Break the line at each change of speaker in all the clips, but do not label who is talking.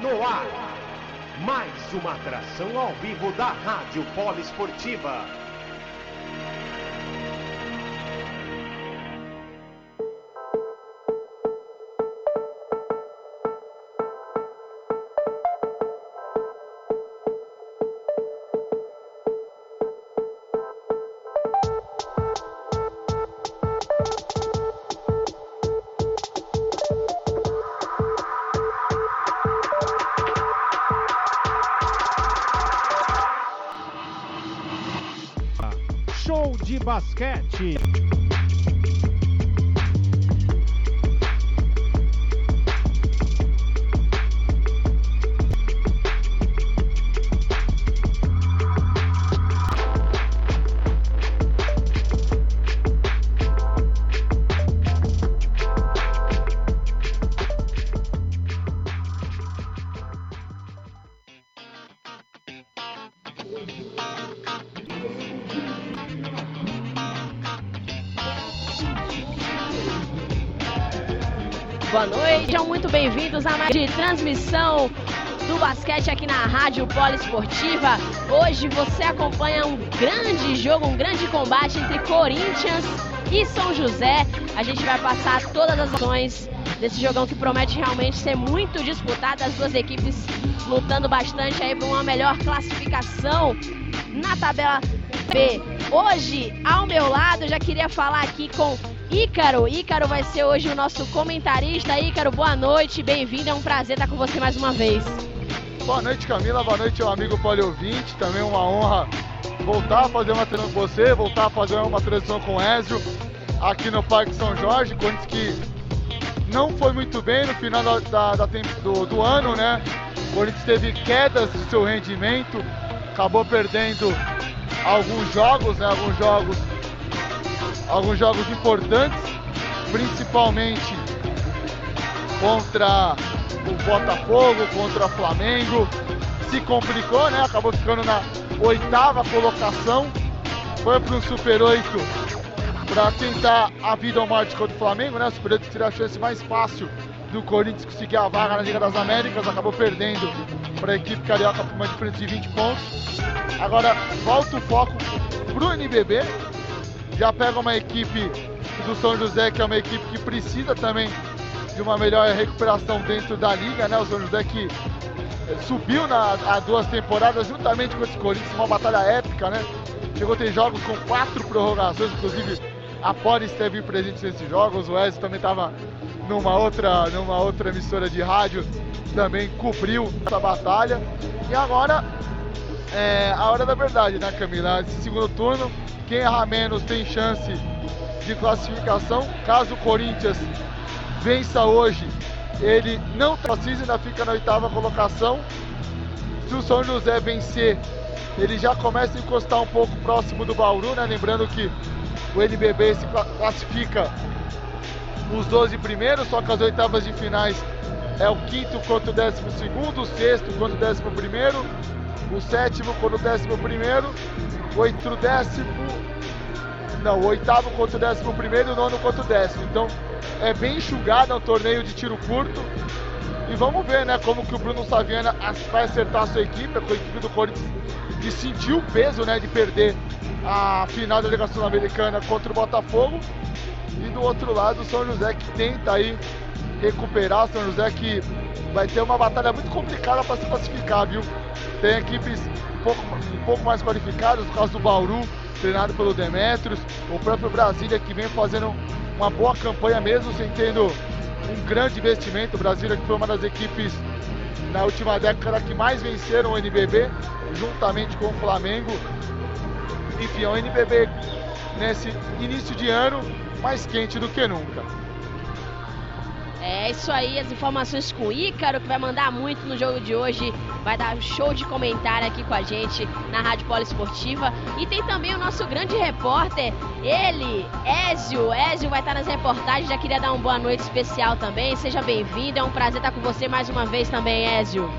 no ar. Mais uma atração ao vivo da Rádio Poliesportiva.
Show de basquete.
Boa noite, sejam muito bem-vindos a mais de transmissão do basquete aqui na Rádio Poliesportiva. Hoje você acompanha um grande jogo, um grande combate entre Corinthians e São José. A gente vai passar todas as ações desse jogão que promete realmente ser muito disputado. As duas equipes lutando bastante aí por uma melhor classificação na tabela B. Hoje, ao meu lado, já queria falar aqui com Ícaro. Ícaro vai ser hoje o nosso comentarista. Ícaro, boa noite, bem-vindo, é um prazer estar com você mais uma vez.
Boa noite, Camila, boa noite ao amigo poliouvinte, também uma honra voltar a fazer uma transmissão com você, voltar a fazer uma transmissão com o Ezio aqui no Parque São Jorge. Corinthians que não foi muito bem no final do ano, né? O Corinthians teve quedas de seu rendimento, acabou perdendo alguns jogos, né? Alguns jogos importantes, principalmente contra o Botafogo, contra o Flamengo. Se complicou, né? Acabou ficando na 8ª colocação. Foi para um Super 8 para tentar a vida ao morte contra o Flamengo, né? O Super 8 teria a chance mais fácil do Corinthians conseguir a vaga na Liga das Américas. Acabou perdendo para a equipe carioca por uma diferença de 20 pontos. Agora volta o foco para o NBB. Já pega uma equipe do São José, que é uma equipe que precisa também de uma melhor recuperação dentro da liga, né? O São José que subiu há 2 temporadas juntamente com esse Corinthians, uma batalha épica, né? Chegou a ter jogos com 4 prorrogações, inclusive a Poli esteve presente nesses jogos, o Ezio também estava numa outra emissora de rádio, também cobriu essa batalha. E agora é a hora da verdade, né, Camila? Esse segundo turno, quem errar menos tem chance de classificação. Caso o Corinthians vença hoje, ele não precisa, ainda fica na 8ª colocação. Se o São José vencer, ele já começa a encostar um pouco próximo do Bauru, né? Lembrando que o NBB se classifica os 12 primeiros, só que as 8ª de finais é o 5º contra o 12º, o 6º contra o 11º, o 7º contra o 11º, o 8º contra o 11º e o 9º contra o 10º. Então é bem enxugado, é um torneio de tiro curto. E vamos ver, né, como que o Bruno Saviano vai acertar a sua equipe, a equipe do Corinthians que sentiu o peso, né, de perder a final da Liga Sul-Americana contra o Botafogo. E do outro lado o São José que tenta aí recuperar, o São José que vai ter uma batalha muito complicada para se classificar, viu? Tem equipes um pouco mais qualificadas, no caso do Bauru, treinado pelo Demetrios, o próprio Brasília que vem fazendo uma boa campanha mesmo sem tendo um grande investimento. O Brasília que foi uma das equipes na última década que mais venceram o NBB, juntamente com o Flamengo. Enfim, é o NBB nesse início de ano mais quente do que nunca.
É isso aí, as informações com o Ícaro, que vai mandar muito no jogo de hoje, vai dar um show de comentário aqui com a gente na Rádio Poliesportiva. E tem também o nosso grande repórter, ele, Ezio. Ezio vai estar nas reportagens, já queria dar uma boa noite especial também. Seja bem-vindo, é um prazer estar com você mais uma vez também, Ezio.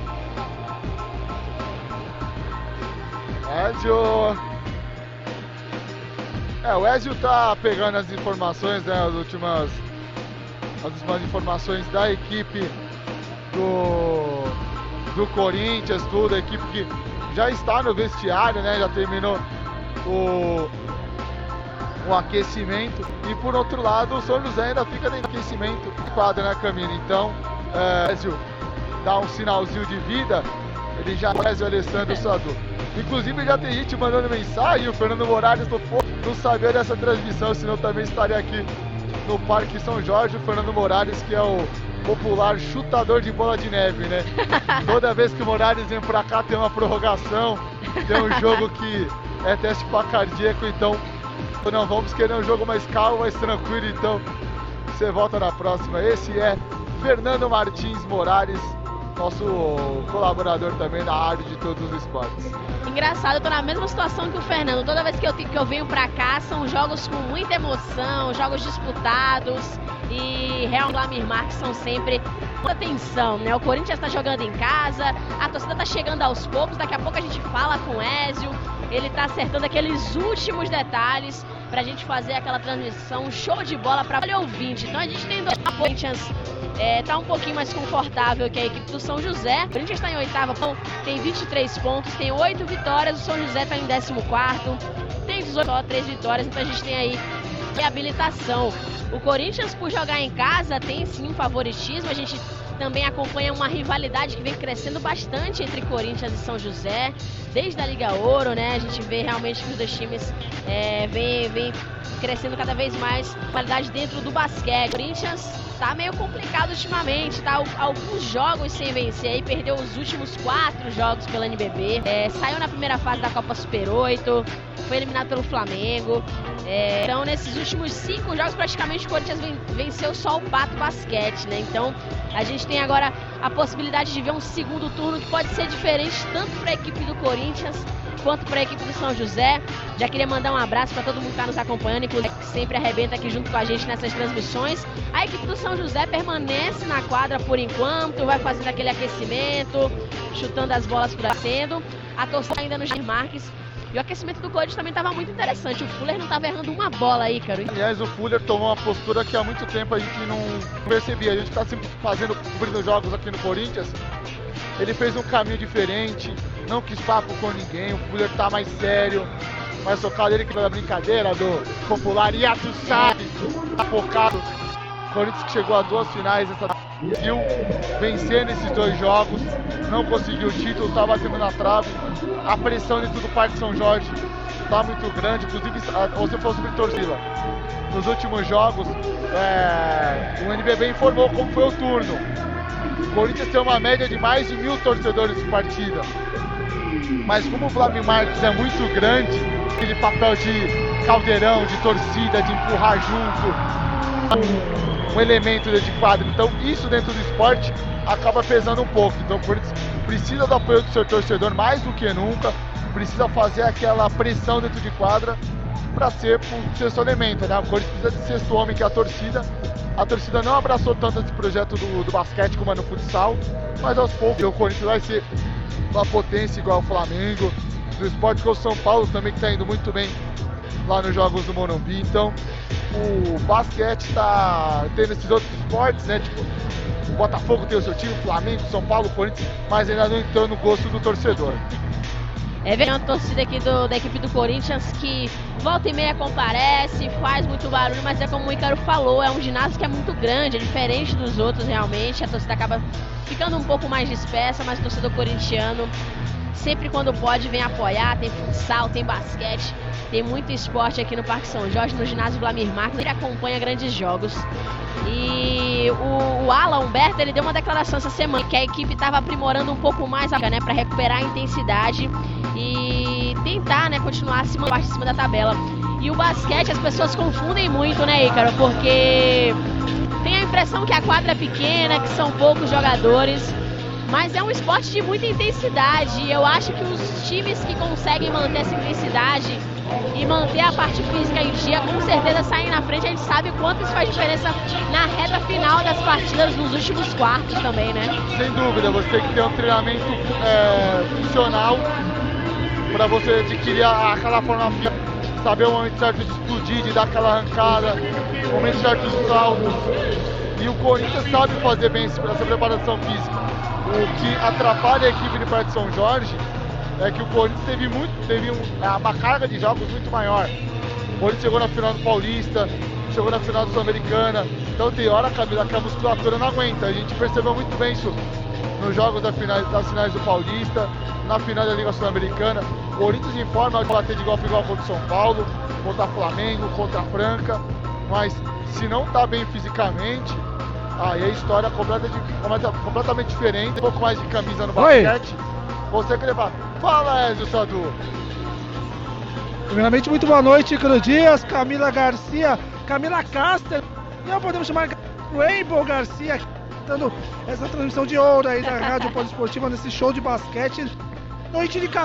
O Ezio tá pegando as informações, né, as últimas informações da equipe do Corinthians, tudo, a equipe que já está no vestiário, né? Já terminou o aquecimento. E por outro lado, o São José ainda fica no aquecimento quadro, né, Camila? Então, dá um sinalzinho de vida, ele já faz o Alessandro Sadu. Inclusive já tem gente mandando mensagem, o Fernando Morales não sabia dessa transmissão, senão também estaria aqui no Parque São Jorge. O Fernando Morales, que é o popular chutador de bola de neve, né? Toda vez que o Morales vem pra cá tem uma prorrogação, tem um jogo que é teste pra cardíaco, então não vamos querer um jogo mais calmo, mais tranquilo, então você volta na próxima. Esse é Fernando Martins Morales, nosso colaborador também na área de todos os esportes.
Engraçado, eu tô na mesma situação que o Fernando. Toda vez que eu venho pra cá, são jogos com muita emoção, jogos disputados e Real Vlamir Marques são sempre muita tensão, né? O Corinthians tá jogando em casa, a torcida tá chegando aos poucos, daqui a pouco a gente fala com o Ézio, ele tá acertando aqueles últimos detalhes pra gente fazer aquela transmissão show de bola pra o ouvinte. Então a gente tem dois Corinthians. Tá um pouquinho mais confortável que a equipe do São José. O Corinthians está em oitava, tem 23 pontos, tem 8 vitórias. O São José está em 14º, tem 18, só 3 vitórias, então a gente tem aí reabilitação. O Corinthians, por jogar em casa, tem sim um favoritismo. A gente também acompanha uma rivalidade que vem crescendo bastante entre Corinthians e São José, desde a Liga Ouro, né? A gente vê realmente que os dois times vem crescendo cada vez mais qualidade dentro do basquete. O Corinthians tá meio complicado ultimamente, tá alguns jogos sem vencer aí, perdeu os últimos 4 jogos pela NBB, saiu na primeira fase da Copa Super 8, foi eliminado pelo Flamengo, então nesses últimos 5 jogos praticamente o Corinthians venceu só o Pato Basquete, né? Então a gente tem agora a possibilidade de ver um segundo turno que pode ser diferente tanto para a equipe do Corinthians quanto para a equipe do São José. Já queria mandar um abraço para todo mundo que está nos acompanhando, inclusive que sempre arrebenta aqui junto com a gente nessas transmissões. A equipe do São José permanece na quadra por enquanto, vai fazendo aquele aquecimento, chutando as bolas por batendo. A torcida ainda no Vlamir Marques. E o aquecimento do Corinthians também estava muito interessante. O Fuller não estava errando uma bola aí, cara.
Aliás, o Fuller tomou uma postura que há muito tempo a gente não percebia. A gente está sempre cobrindo jogos aqui no Corinthians. Ele fez um caminho diferente, não quis papo com ninguém. O Fuller tá mais sério, mais focado. Ele que foi a brincadeira do popular Yato sabe, tá focado. O Corinthians que chegou a 2 finais conseguiu vencer nesses 2 jogos, não conseguiu o título, tá batendo na trave. A pressão dentro do Parque São Jorge tá muito grande, inclusive você falou sobre torcida. Nos últimos jogos, o NBB informou como foi o turno. O Corinthians tem uma média de mais de 1.000 torcedores por partida. Mas como o Vlamir Marques é muito grande, aquele papel de caldeirão, de torcida, de empurrar junto, um elemento de quadro. Então isso dentro do esporte acaba pesando um pouco. Então o Corinthians precisa do apoio do seu torcedor mais do que nunca, precisa fazer aquela pressão dentro de quadra para ser o sexto elemento, né? O Corinthians precisa de sexto homem, que é a torcida. A torcida não abraçou tanto esse projeto do basquete como é no futsal, mas aos poucos o Corinthians vai ser uma potência igual ao Flamengo, do esporte com o São Paulo também, que está indo muito bem lá nos jogos do Morumbi. Então o basquete está tendo esses outros esportes, né? Tipo, o Botafogo tem o seu time, o Flamengo, o São Paulo, o Corinthians, mas ainda não entrou no gosto do torcedor.
Vem uma torcida aqui da equipe do Corinthians que volta e meia comparece, faz muito barulho, mas é como o Ícaro falou, é um ginásio que é muito grande, é diferente dos outros realmente, a torcida acaba ficando um pouco mais dispersa, mas o torcedor corintiano sempre quando pode vem apoiar, tem futsal, tem basquete, tem muito esporte aqui no Parque São Jorge, no ginásio Vlamir Marques, ele acompanha grandes jogos. E o Alan Humberto, ele deu uma declaração essa semana que a equipe estava aprimorando um pouco mais, né, para recuperar a intensidade e tentar, né, continuar acima da tabela. E o basquete as pessoas confundem muito, né, Ícaro? Porque tem a impressão que a quadra é pequena, que são poucos jogadores, mas é um esporte de muita intensidade. E eu acho que os times que conseguem manter essa intensidade e manter a parte física em dia, com certeza saem na frente. A gente sabe o quanto isso faz diferença na reta final das partidas, nos últimos quartos também, né?
Sem dúvida, você tem que ter um treinamento funcional para você adquirir aquela forma física, saber o momento certo de explodir, de dar aquela arrancada, o momento certo dos saltos. E o Corinthians sabe fazer bem essa preparação física. O que atrapalha a equipe de Parque São Jorge é que o Corinthians teve uma carga de jogos muito maior. O Corinthians chegou na final do Paulista, chegou na final do Sul-Americana, então tem hora, Camila, que a musculatura não aguenta. A gente percebeu muito bem isso nos jogos das finais do Paulista, na final da Liga Sul-Americana. O Corinthians em forma de bater de igual para igual contra o São Paulo, contra o Flamengo, contra a Franca, mas se não está bem fisicamente, aí a história é completamente diferente. Um pouco mais de camisa no basquete, você quer levar. Fala, Ezio Sadu.
Primeiramente, muito boa noite, Ícaro Dias, Camila Garcia, Camila Caster, e não podemos chamar Rainbow Garcia, dando essa transmissão de ouro aí da Rádio Poliesportiva nesse show de basquete. Noite de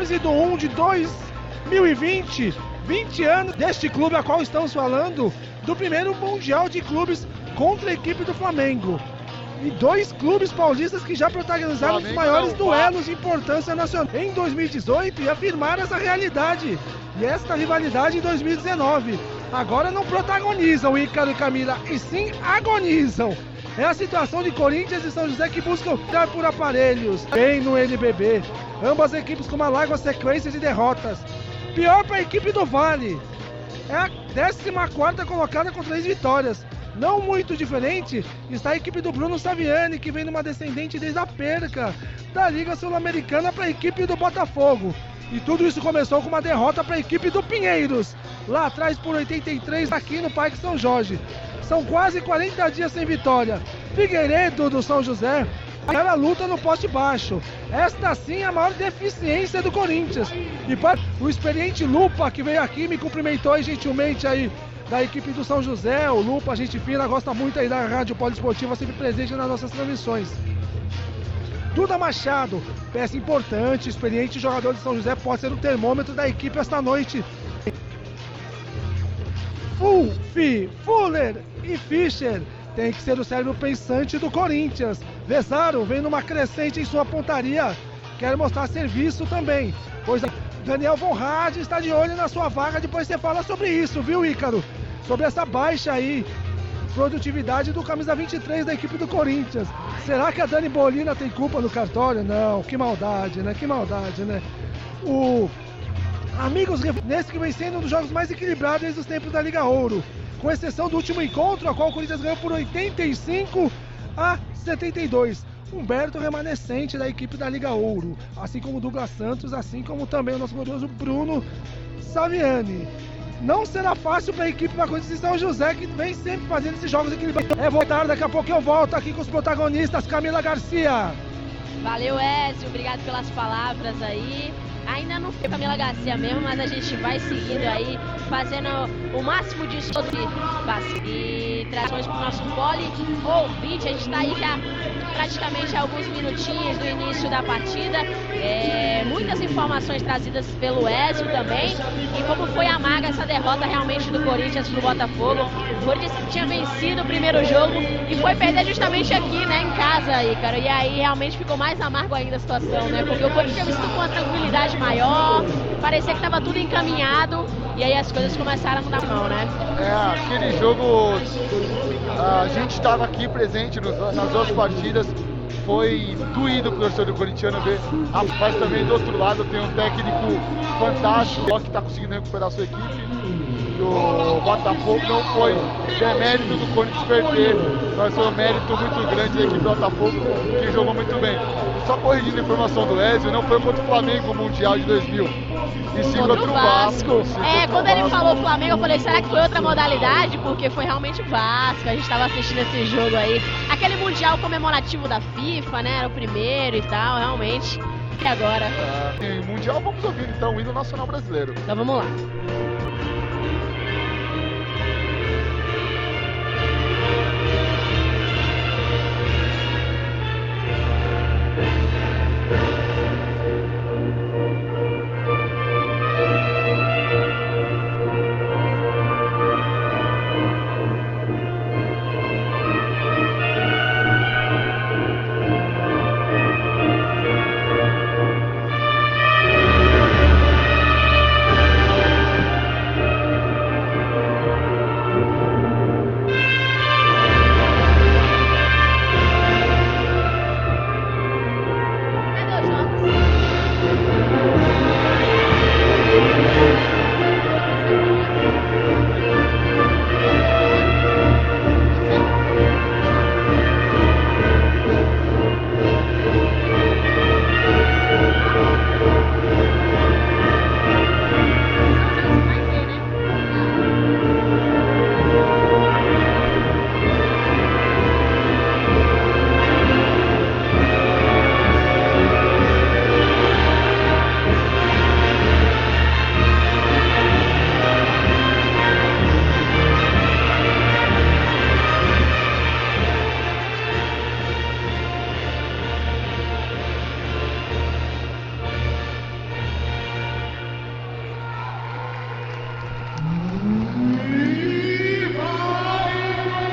14/1/2020, 20 anos deste clube a qual estamos falando, do primeiro Mundial de Clubes contra a equipe do Flamengo. E 2 clubes paulistas que já protagonizaram os maiores duelos de importância nacional em 2018 e afirmaram essa realidade. E esta rivalidade em 2019. Agora não protagonizam Ícaro e Camila, e sim agonizam. É a situação de Corinthians e São José que buscam ficar por aparelhos, bem no NBB. Ambas equipes com uma larga sequência de derrotas. Pior para a equipe do Vale. É a 14ª colocada com 3 vitórias. Não muito diferente está a equipe do Bruno Saviani, que vem numa descendente desde a perca da Liga Sul-Americana para a equipe do Botafogo. E tudo isso começou com uma derrota para a equipe do Pinheiros, lá atrás por 83 aqui no Parque São Jorge. São quase 40 dias sem vitória. Figueiredo do São José, aquela luta no poste baixo. Esta sim é a maior deficiência do Corinthians. E para o experiente Lupa, que veio aqui e me cumprimentou aí gentilmente aí, da equipe do São José, o Lupa, gente fina, gosta muito aí da Rádio Poliesportiva, sempre presente nas nossas transmissões. Duda Machado, peça importante, experiente jogador de São José, pode ser o termômetro da equipe esta noite. Fuller e Fischer tem que ser o cérebro pensante do Corinthians. Vesaro vem numa crescente em sua pontaria, quer mostrar serviço também, pois Daniel Von Hard está de olho na sua vaga. Depois você fala sobre isso, viu, Ícaro? Sobre essa baixa aí, produtividade do camisa 23 da equipe do Corinthians. Será que a Dani Bolina tem culpa no cartório? Não, que maldade, né? Que maldade, né? O Amigos, nesse que vem sendo um dos jogos mais equilibrados desde os tempos da Liga Ouro, com exceção do último encontro, a qual o Corinthians ganhou por 85-72. Humberto remanescente da equipe da Liga Ouro, assim como Douglas Santos, assim como também o nosso glorioso Bruno Saviani. Não será fácil para a equipe da Corinthians de São José, que vem sempre fazendo esses jogos equilibrados. Voltar, daqui a pouco eu volto aqui com os protagonistas. Camila Garcia.
Valeu, Ezio, obrigado pelas palavras aí. Ainda não foi Camila Garcia mesmo, mas a gente vai seguindo aí, fazendo o máximo de estudo e trações para o nosso pole ouvinte. A gente está aí já praticamente alguns minutinhos do início da partida. Muitas informações trazidas pelo Ezio também. E como foi amarga essa derrota realmente do Corinthians pro Botafogo. O Corinthians tinha vencido o primeiro jogo e foi perder justamente aqui, né, em casa, Ícaro. E aí realmente ficou mais amargo ainda a situação, né? Porque o Corinthians venceu com uma tranquilidade maior, parecia que estava tudo encaminhado, e aí as coisas começaram a mudar a mão, né?
Aquele jogo, a gente estava aqui presente nas duas partidas, foi doído pro torcedor corintiano ver, mas também do outro lado tem um técnico fantástico que está conseguindo recuperar a sua equipe. O Botafogo não foi demérito do Corinthians perder, mas foi um mérito muito grande da equipe do Botafogo, que jogou muito bem. Só corrigindo a informação do Ezio, não foi contra o Flamengo o Mundial de 2000, e sim contra o Vasco.
Quando ele falou Flamengo, eu falei, será que foi outra modalidade? Porque foi realmente o Vasco, a gente estava assistindo esse jogo aí. Aquele Mundial comemorativo da FIFA, né, era o primeiro e tal, realmente. E agora?
Mundial, vamos ouvir então o hino nacional brasileiro.
Então vamos lá.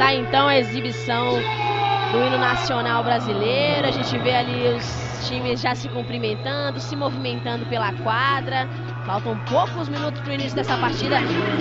tá então a exibição do hino nacional brasileiro. A gente vê ali os times já se cumprimentando, se movimentando pela quadra. Faltam poucos minutos para o início dessa partida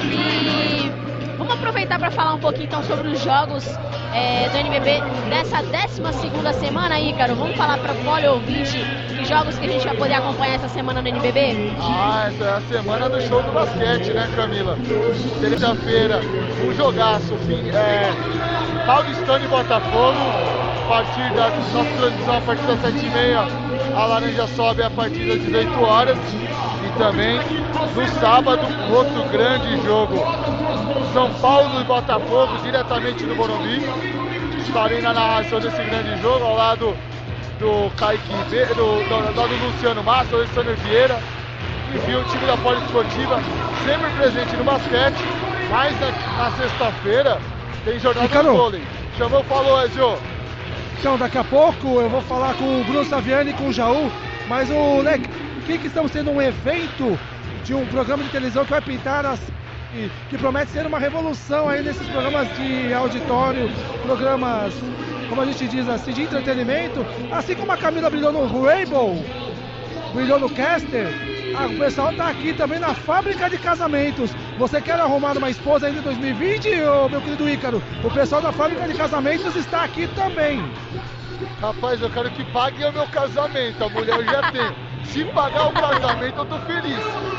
e vamos aproveitar para falar um pouquinho então sobre os jogos do NBB dessa 12ª semana, Ícaro. Vamos falar para o pole-ouvinte que jogos que a gente vai poder acompanhar essa semana no NBB?
Essa é a semana do show do basquete, né, Camila? Terça-feira, um jogaço, Paulistano e Botafogo, a partir da nossa transmissão a partir das 7h30, a Laranja sobe a partir das 18 horas. E também no sábado, outro grande jogo, São Paulo e Botafogo, diretamente do Morumbi. Estarei na narração desse grande jogo, ao lado do Kaique, do Luciano Massa, do Alessandro Vieira. Enfim, o time da Poliesportiva sempre presente no basquete, mas na sexta-feira tem jornada de vôlei. Chamou, falou, Ezio.
Então, daqui a pouco eu vou falar com o Bruno Saviani e com o Jaú, mas que estamos tendo um evento de um programa de televisão que vai pintar que promete ser uma revolução aí nesses programas de auditório, programas, como a gente diz assim, de entretenimento, assim como a Camila brilhou no Rainbow, brilhou no Caster, o pessoal tá aqui também na fábrica de casamentos. Você quer arrumar uma esposa ainda em 2020, meu querido Ícaro? O pessoal da fábrica de casamentos está aqui também.
Rapaz, eu quero que pague o meu casamento, a mulher eu já tem. Se pagar o casamento, eu tô feliz.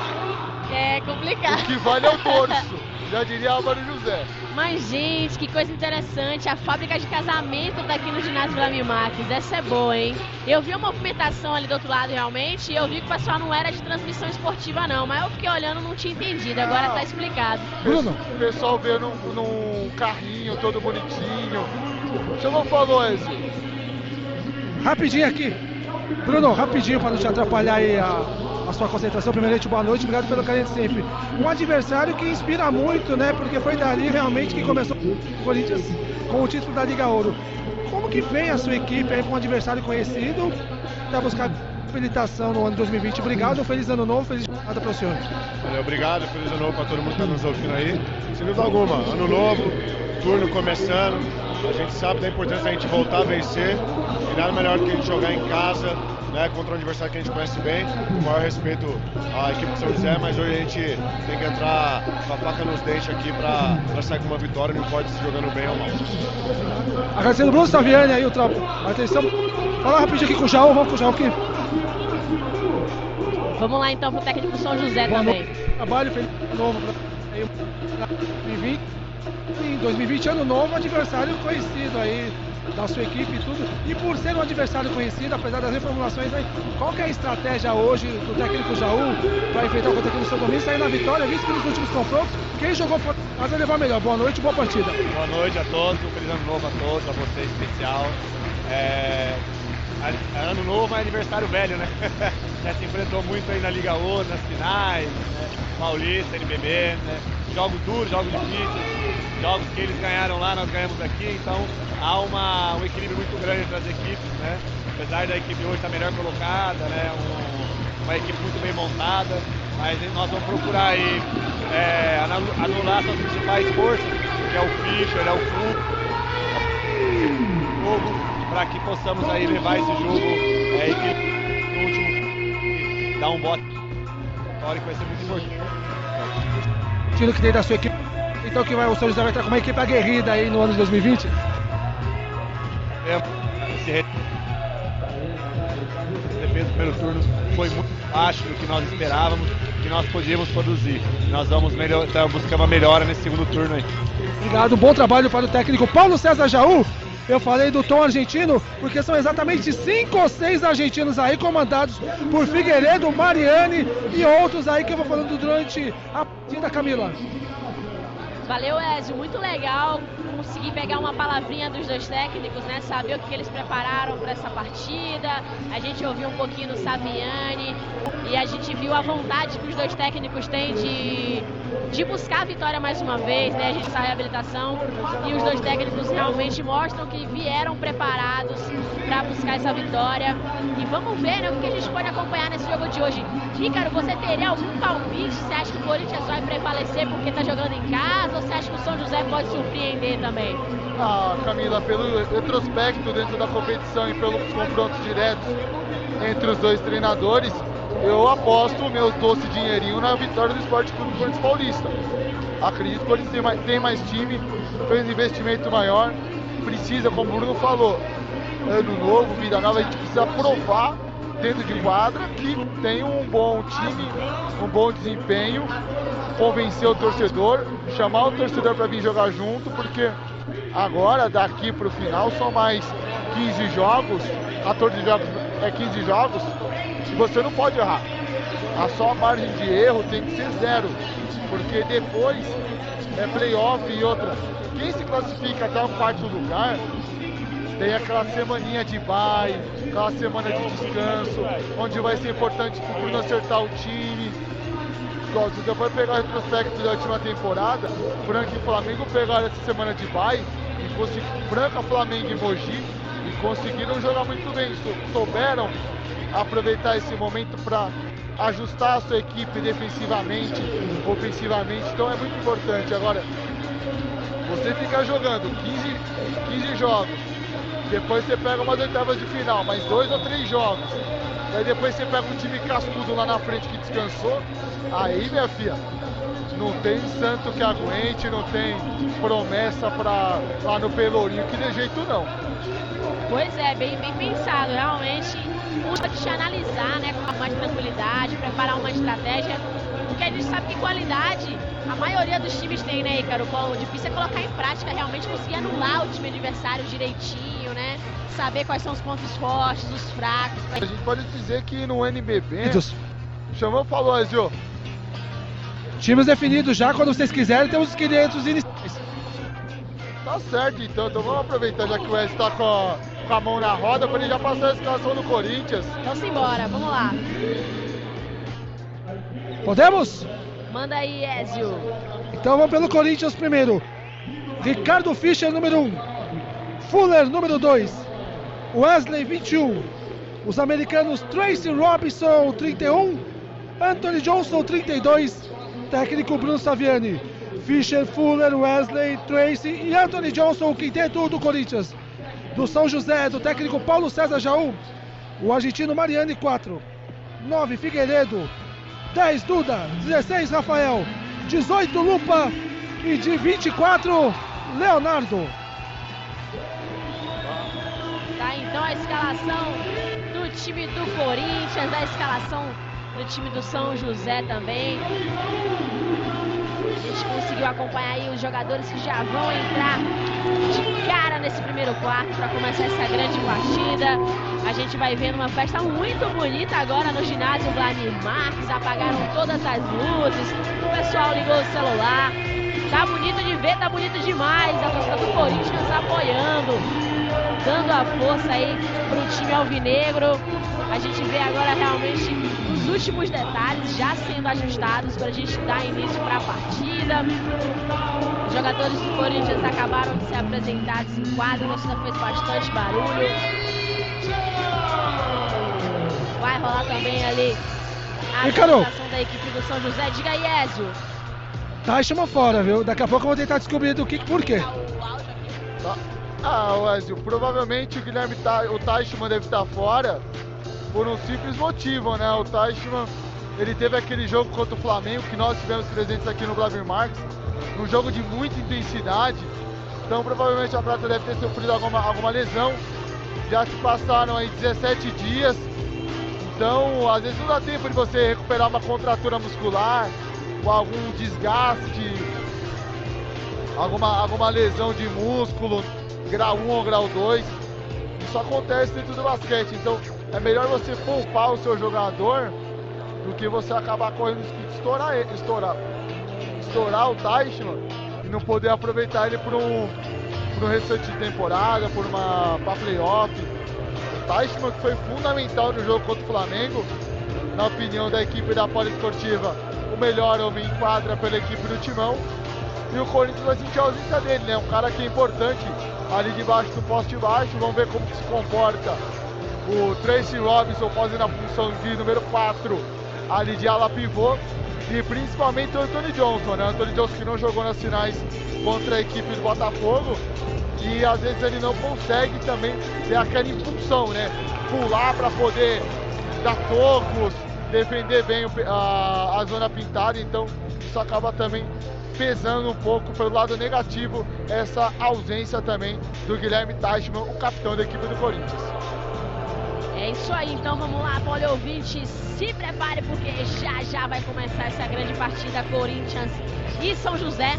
É complicado.
O que vale é o dorso, já diria Álvaro José.
Mas, gente, que coisa interessante. A fábrica de casamento tá aqui no ginásio Vladimir Marques. Essa é boa, hein? Eu vi a movimentação ali do outro lado, realmente, e eu vi que o pessoal não era de transmissão esportiva, não. Mas eu fiquei olhando e não tinha entendido. Agora tá explicado.
Bruno.
O pessoal veio num carrinho todo bonitinho. Chamou, falou, Ezio.
Rapidinho aqui. Bruno, rapidinho para não te atrapalhar aí a sua concentração. Primeiramente, boa noite, obrigado pelo carinho de sempre. Um adversário que inspira muito, né? Porque foi dali realmente que começou o Corinthians com o título da Liga Ouro. Como que vem a sua equipe aí com um adversário conhecido para buscar habilitação no ano de 2020? Obrigado, feliz ano novo, feliz nada para o senhor.
Obrigado, feliz ano novo para todo mundo que está nos ouvindo aí. Sem dúvida alguma, ano novo, turno começando. A gente sabe da importância da gente voltar a vencer e nada melhor do que a gente jogar em casa, né, contra um adversário que a gente conhece bem. Com o maior respeito à equipe de São José, mas hoje a gente tem que entrar com a faca nos dentes aqui para sair com uma vitória, não importa se jogando bem ou mal.
Agradecendo o Bruno Saviani aí, atenção. Fala rapidinho aqui com o Jaú, vamos com o Jaú aqui.
Vamos lá então pro técnico São José
Boa
também.
Trabalho, feliz ano novo para 2020. Em 2020, ano novo, adversário conhecido aí da sua equipe e tudo. E por ser um adversário conhecido, apesar das reformulações aí, qual que é a estratégia hoje do técnico Jaú para enfrentar o técnico do São Domingos, sair na vitória, visto que nos últimos confrontos, quem jogou vai levar melhor. Boa noite, boa partida.
Boa noite a todos, um feliz ano novo a todos, a você em especial. Ano novo é aniversário velho, né? Já se enfrentou muito aí na Liga Ouro, nas finais, né? Paulista, NBB, né? Jogos duros, jogos difíceis, jogos que eles ganharam lá, nós ganhamos aqui, então há um equilíbrio muito grande entre as equipes, né? Apesar da equipe hoje estar melhor colocada, né? Uma equipe muito bem montada, mas nós vamos procurar aí anular suas principais forças, que é o Fischer, é o Fugo, para que possamos aí levar esse jogo no último e dar um bote histórico, vai ser muito importante.
Tiro que tem da sua equipe, então que o São José vai estar com uma equipe aguerrida aí no ano de 2020?
Esse defesa do primeiro turno foi muito abaixo do que nós esperávamos, que nós podíamos produzir. Nós vamos buscar uma melhora nesse segundo turno aí.
Obrigado, bom trabalho para o técnico Paulo César Jaú. Eu falei do tom argentino, porque são exatamente 5 ou 6 argentinos aí, comandados por Figueiredo, Mariani e outros aí que eu vou falando durante a partida, Camila.
Valeu, Ezio, muito legal conseguir pegar uma palavrinha dos dois técnicos, né? Saber o que eles prepararam para essa partida. A gente ouviu um pouquinho do Saviani e a gente viu a vontade que os dois técnicos têm de de buscar a vitória mais uma vez, né? A gente sabe a reabilitação e os dois técnicos realmente mostram que vieram preparados para buscar essa vitória. E vamos ver, né, o que a gente pode acompanhar nesse jogo de hoje. Ícaro, você teria algum palpite? Você acha que o Corinthians vai prevalecer porque está jogando em casa, ou você acha que o São José pode surpreender também?
Camila, pelo retrospecto dentro da competição e pelos confrontos diretos entre os dois treinadores, eu aposto o meu doce dinheirinho na vitória do Esporte Clube Corinthians Paulista. Acredito que o Corinthians tem mais time, fez investimento maior, precisa, como o Bruno falou, ano novo, vida nova, a gente precisa provar dentro de quadra que tem um bom time, um bom desempenho, convencer o torcedor, chamar o torcedor para vir jogar junto, porque agora, daqui para o final, são mais 15 jogos, 14 jogos, 15 jogos, e você não pode errar. A só margem de erro tem que ser 0, porque depois é playoff e outra. Quem se classifica até o 4º lugar, tem aquela semaninha de bye, aquela semana de descanso, onde vai ser importante para o Bruno acertar o time. Se você for pegar o retrospecto da última temporada, Franca e Flamengo pegaram essa semana de bye, e Franca, Flamengo e Mogi, e conseguiram jogar muito bem, souberam aproveitar esse momento para ajustar a sua equipe defensivamente, ofensivamente, então é muito importante. Agora, você ficar jogando 15 jogos, depois você pega umas oitavas de final, mais 2 ou 3 jogos, aí depois você pega um time cascudo lá na frente que descansou, aí, minha filha, não tem santo que aguente, não tem promessa lá no Pelourinho que dê jeito não.
Pois é, bem pensado, realmente pode analisar, né, com mais tranquilidade, preparar uma estratégia, porque a gente sabe que qualidade a maioria dos times tem, né, Ícaro? O difícil é colocar em prática, realmente conseguir anular o time adversário direitinho, né, saber quais são os pontos fortes, os fracos.
A gente pode dizer que no NBB, chamou, falou, Ezio.
Times definidos já, quando vocês quiserem, temos os 500 iniciais.
Tá certo, então vamos aproveitar, já que o Ezio tá com a mão na roda, para ele já passar a escalação do Corinthians.
Então simbora, vamos lá.
Podemos?
Manda aí, Ezio.
Então vamos pelo Corinthians primeiro. Ricardo Fischer, número 1. Fuller, número 2. Wesley, 21. Os americanos Tracy Robinson, 31. Anthony Johnson, 32. Técnico Bruno Saviani. Fischer, Fuller, Wesley, Tracy e Anthony Johnson, o quinteto do Corinthians. Do São José, do técnico Paulo César Jaú. O argentino Mariani, 4. 9, Figueiredo. 10, Duda. 16, Rafael. 18, Lupa. E de 24, Leonardo.
Tá, então a escalação do time do Corinthians, a escalação do time do São José também. A gente conseguiu acompanhar aí os jogadores que já vão entrar de cara nesse primeiro quarto para começar essa grande partida. A gente vai vendo uma festa muito bonita agora no ginásio Vladimir Marques. Apagaram todas as luzes, o pessoal ligou o celular. Tá bonito de ver, tá bonito demais. A torcida do Corinthians apoiando, dando a força aí pro time alvinegro. A gente vê agora realmente os últimos detalhes já sendo ajustados para a gente dar início para a partida. Os jogadores do Corinthians acabaram de ser apresentados em quadro, a torcida fez bastante barulho. Vai rolar também ali a apresentação da equipe do São José. Diga aí, Ezio.
Teichmann fora, viu? Daqui a pouco eu vou tentar descobrir por quê.
Ezio, provavelmente o Guilherme o Teichmann deve estar fora por um simples motivo, né? O Teichmann, ele teve aquele jogo contra o Flamengo que nós tivemos presentes aqui no Vladimir Marques, um jogo de muita intensidade, então provavelmente a Prata deve ter sofrido alguma lesão. Já se passaram aí 17 dias, então às vezes não dá tempo de você recuperar uma contratura muscular ou algum desgaste, alguma lesão de músculo, grau 1 ou grau 2. Isso acontece dentro do basquete, então é melhor você poupar o seu jogador do que você acabar correndo de estourar o Teichmann e não poder aproveitar ele para um restante de temporada, para playoff. O Teichmann, que foi fundamental no jogo contra o Flamengo, na opinião da equipe da Poliesportiva, o melhor homem em quadra pela equipe do Timão. E o Corinthians vai sentir a ausência dele, né? Um cara que é importante ali debaixo do poste baixo. Vamos ver como que se comporta o Tracy Robinson fazendo a função de número 4 ali de ala pivô. E principalmente o Anthony Johnson, né? O Anthony Johnson que não jogou nas finais contra a equipe do Botafogo. E às vezes ele não consegue também ter aquela impulsão, né? Pular para poder dar tocos, defender bem a zona pintada. Então isso acaba também pesando um pouco pelo lado negativo, essa ausência também do Guilherme Teichmann, o capitão da equipe do Corinthians.
É isso aí, então vamos lá, pole ouvinte, se prepare porque já vai começar essa grande partida Corinthians e São José.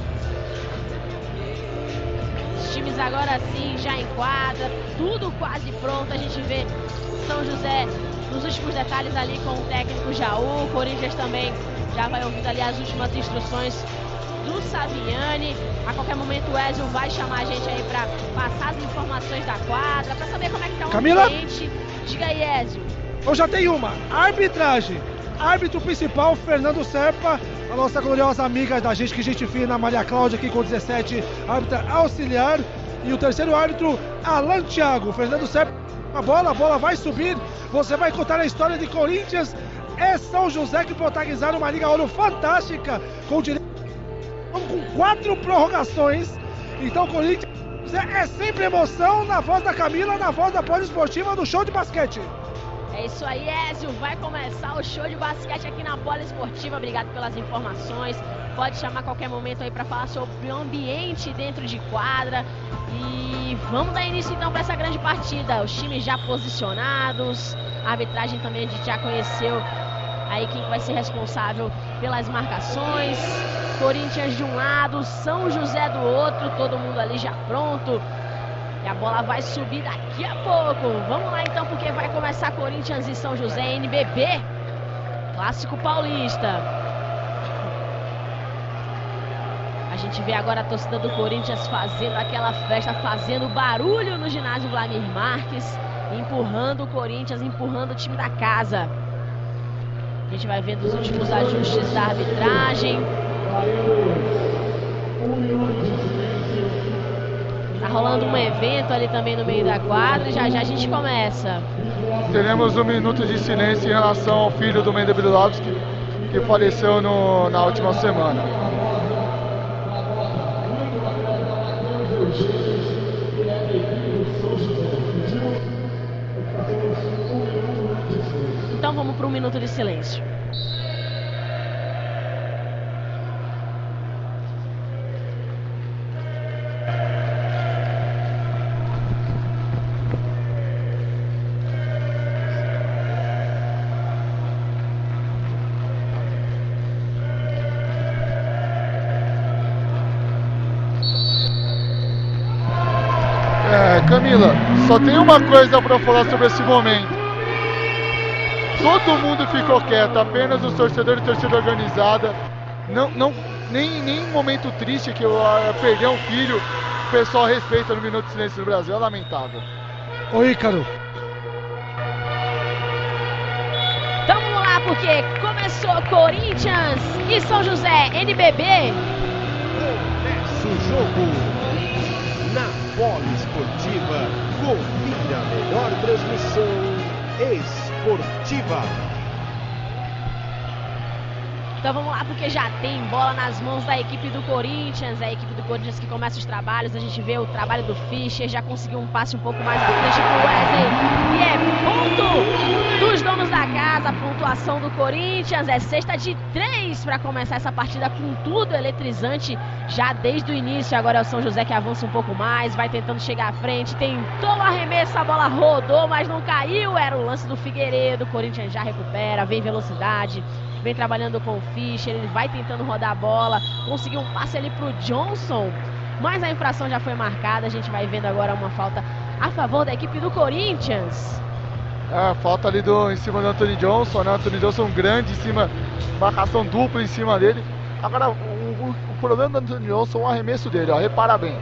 Os times agora sim já em quadra, tudo quase pronto, a gente vê São José nos últimos detalhes ali com o técnico Jaú, Corinthians também já vai ouvindo ali as últimas instruções do Saviani. A qualquer momento o Ezio vai chamar a gente aí pra passar as informações da quadra, pra saber como é que tá o ambiente. Diga aí, Ezio.
Eu já tenho uma. Arbitragem. Árbitro principal, Fernando Serpa, a nossa gloriosa amiga da gente, que gente fina, Maria Cláudia, aqui com 17, árbitra auxiliar. E o terceiro árbitro, Alan Thiago. Fernando Serpa, a bola vai subir. Você vai contar a história de Corinthians e São José, que protagonizaram uma Liga Ouro fantástica, com direito com 4 prorrogações. Então Corinthians é sempre emoção, na voz da Camila, na voz da Poliesportiva do Show de Basquete.
É isso aí, Ezio, vai começar o Show de Basquete aqui na Poliesportiva. Obrigado pelas informações, pode chamar a qualquer momento aí para falar sobre o ambiente dentro de quadra. E vamos dar início então para essa grande partida, os times já posicionados, a arbitragem também a gente já conheceu aí quem vai ser responsável pelas marcações. Corinthians de um lado, São José do outro, todo mundo ali já pronto. E a bola vai subir daqui a pouco. Vamos lá então, porque vai começar Corinthians e São José, NBB, clássico paulista. A gente vê agora a torcida do Corinthians fazendo aquela festa, fazendo barulho no ginásio Vladimir Marques, empurrando o Corinthians, empurrando o time da casa. A gente vai vendo os últimos ajustes da arbitragem. Tá rolando um evento ali também no meio da quadra e já a gente começa.
Teremos 1 minuto de silêncio em relação ao filho do Mendel Brilovski, que faleceu na última semana.
Então vamos para 1 minuto de silêncio.
Camila, só tem uma coisa para falar sobre esse momento. Todo mundo ficou quieto, apenas os torcedores e torcida organizada. Nem momento triste que eu perder um filho, o pessoal respeita no Minuto de Silêncio no Brasil, é lamentável.
Ô Ícaro.
Então vamos lá, porque começou Corinthians e São José, NBB.
Começa o jogo na Poliesportiva. Confira a melhor transmissão esportiva.
Então vamos lá, porque já tem bola nas mãos da equipe do Corinthians. A equipe do Corinthians que começa os trabalhos. A gente vê o trabalho do Fischer, já conseguiu um passe um pouco mais à frente pro Wesley. E é ponto dos donos da casa. A pontuação do Corinthians é cesta de 3 para começar essa partida com tudo eletrizante já desde o início. Agora é o São José que avança um pouco mais, vai tentando chegar à frente, tentou o arremesso, a bola rodou, mas não caiu. Era o lance do Figueiredo. O Corinthians já recupera, vem velocidade, vem trabalhando com o Fischer, ele vai tentando rodar a bola, conseguiu um passe ali pro Johnson, mas a infração já foi marcada. A gente vai vendo agora uma falta a favor da equipe do Corinthians.
Falta ali em cima do Anthony Johnson, né? Anthony Johnson grande em cima, marcação dupla em cima dele. Agora o problema do Anthony Johnson é o arremesso dele, ó, repara bem.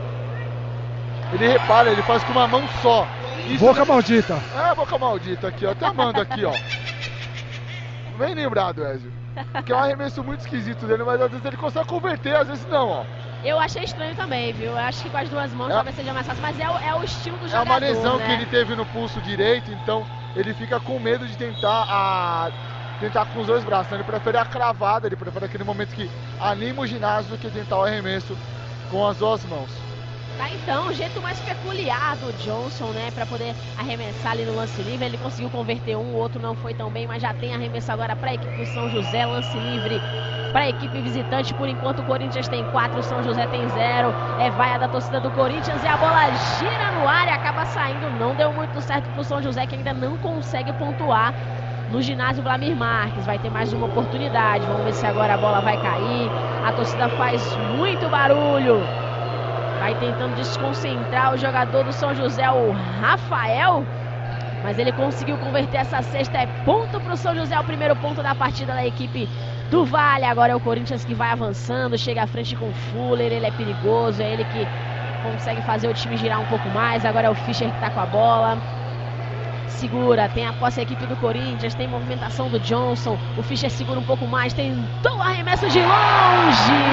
Ele faz com uma mão só.
Isso boca maldita.
Boca maldita aqui, ó, até manda aqui, ó. bem lembrado, Ezio. Que é um arremesso muito esquisito dele, mas às vezes ele consegue converter, às vezes não, ó.
Eu achei estranho também, viu? Eu acho que com as duas mãos talvez seja mais fácil, mas é o estilo do jogador,
É uma lesão,
né?
que ele teve no pulso direito, então ele fica com medo de tentar com os dois braços, né? Ele prefere a cravada, ele prefere aquele momento que anima o ginásio do que tentar o arremesso com as duas mãos.
Tá, então, o jeito mais peculiar do Johnson, né, pra poder arremessar ali no lance livre. Ele conseguiu converter um, o outro não foi tão bem, mas já tem arremesso agora pra equipe do São José, lance livre pra equipe visitante. Por enquanto o Corinthians tem 4, o São José tem 0. É vaia da torcida do Corinthians e a bola gira no ar e acaba saindo. Não deu muito certo pro São José, que ainda não consegue pontuar no ginásio Vlamir Marques. Vai ter mais uma oportunidade, vamos ver se agora a bola vai cair. A torcida faz muito barulho. Vai tentando desconcentrar o jogador do São José, o Rafael. Mas ele conseguiu converter essa cesta. É ponto para o São José, o primeiro ponto da partida da equipe do Vale. Agora é o Corinthians que vai avançando, chega à frente com o Fuller. Ele é perigoso, é ele que consegue fazer o time girar um pouco mais. Agora é o Fischer que está com a bola. Segura, tem a posse a equipe do Corinthians, tem movimentação do Johnson. O Fischer segura um pouco mais, tentou o arremesso de longe.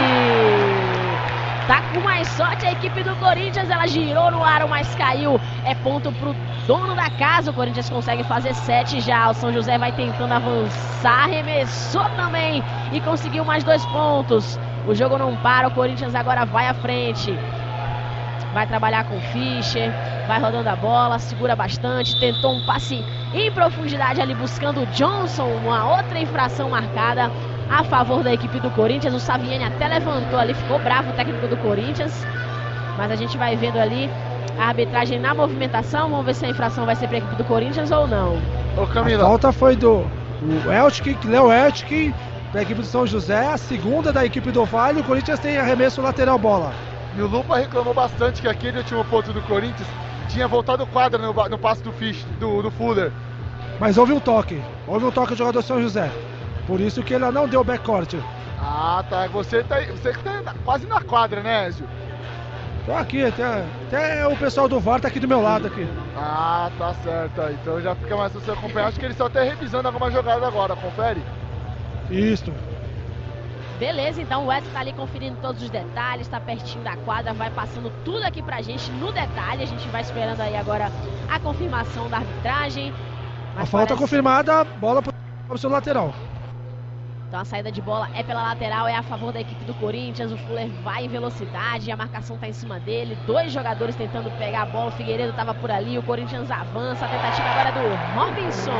Tá com mais sorte a equipe do Corinthians, ela girou no aro, mas caiu. É ponto pro dono da casa, o Corinthians consegue fazer 7 já. O São José vai tentando avançar, arremessou também e conseguiu mais 2 pontos. O jogo não para, o Corinthians agora vai à frente. Vai trabalhar com o Fischer, vai rodando a bola, segura bastante, tentou um passe em profundidade ali buscando o Johnson, uma outra infração marcada a favor da equipe do Corinthians. O Saviani até levantou ali, ficou bravo o técnico do Corinthians, mas a gente vai vendo ali a arbitragem na movimentação. Vamos ver se a infração vai ser para a equipe do Corinthians ou não.
Ô, Camila.
A falta foi do Léo Eltkin da equipe do São José, a segunda da equipe do Vale. O Corinthians tem arremesso lateral bola.
E o Lupa reclamou bastante que aquele último ponto do Corinthians tinha voltado quadra no passe do Fuller.
Mas houve um toque do jogador do São José. Por isso que ele não deu o backcourt.
Ah, tá. Você que tá quase na quadra, né, Ezio?
Tô aqui, até o pessoal do VAR tá aqui do meu lado aqui.
Ah, tá certo. Então já fica mais pra você acompanhar. Acho que eles estão até revisando alguma jogada agora, confere?
Isso.
Beleza, então o Edson tá ali conferindo todos os detalhes, tá pertinho da quadra, vai passando tudo aqui pra gente no detalhe. A gente vai esperando aí agora a confirmação da arbitragem.
A falta confirmada, bola pro seu lateral.
Então a saída de bola é pela lateral, é a favor da equipe do Corinthians. O Fuller vai em velocidade, a marcação tá em cima dele. 2 jogadores tentando pegar a bola, o Figueiredo tava por ali, o Corinthians avança. A tentativa agora é do Robinson.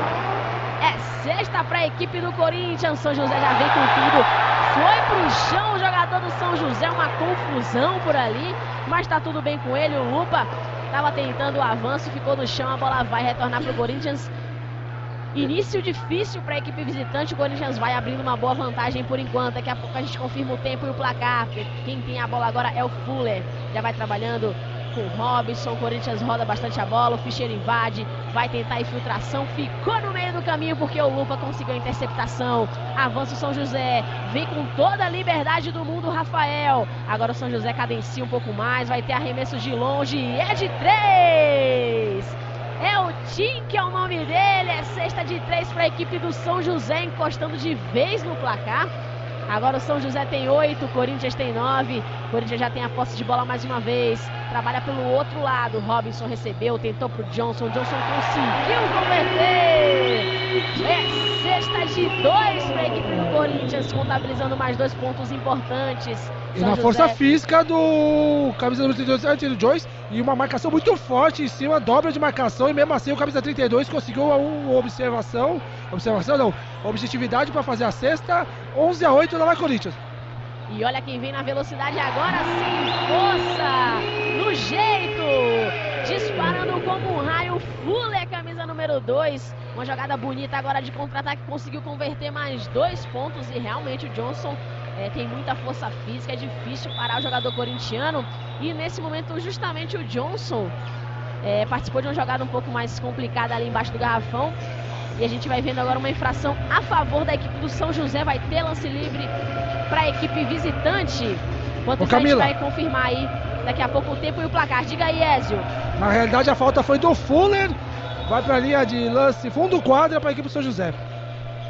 É sexta para a equipe do Corinthians. São José já vem com tudo. Foi pro chão o jogador do São José. Uma confusão por ali, mas tá tudo bem com ele. O Lupa tava tentando o avanço, ficou no chão. A bola vai retornar pro Corinthians. Início difícil para a equipe visitante. O Corinthians vai abrindo uma boa vantagem por enquanto. Daqui a pouco a gente confirma o tempo e o placar. Quem tem a bola agora é o Fuller. Já vai trabalhando com o Robinson. O Corinthians roda bastante a bola. O Fischer invade, vai tentar a infiltração. Ficou no meio do caminho porque o Lupa conseguiu a interceptação. Avança o São José, vem com toda a liberdade do mundo o Rafael. Agora o São José cadencia um pouco mais. Vai ter arremesso de longe e é de 3. É o Tim que é o nome dele. É cesta de 3 para a equipe do São José, encostando de vez no placar. Agora o São José tem 8, o Corinthians tem 9. O Corinthians já tem a posse de bola mais uma vez. Trabalha pelo outro lado. Robinson recebeu, tentou pro Johnson. Johnson conseguiu converter. É cesta de 2 para a equipe do Corinthians, contabilizando mais 2 pontos importantes.
E na força física do camisa número 32, Joyce, e uma marcação muito forte em cima, dobra de marcação, e mesmo assim o camisa 32 conseguiu uma objetividade para fazer a cesta. 11-8 lá vai Corinthians.
E olha quem vem na velocidade agora sim, força, no jeito, disparando como um raio, Fuller, camisa número 2. Uma jogada bonita agora de contra-ataque, conseguiu converter mais 2 pontos e realmente o Johnson tem muita força física, é difícil parar o jogador corintiano. E nesse momento justamente o Johnson participou de uma jogada um pouco mais complicada ali embaixo do garrafão. E a gente vai vendo agora uma infração a favor da equipe do São José. Vai ter lance livre para a equipe visitante. Enquanto isso, a gente vai confirmar aí daqui a pouco o tempo e o placar. Diga aí, Ezio.
Na realidade a falta foi do Fuller. Vai para a linha de lance fundo quadra para a equipe do São José.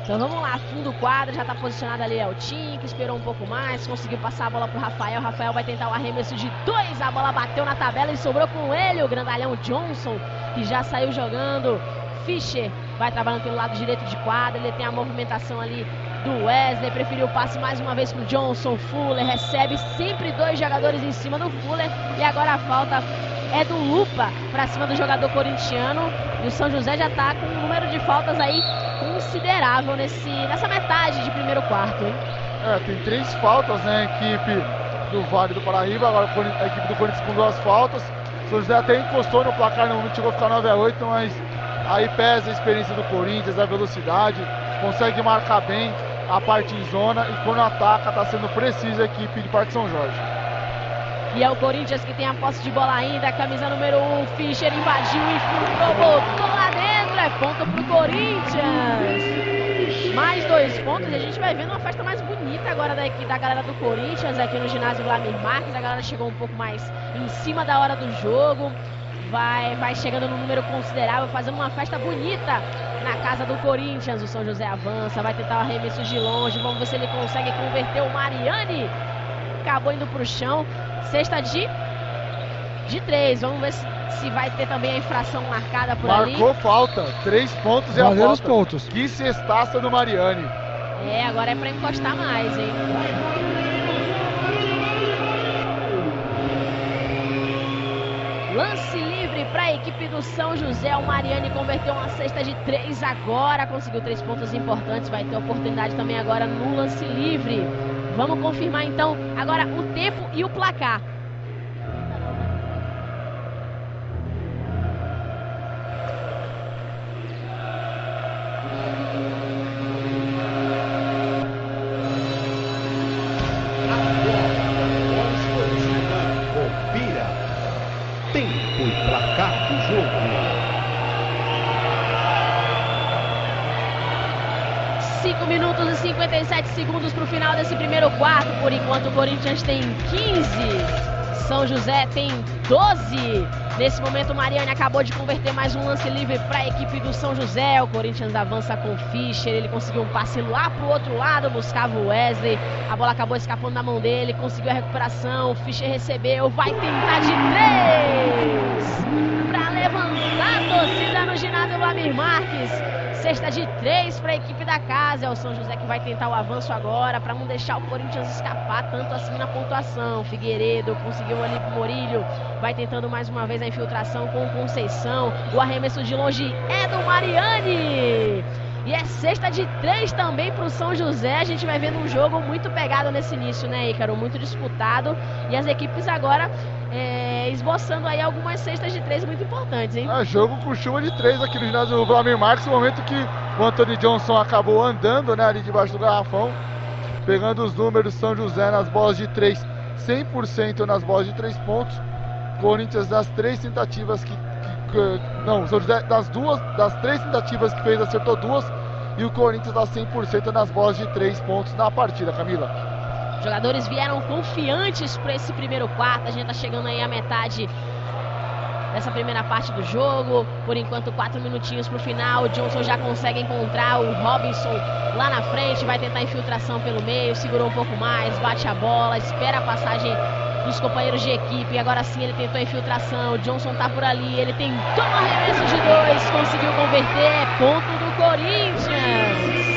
Então vamos lá, fundo do quadro, já tá posicionado ali o Tim, que esperou um pouco mais, conseguiu passar a bola pro Rafael. Rafael vai tentar o arremesso de 2, a bola bateu na tabela e sobrou com ele, o grandalhão Johnson, que já saiu jogando. Fischer vai trabalhando pelo lado direito de quadra, ele tem a movimentação ali do Wesley, preferiu o passe mais uma vez pro Johnson. Fuller recebe, sempre 2 jogadores em cima do Fuller, e agora a falta é do Lupa pra cima do jogador corintiano, e o São José já tá com um número de faltas aí considerável nessa metade de primeiro quarto, hein?
Tem 3 faltas, né, a equipe do Vale do Paraíba, agora a equipe do Corinthians com 2 faltas. O São José até encostou no placar, no momento chegou a ficar 9-8, mas aí pesa a experiência do Corinthians, a velocidade, consegue marcar bem a parte em zona, e quando ataca está sendo precisa a equipe de Parque São Jorge.
E é o Corinthians que tem a posse de bola ainda, a camisa número 1, Fischer invadiu e infiltrou, botou lá dentro, é ponto pro Corinthians. Mais 2 pontos e a gente vai vendo uma festa mais bonita agora da galera do Corinthians aqui no ginásio Vladimir Marques. A galera chegou um pouco mais em cima da hora do jogo, vai chegando num número considerável, fazendo uma festa bonita na casa do Corinthians. O São José avança, vai tentar o arremesso de longe, vamos ver se ele consegue converter. O Mariani acabou indo pro chão, cesta de 3, vamos ver se vai ter também a infração marcada por ali.
Marcou falta, 3 pontos e a
Valeu os
falta.
pontos.
Que cestaça do Mariani.
Agora é pra encostar mais, hein? Lance livre para a equipe do São José. O Mariani converteu uma cesta de 3 agora, conseguiu 3 pontos importantes, vai ter oportunidade também agora no lance livre. Vamos confirmar então agora o tempo e o placar.
Confira tempo e placar do jogo.
5 minutos e 57 segundos para o final desse primeiro quarto. Por enquanto o Corinthians tem 15, São José tem 12. Nesse momento o Mariani acabou de converter mais um lance livre para a equipe do São José. O Corinthians avança com o Fischer, ele conseguiu um passe lá pro outro lado, buscava o Wesley. A bola acabou escapando da mão dele, conseguiu a recuperação. O Fischer recebeu, vai tentar de 3 para levantar a torcida no ginásio Vladimir Marques. Cesta de 3 para a equipe da casa. É o São José que vai tentar o avanço agora para não deixar o Corinthians escapar tanto assim na pontuação. Figueiredo conseguiu ali pro Morílio, vai tentando mais uma vez a infiltração com o Conceição. O arremesso de longe é do Mariani. E é cesta de 3 também para o São José. A gente vai vendo um jogo muito pegado nesse início, né, Ícaro? Muito disputado. E as equipes agora esboçando aí algumas cestas de 3 muito importantes, hein?
Jogo com chuva de 3 aqui no ginásio Vladimir Marques. No momento que o Anthony Johnson acabou andando, né, ali debaixo do garrafão, pegando os números. São José nas bolas de 3, 100% nas bolas de 3 pontos. Corinthians das 3 tentativas São José das 3 tentativas que fez, acertou 2, e o Corinthians dá 100% nas bolas de 3 pontos na partida, Camila.
Os jogadores vieram confiantes para esse primeiro quarto. A gente tá chegando aí à metade dessa primeira parte do jogo. Por enquanto, 4 minutinhos pro final. O Johnson já consegue encontrar o Robinson lá na frente, vai tentar infiltração pelo meio, segurou um pouco mais, bate a bola, espera a passagem dos companheiros de equipe. Agora sim ele tentou a infiltração, o Johnson tá por ali, ele tentou um arremesso de 2, conseguiu converter, ponto do Corinthians.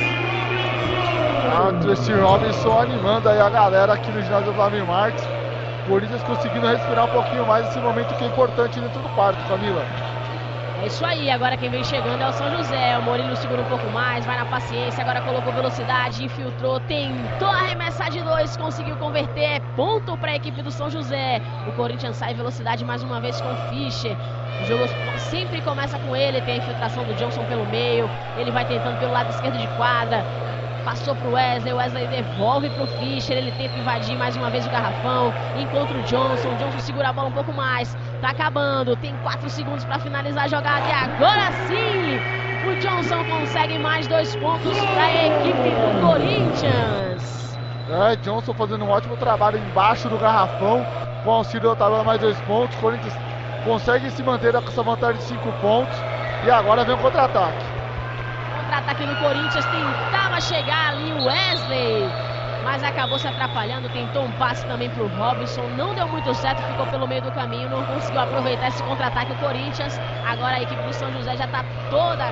Esse Robinson animando aí a galera aqui no ginásio Vladimir Marques. Corinthians conseguindo respirar um pouquinho mais esse momento que é importante dentro do quarto, Camila.
É isso aí, agora quem vem chegando é o São José. O Morílio segura um pouco mais, vai na paciência, agora colocou velocidade, infiltrou, tentou arremessar de 2, conseguiu converter, ponto para a equipe do São José. O Corinthians sai velocidade mais uma vez com o Fischer. O jogo sempre começa com ele, tem a infiltração do Johnson pelo meio, ele vai tentando pelo lado esquerdo de quadra. Passou pro Wesley, o Wesley devolve pro Fischer, ele tenta invadir mais uma vez o garrafão, encontra o Johnson segura a bola um pouco mais, tá acabando, tem 4 segundos para finalizar a jogada e agora sim, o Johnson consegue mais 2 pontos para a equipe do Corinthians.
Johnson fazendo um ótimo trabalho embaixo do garrafão, com auxílio da tabela, mais 2 pontos, Corinthians consegue se manter com essa vantagem de 5 pontos e agora vem o contra-ataque.
contra-ataque no Corinthians, tentava chegar ali o Wesley, mas acabou se atrapalhando, tentou um passe também pro Robinson, não deu muito certo, ficou pelo meio do caminho, não conseguiu aproveitar esse contra-ataque o Corinthians. Agora a equipe do São José já tá toda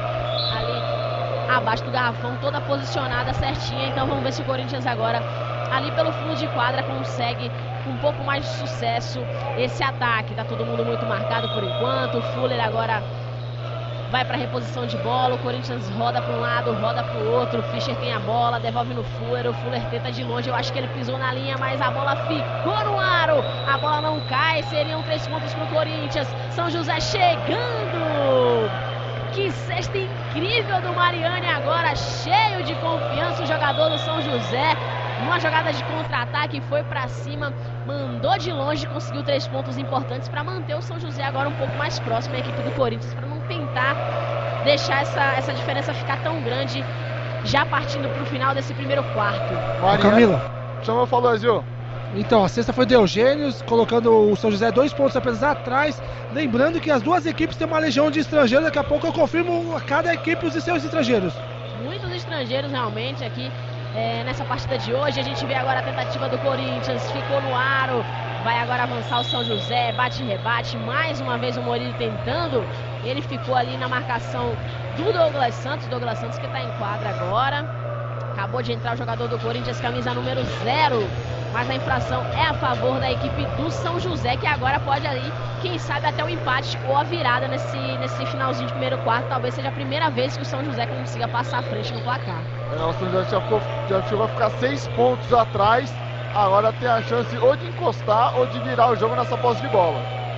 ali abaixo do garrafão, toda posicionada certinha, então vamos ver se o Corinthians agora, ali pelo fundo de quadra, consegue com um pouco mais de sucesso esse ataque. Tá todo mundo muito marcado por enquanto, o Fuller agora vai para reposição de bola, o Corinthians roda para um lado, roda para o outro, o Fischer tem a bola, devolve no Fuller, o Fuller tenta de longe, eu acho que ele pisou na linha, mas a bola ficou no aro, a bola não cai, seriam 3 pontos para o Corinthians. São José chegando, que cesta incrível do Mariani agora, cheio de confiança o jogador do São José, numa jogada de contra-ataque, foi para cima, mandou de longe, conseguiu 3 pontos importantes para manter o São José agora um pouco mais próximo à equipe do Corinthians, para não tentar deixar essa diferença ficar tão grande, já partindo para o final desse primeiro quarto.
Camila,
chama o Falazio.
Então, a cesta foi de Eugênios, colocando o São José 2 pontos apenas atrás. Lembrando que as duas equipes têm uma legião de estrangeiros. Daqui a pouco eu confirmo a cada equipe os seus estrangeiros.
Muitos estrangeiros realmente aqui nessa partida de hoje. A gente vê agora a tentativa do Corinthians, ficou no aro. Vai agora avançar o São José, bate e rebate. Mais uma vez o Morillo tentando. Ele ficou ali na marcação do Douglas Santos que está em quadra agora. Acabou de entrar o jogador do Corinthians, camisa número 0. Mas a infração é a favor da equipe do São José, que agora pode ali, quem sabe, até o empate ou a virada nesse finalzinho de primeiro quarto. Talvez seja a primeira vez que o São José consiga passar à frente no placar.
O São José já chegou a ficar 6 pontos atrás. Agora tem a chance ou de encostar ou de virar o jogo nessa posse de bola.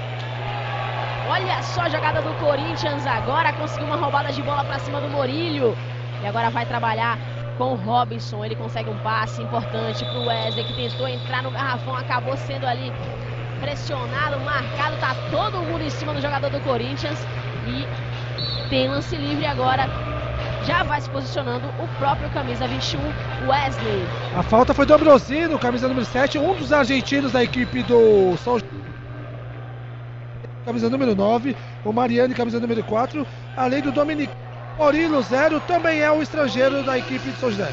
Olha só a jogada do Corinthians agora, conseguiu uma roubada de bola para cima do Morillo. E agora vai trabalhar com o Robinson, ele consegue um passe importante para o Wesley, que tentou entrar no garrafão, acabou sendo ali pressionado, marcado, tá todo mundo em cima do jogador do Corinthians e tem lance livre agora, já vai se posicionando o próprio camisa 21, Wesley.
A falta foi do Ambrosino, camisa número 7, um dos argentinos da equipe do São José, camisa número 9, o Mariani, camisa número 4, além do Dominic Morillo 0, também é o estrangeiro da equipe de São José.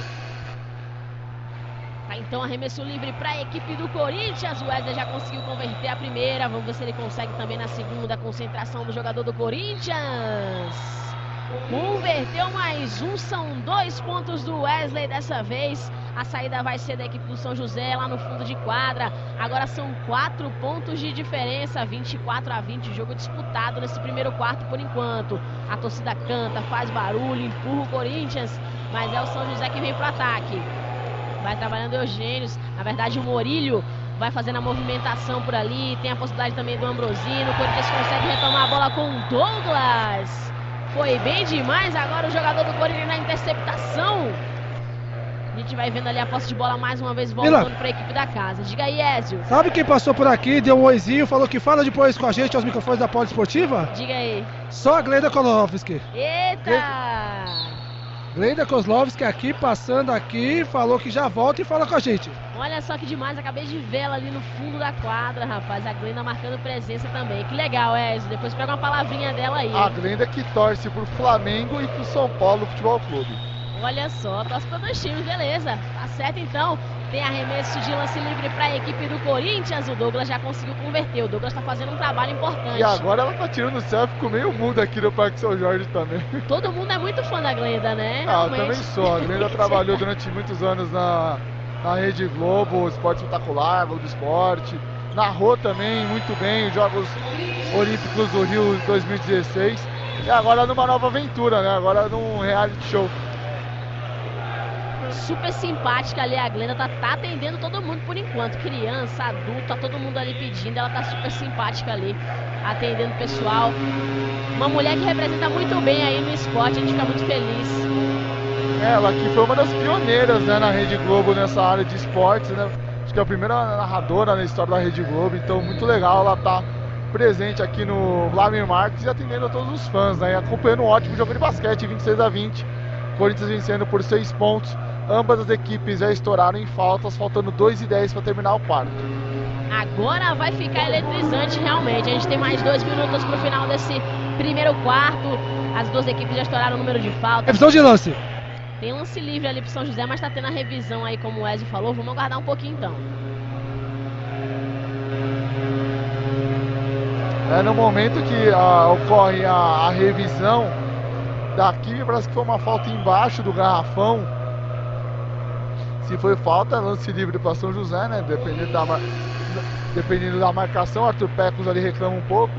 Tá, então arremesso livre para a equipe do Corinthians. O Wesley já conseguiu converter a primeira. Vamos ver se ele consegue também na segunda. Concentração do jogador do Corinthians. Converteu mais um, são 2 pontos do Wesley dessa vez. A saída vai ser da equipe do São José lá no fundo de quadra. Agora são 4 pontos de diferença, 24-20, jogo disputado nesse primeiro quarto por enquanto. A torcida canta, faz barulho, empurra o Corinthians, mas é o São José que vem pro ataque. Vai trabalhando Eugênios, na verdade o Morillo vai fazendo a movimentação por ali, tem a possibilidade também do Ambrosino. O Corinthians consegue retomar a bola com o Douglas. Foi bem demais agora o jogador do Corinthians na interceptação. A gente vai vendo ali a posse de bola mais uma vez voltando para a equipe da casa. Diga aí, Ezio.
Sabe quem passou por aqui, deu um oizinho, falou que fala depois com a gente aos microfones da Poliesportiva?
Diga aí.
Só a Glenda Kozlovski.
Eita!
Glenda Kozlovski aqui, passando aqui, falou que já volta e fala com a gente.
Olha só que demais, acabei de ver ela ali no fundo da quadra, rapaz. A Glenda marcando presença também. Que legal, Ezio. Depois pega uma palavrinha dela aí.
A Glenda que torce pro Flamengo e pro São Paulo Futebol Clube.
Olha só, torce para 2 times, beleza. Tá certo então. Tem arremesso de lance livre para a equipe do Corinthians. O Douglas já conseguiu converter. O Douglas tá fazendo um trabalho importante.
E agora ela tá tirando o céu, ficou meio mundo aqui no Parque São Jorge também.
Todo mundo é muito fã da Glenda, né?
Ah, eu também sou. A Glenda trabalhou durante muitos anos na Rede Globo, Esporte Espetacular, Globo Esporte. Narrou também muito bem os Jogos Olímpicos do Rio 2016. E agora numa nova aventura, né? Agora num reality show.
Super simpática ali, a Glenda tá atendendo todo mundo por enquanto, criança, adulto, tá todo mundo ali pedindo, ela tá super simpática ali, atendendo o pessoal. Uma mulher que representa muito bem aí no esporte, a gente fica muito feliz.
Ela aqui foi uma das pioneiras, né, na Rede Globo nessa área de esportes, né? Acho que é a primeira narradora na história da Rede Globo, então muito legal ela tá presente aqui no Vladimir Marques e atendendo a todos os fãs, né? E acompanhando um ótimo jogo de basquete, 26-20, Corinthians vencendo por 6 pontos. Ambas as equipes já estouraram em faltas, faltando 2:10 para terminar o quarto.
Agora vai ficar eletrizante realmente. A gente tem mais 2 minutos para o final desse primeiro quarto. As duas equipes já estouraram o número de faltas.
Revisão de lance.
Tem lance livre ali pro São José, mas tá tendo a revisão aí, como o Wesley falou. Vamos aguardar um pouquinho então.
É no momento que ocorre a revisão daqui, parece que foi uma falta embaixo do garrafão. Se foi falta, lance livre para São José, né? Dependendo da marcação, Arthur Pecos ali reclama um pouco.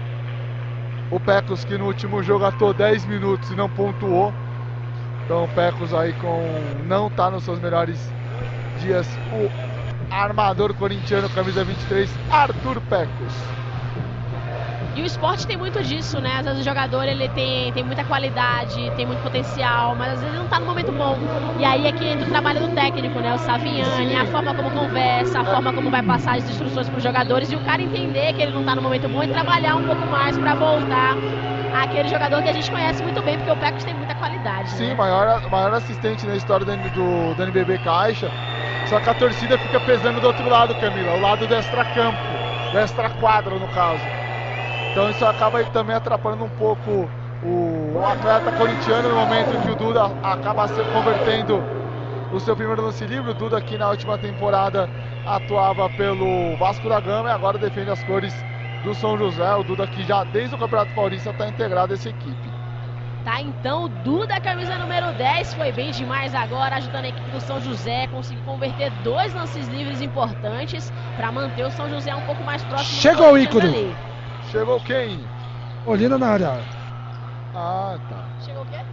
O Pecos que no último jogo atuou 10 minutos e não pontuou. Então o Pecos aí não tá nos seus melhores dias. O armador corintiano, camisa 23, Arthur Pecos.
E o esporte tem muito disso, né? Às vezes o jogador ele tem muita qualidade, tem muito potencial, mas às vezes ele não tá no momento bom. E aí é que entra o trabalho do técnico, né? O Saviani, a forma como conversa, a forma como vai passar as instruções para os jogadores e o cara entender que ele não tá no momento bom e trabalhar um pouco mais para voltar àquele jogador que a gente conhece muito bem, porque o Pecos tem muita qualidade.
Sim,
né?
maior assistente na história do NBB Caixa. Só que a torcida fica pesando do outro lado, Camila, o lado do extracampo, do extraquadro no caso. Então isso acaba aí também atrapalhando um pouco o atleta corintiano no momento em que o Duda acaba se convertendo o seu primeiro lance livre. O Duda que na última temporada atuava pelo Vasco da Gama e agora defende as cores do São José. O Duda que já desde o Campeonato Paulista está integrado a essa equipe.
Tá, então o Duda, camisa número 10, foi bem demais agora, ajudando a equipe do São José, conseguiu converter 2 lances livres importantes para manter o São José um pouco mais próximo.
Chegou o ícone.
Chegou quem?
Olina na área.
Ah, tá.
Chegou o quê?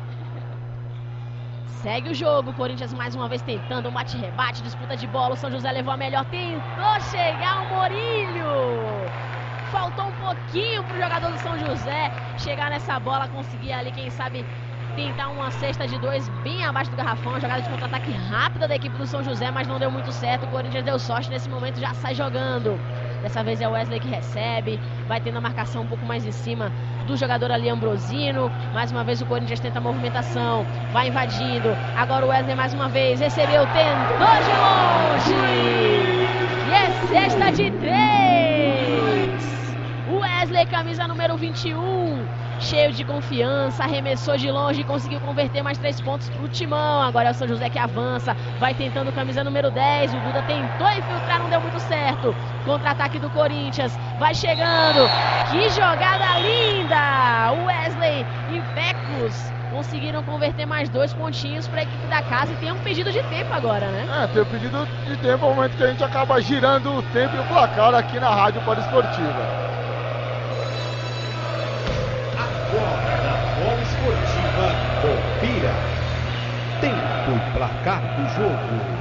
Segue o jogo, o Corinthians mais uma vez tentando um bate-rebate, disputa de bola, o São José levou a melhor, tentou chegar o Morílio. Faltou um pouquinho pro jogador do São José chegar nessa bola, conseguir ali, quem sabe, tentar uma cesta de 2 bem abaixo do garrafão. Uma jogada de contra-ataque rápida da equipe do São José, mas não deu muito certo. O Corinthians deu sorte nesse momento, já sai jogando. Dessa vez é o Wesley que recebe, vai tendo a marcação um pouco mais em cima do jogador ali, Ambrosino. Mais uma vez o Corinthians tenta a movimentação, vai invadindo. Agora o Wesley mais uma vez recebeu, tentou de longe. E é cesta de 3. O Wesley, camisa número 21, cheio de confiança, arremessou de longe e conseguiu converter mais 3 pontos pro Timão. Agora é o São José que avança, vai tentando camisa número 10, o Duda tentou infiltrar, não deu muito certo. Contra-ataque do Corinthians, vai chegando, que jogada linda! O Wesley e Pecos conseguiram converter mais 2 pontinhos para a equipe da casa e tem um pedido de tempo agora, né?
Tem um pedido de tempo, é o momento que a gente acaba girando o tempo e o placar aqui na Rádio Poliesportiva.
Agora na Poliesportiva, confira tempo e placar do jogo.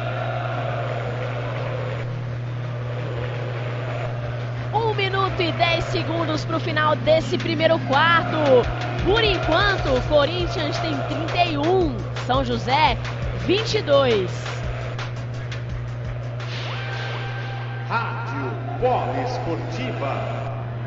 Um minuto e 10 segundos para o final desse primeiro quarto. Por enquanto, o Corinthians tem 31, São José 22.
Rádio Poliesportiva.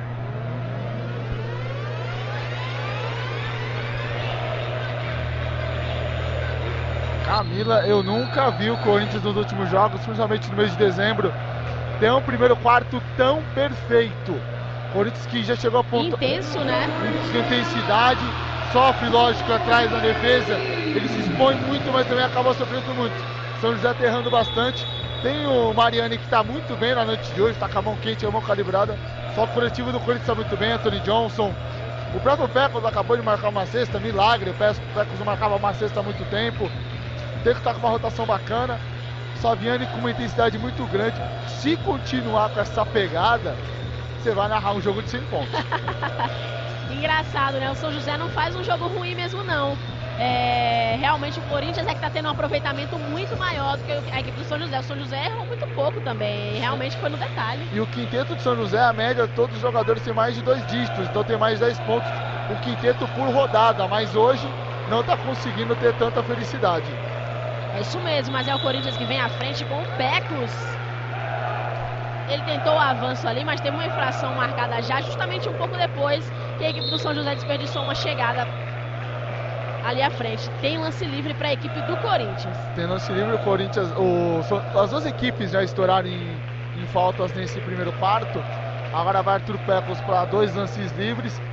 Camila, eu nunca vi o Corinthians nos últimos jogos, principalmente no mês de dezembro, ter um primeiro quarto tão perfeito. Corinthians que já chegou a ponto
intenso, né?
De intensidade, sofre, lógico, atrás na defesa. Ele se expõe muito, mas também acaba sofrendo muito. São José tá errando bastante. Tem o Mariani que está muito bem na noite de hoje, está com a mão quente, a mão calibrada. Só o coletivo do Corinthians está muito bem, Anthony Johnson. O próprio Pecos acabou de marcar uma cesta, milagre. O Pecos não marcava uma cesta há muito tempo. Tem que estar com uma rotação bacana. Saviani com uma intensidade muito grande. Se continuar com essa pegada, você vai narrar um jogo de 100 pontos.
Engraçado, né? O São José não faz um jogo ruim mesmo, não. Realmente o Corinthians é que está tendo um aproveitamento muito maior do que a equipe do São José. O São José errou muito pouco também, realmente foi no detalhe.
E o quinteto do São José, a média, todos os jogadores têm mais de 2 dígitos, então tem mais de 10 pontos. O quinteto por rodada, mas hoje não está conseguindo ter tanta felicidade.
É isso mesmo, mas é o Corinthians que vem à frente com o Pecos. Ele tentou o avanço ali, mas teve uma infração marcada já, justamente um pouco depois que a equipe do São José desperdiçou uma chegada ali à frente. Tem lance livre para a equipe do Corinthians.
Tem lance livre, o Corinthians, as duas equipes já estouraram em faltas nesse primeiro quarto. Agora vai Arthur Pecos para 2 lances livres.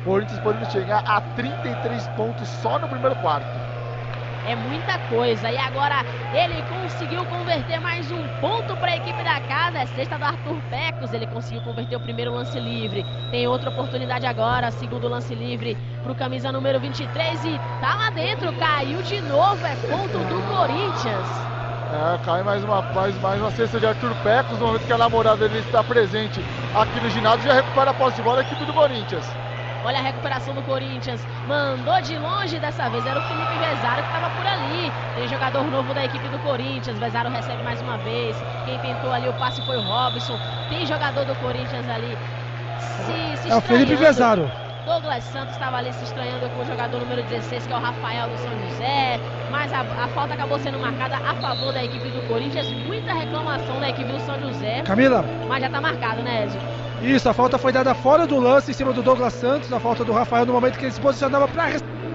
Corinthians podendo chegar a 33 pontos só no primeiro quarto.
É muita coisa. E agora ele conseguiu converter mais um ponto para a equipe da casa. É sexta do Arthur Pecos. Ele conseguiu converter o primeiro lance livre. Tem outra oportunidade agora. Segundo lance livre para o camisa número 23. E tá lá dentro. Caiu de novo. É ponto do Corinthians.
Cai mais uma cesta de Arthur Pecos. No momento que a namorada dele está presente aqui no ginásio, já recupera a posse de bola a equipe do Corinthians.
Olha a recuperação do Corinthians, mandou de longe dessa vez, era o Felipe Vezaro que estava por ali. Tem jogador novo da equipe do Corinthians, Vezaro recebe mais uma vez. Quem tentou ali o passe foi o Robson. Tem jogador do Corinthians ali se
é o Felipe Vezaro.
Douglas Santos estava ali se estranhando com o jogador número 16, que é o Rafael do São José. Mas a falta acabou sendo marcada a favor da equipe do Corinthians. Muita reclamação da equipe do São José.
Camila.
Mas já está marcado, né, Edson?
Isso, a falta foi dada fora do lance, em cima do Douglas Santos, a falta do Rafael no momento que ele se posicionava para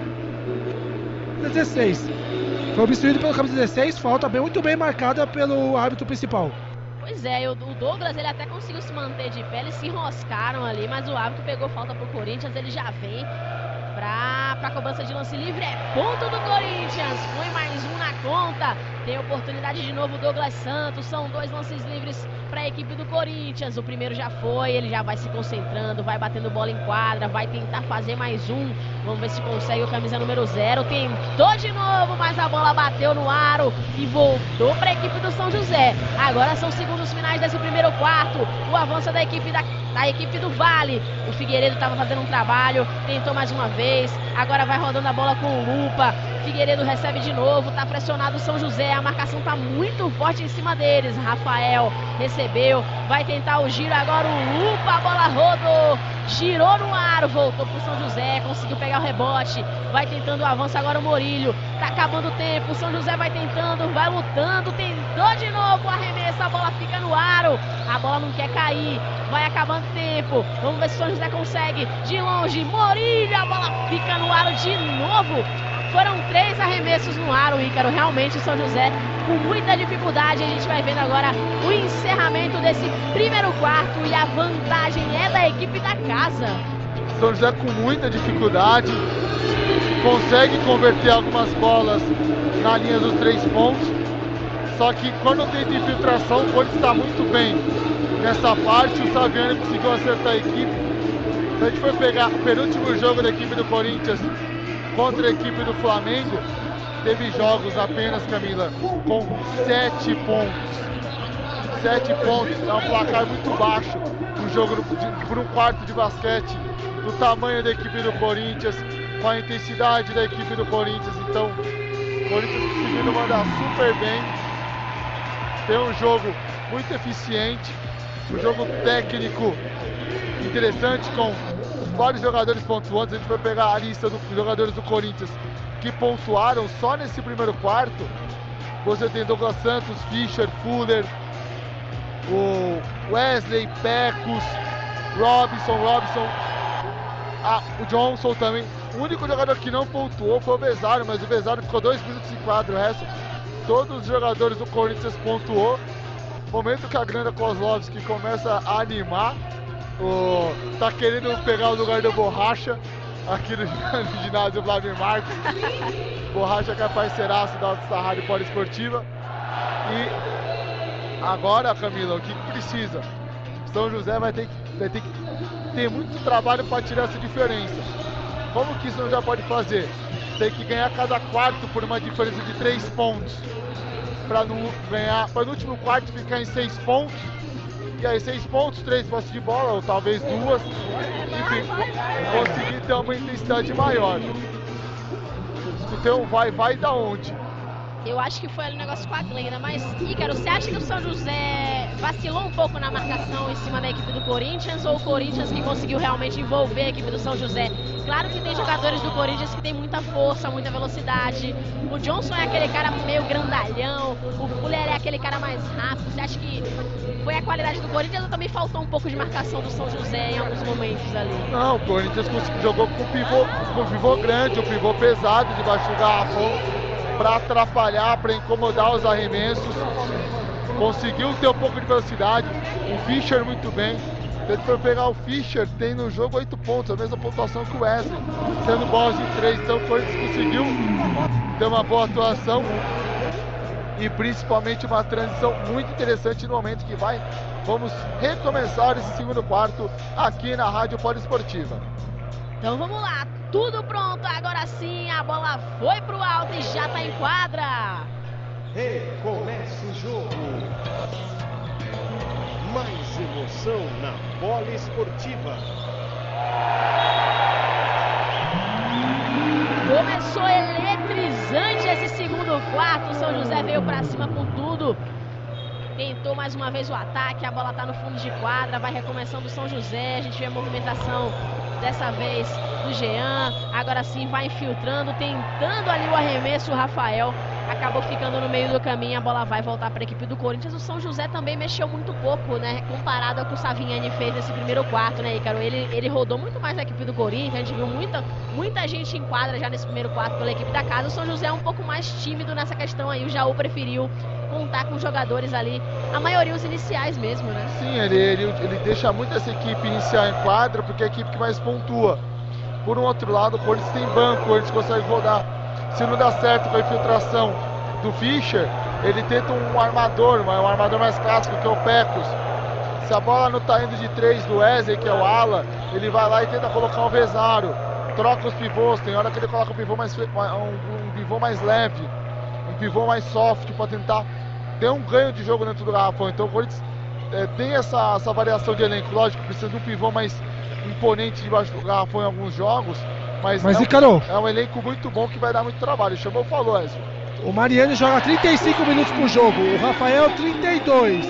16. Foi obstruído pelo camisa 16, falta muito bem marcada pelo árbitro principal.
Pois é, o Douglas ele até conseguiu se manter de pé, eles se enroscaram ali, mas o árbitro pegou falta pro Corinthians, ele já vem pra cobrança de lance livre, é ponto do Corinthians, põe mais um na conta, tem oportunidade de novo o Douglas Santos, são 2 lances livres para a equipe do Corinthians, o primeiro já foi, ele já vai se concentrando, vai batendo bola em quadra, vai tentar fazer mais um, vamos ver se consegue o camisa número 0, tentou de novo, mas a bola bateu no aro e voltou para a equipe do São José. Agora são segundos finais desse primeiro quarto, o avanço da equipe do Vale, o Figueiredo estava fazendo um trabalho, tentou mais uma vez, agora vai rodando a bola com o Lupa, Figueiredo recebe de novo, tá pressionado o São José, a marcação tá muito forte em cima deles, Rafael recebeu, vai tentar o giro agora, o Lupa, a bola rodou, girou no aro, voltou pro São José, conseguiu pegar o rebote, vai tentando o avanço agora o Morílio, tá acabando o tempo, o São José vai tentando, vai lutando, tentou de novo o arremesso, a bola fica no aro, a bola não quer cair, vai acabando o tempo, vamos ver se o São José consegue, de longe, Morílio, a bola fica no aro de novo. Foram 3 arremessos no aro, Ícaro. Realmente o São José com muita dificuldade. A gente vai vendo agora o encerramento desse primeiro quarto e a vantagem é da equipe da casa.
São José com muita dificuldade, consegue converter algumas bolas na linha dos 3 pontos. Só que quando tem infiltração, o Corinthians está muito bem nessa parte. O Saviani conseguiu acertar a equipe. Se a gente for pegar o penúltimo jogo da equipe do Corinthians contra a equipe do Flamengo, teve jogos apenas, Camila, com 7 pontos. 7 pontos, é um placar muito baixo no jogo por um quarto de basquete, do tamanho da equipe do Corinthians, com a intensidade da equipe do Corinthians. Então, o Corinthians conseguindo mandar super bem, tem um jogo muito eficiente, um jogo técnico interessante, com vários jogadores pontuantes. A gente vai pegar a lista dos jogadores do Corinthians que pontuaram só nesse primeiro quarto. Você tem Douglas Santos, Fischer, Fuller, o Wesley, Pecos, Robson, o Johnson também. O único jogador que não pontuou foi o Vezaro, mas o Vezaro ficou 2 minutos em quadro. O resto, todos os jogadores do Corinthians pontuou. Momento que a Granda Kozlovski começa a animar, tá querendo pegar o lugar do Borracha aqui no ginásio Vladimir Marcos. Borracha que é parceiraço da Rádio Poliesportiva. E agora, Camila, o que precisa? São José vai ter que ter muito trabalho para tirar essa diferença. Como que isso já pode fazer? Tem que ganhar cada quarto por uma diferença de 3 pontos. Para não ganhar, para no último quarto ficar em 6 pontos. E aí 6 pontos, 3 posses de bola, ou talvez 2. Enfim, conseguir ter uma intensidade maior. Então vai da onde?
Eu acho que foi ali o negócio com a Glenda, mas, Ícaro, você acha que o São José vacilou um pouco na marcação em cima da equipe do Corinthians, ou o Corinthians que conseguiu realmente envolver a equipe do São José? Claro que tem jogadores do Corinthians que tem muita força, muita velocidade. O Johnson é aquele cara meio grandalhão, o Fuller é aquele cara mais rápido. Você acha que foi a qualidade do Corinthians ou também faltou um pouco de marcação do São José em alguns momentos ali?
Não, o Corinthians jogou com um pivô grande, um pivô pesado debaixo do garrafão, para atrapalhar, para incomodar os arremessos. Conseguiu ter um pouco de velocidade, o Fischer muito bem. Se ele for pegar o Fischer, tem no jogo 8 pontos, a mesma pontuação que o Wesley, sendo bolas de 3. Então o Corinthians conseguiu ter uma boa atuação e principalmente uma transição muito interessante no momento que vamos recomeçar esse segundo quarto aqui na Rádio Poliesportiva.
Então vamos lá, tudo pronto, agora sim a bola foi pro alto e já tá em quadra.
Recomeça o jogo. Mais emoção na Poliesportiva.
Começou eletrizante esse segundo quarto. O São José veio pra cima com tudo. Tentou mais uma vez o ataque. A bola tá no fundo de quadra. Vai recomeçando o São José. A gente vê a movimentação dessa vez do Jean. Agora sim vai infiltrando, tentando ali o arremesso. O Rafael acabou ficando no meio do caminho. A bola vai voltar para a equipe do Corinthians. O São José também mexeu muito pouco, né? Comparado ao que o Savignani fez nesse primeiro quarto, né, Ícaro? Ele rodou muito mais a equipe do Corinthians. A gente viu muita gente em quadra já nesse primeiro quarto pela equipe da casa. O São José é um pouco mais tímido nessa questão aí. O Jaú preferiu contar com jogadores ali, a maioria os iniciais mesmo, né?
Sim, ele deixa muito essa equipe inicial em quadra, porque é a equipe que mais pontua. Por um outro lado, o Corinthians tem banco, o Corinthians consegue rodar. Se não dá certo com a infiltração do Fischer, ele tenta um armador mais clássico, que é o Pecos. Se a bola não tá indo de 3 do Wesley, que é o ala, ele vai lá e tenta colocar o Vezaro. Troca os pivôs, tem hora que ele coloca um pivô mais leve, um pivô mais soft, para tentar ter um ganho de jogo dentro do garrafão. Então o Corinthians tem essa variação de elenco. Lógico, precisa de um pivô mais imponente debaixo do garrafão em alguns jogos, mas é um elenco muito bom que vai dar muito trabalho. Chamou, falou, Ezio.
O Mariano joga 35 minutos por jogo, o Rafael 32,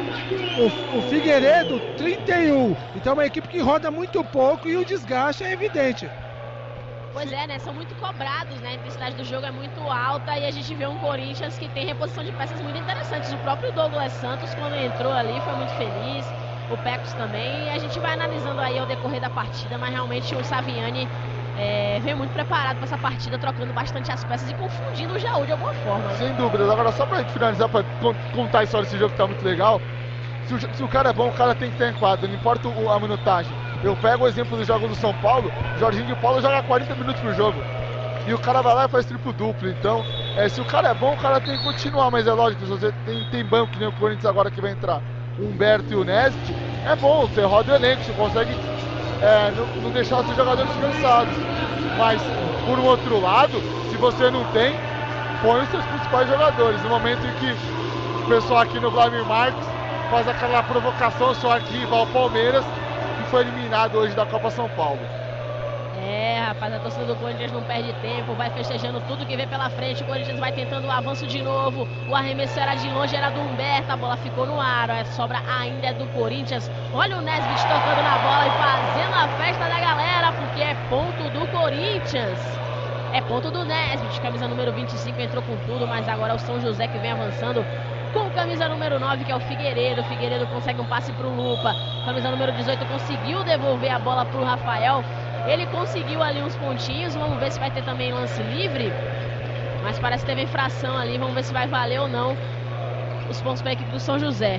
o Figueiredo 31. Então é uma equipe que roda muito pouco e o desgaste é evidente.
Pois é, né? São muito cobrados, né? A intensidade do jogo é muito alta e a gente vê um Corinthians que tem reposição de peças muito interessantes. O próprio Douglas Santos, quando entrou ali, foi muito feliz. O Pecos também. E a gente vai analisando aí ao decorrer da partida, mas realmente o Savignani vem muito preparado para essa partida, trocando bastante as peças e confundindo o Jaú de alguma forma.
Sem dúvidas. Agora, só pra gente finalizar, pra contar a história desse jogo que tá muito legal, se o cara é bom, o cara tem que estar em quadra, não importa a minutagem. Eu pego o exemplo do jogo do São Paulo, o Jorginho de Paulo joga 40 minutos por jogo. E o cara vai lá e faz triplo duplo. Então, se o cara é bom, o cara tem que continuar. Mas é lógico, se você tem banco, que nem o Corinthians agora que vai entrar, o Humberto e o Nesbitt, é bom, você roda o elenco, você consegue não deixar os seus jogadores cansados. Mas, por um outro lado, se você não tem, põe os seus principais jogadores. No momento em que o pessoal aqui no Vladimir Marques faz aquela provocação ao seu arquirrival Palmeiras, que foi eliminado hoje da Copa São Paulo.
Rapaz, a torcida do Corinthians não perde tempo, vai festejando tudo que vem pela frente. O Corinthians vai tentando o avanço de novo. O arremesso era de longe, era do Humberto, a bola ficou no ar. A sobra ainda é do Corinthians. Olha o Nesbitt tocando na bola e fazendo a festa da galera, porque é ponto do Corinthians. É ponto do Nesbitt, camisa número 25 entrou com tudo, mas agora é o São José que vem avançando com camisa número 9, que é o Figueiredo. O Figueiredo consegue um passe pro Lupa. Camisa número 18 conseguiu devolver a bola pro Rafael. Ele conseguiu ali uns pontinhos. Vamos ver se vai ter também lance livre. Mas parece que teve infração ali. Vamos ver se vai valer ou não os pontos para a equipe do São José.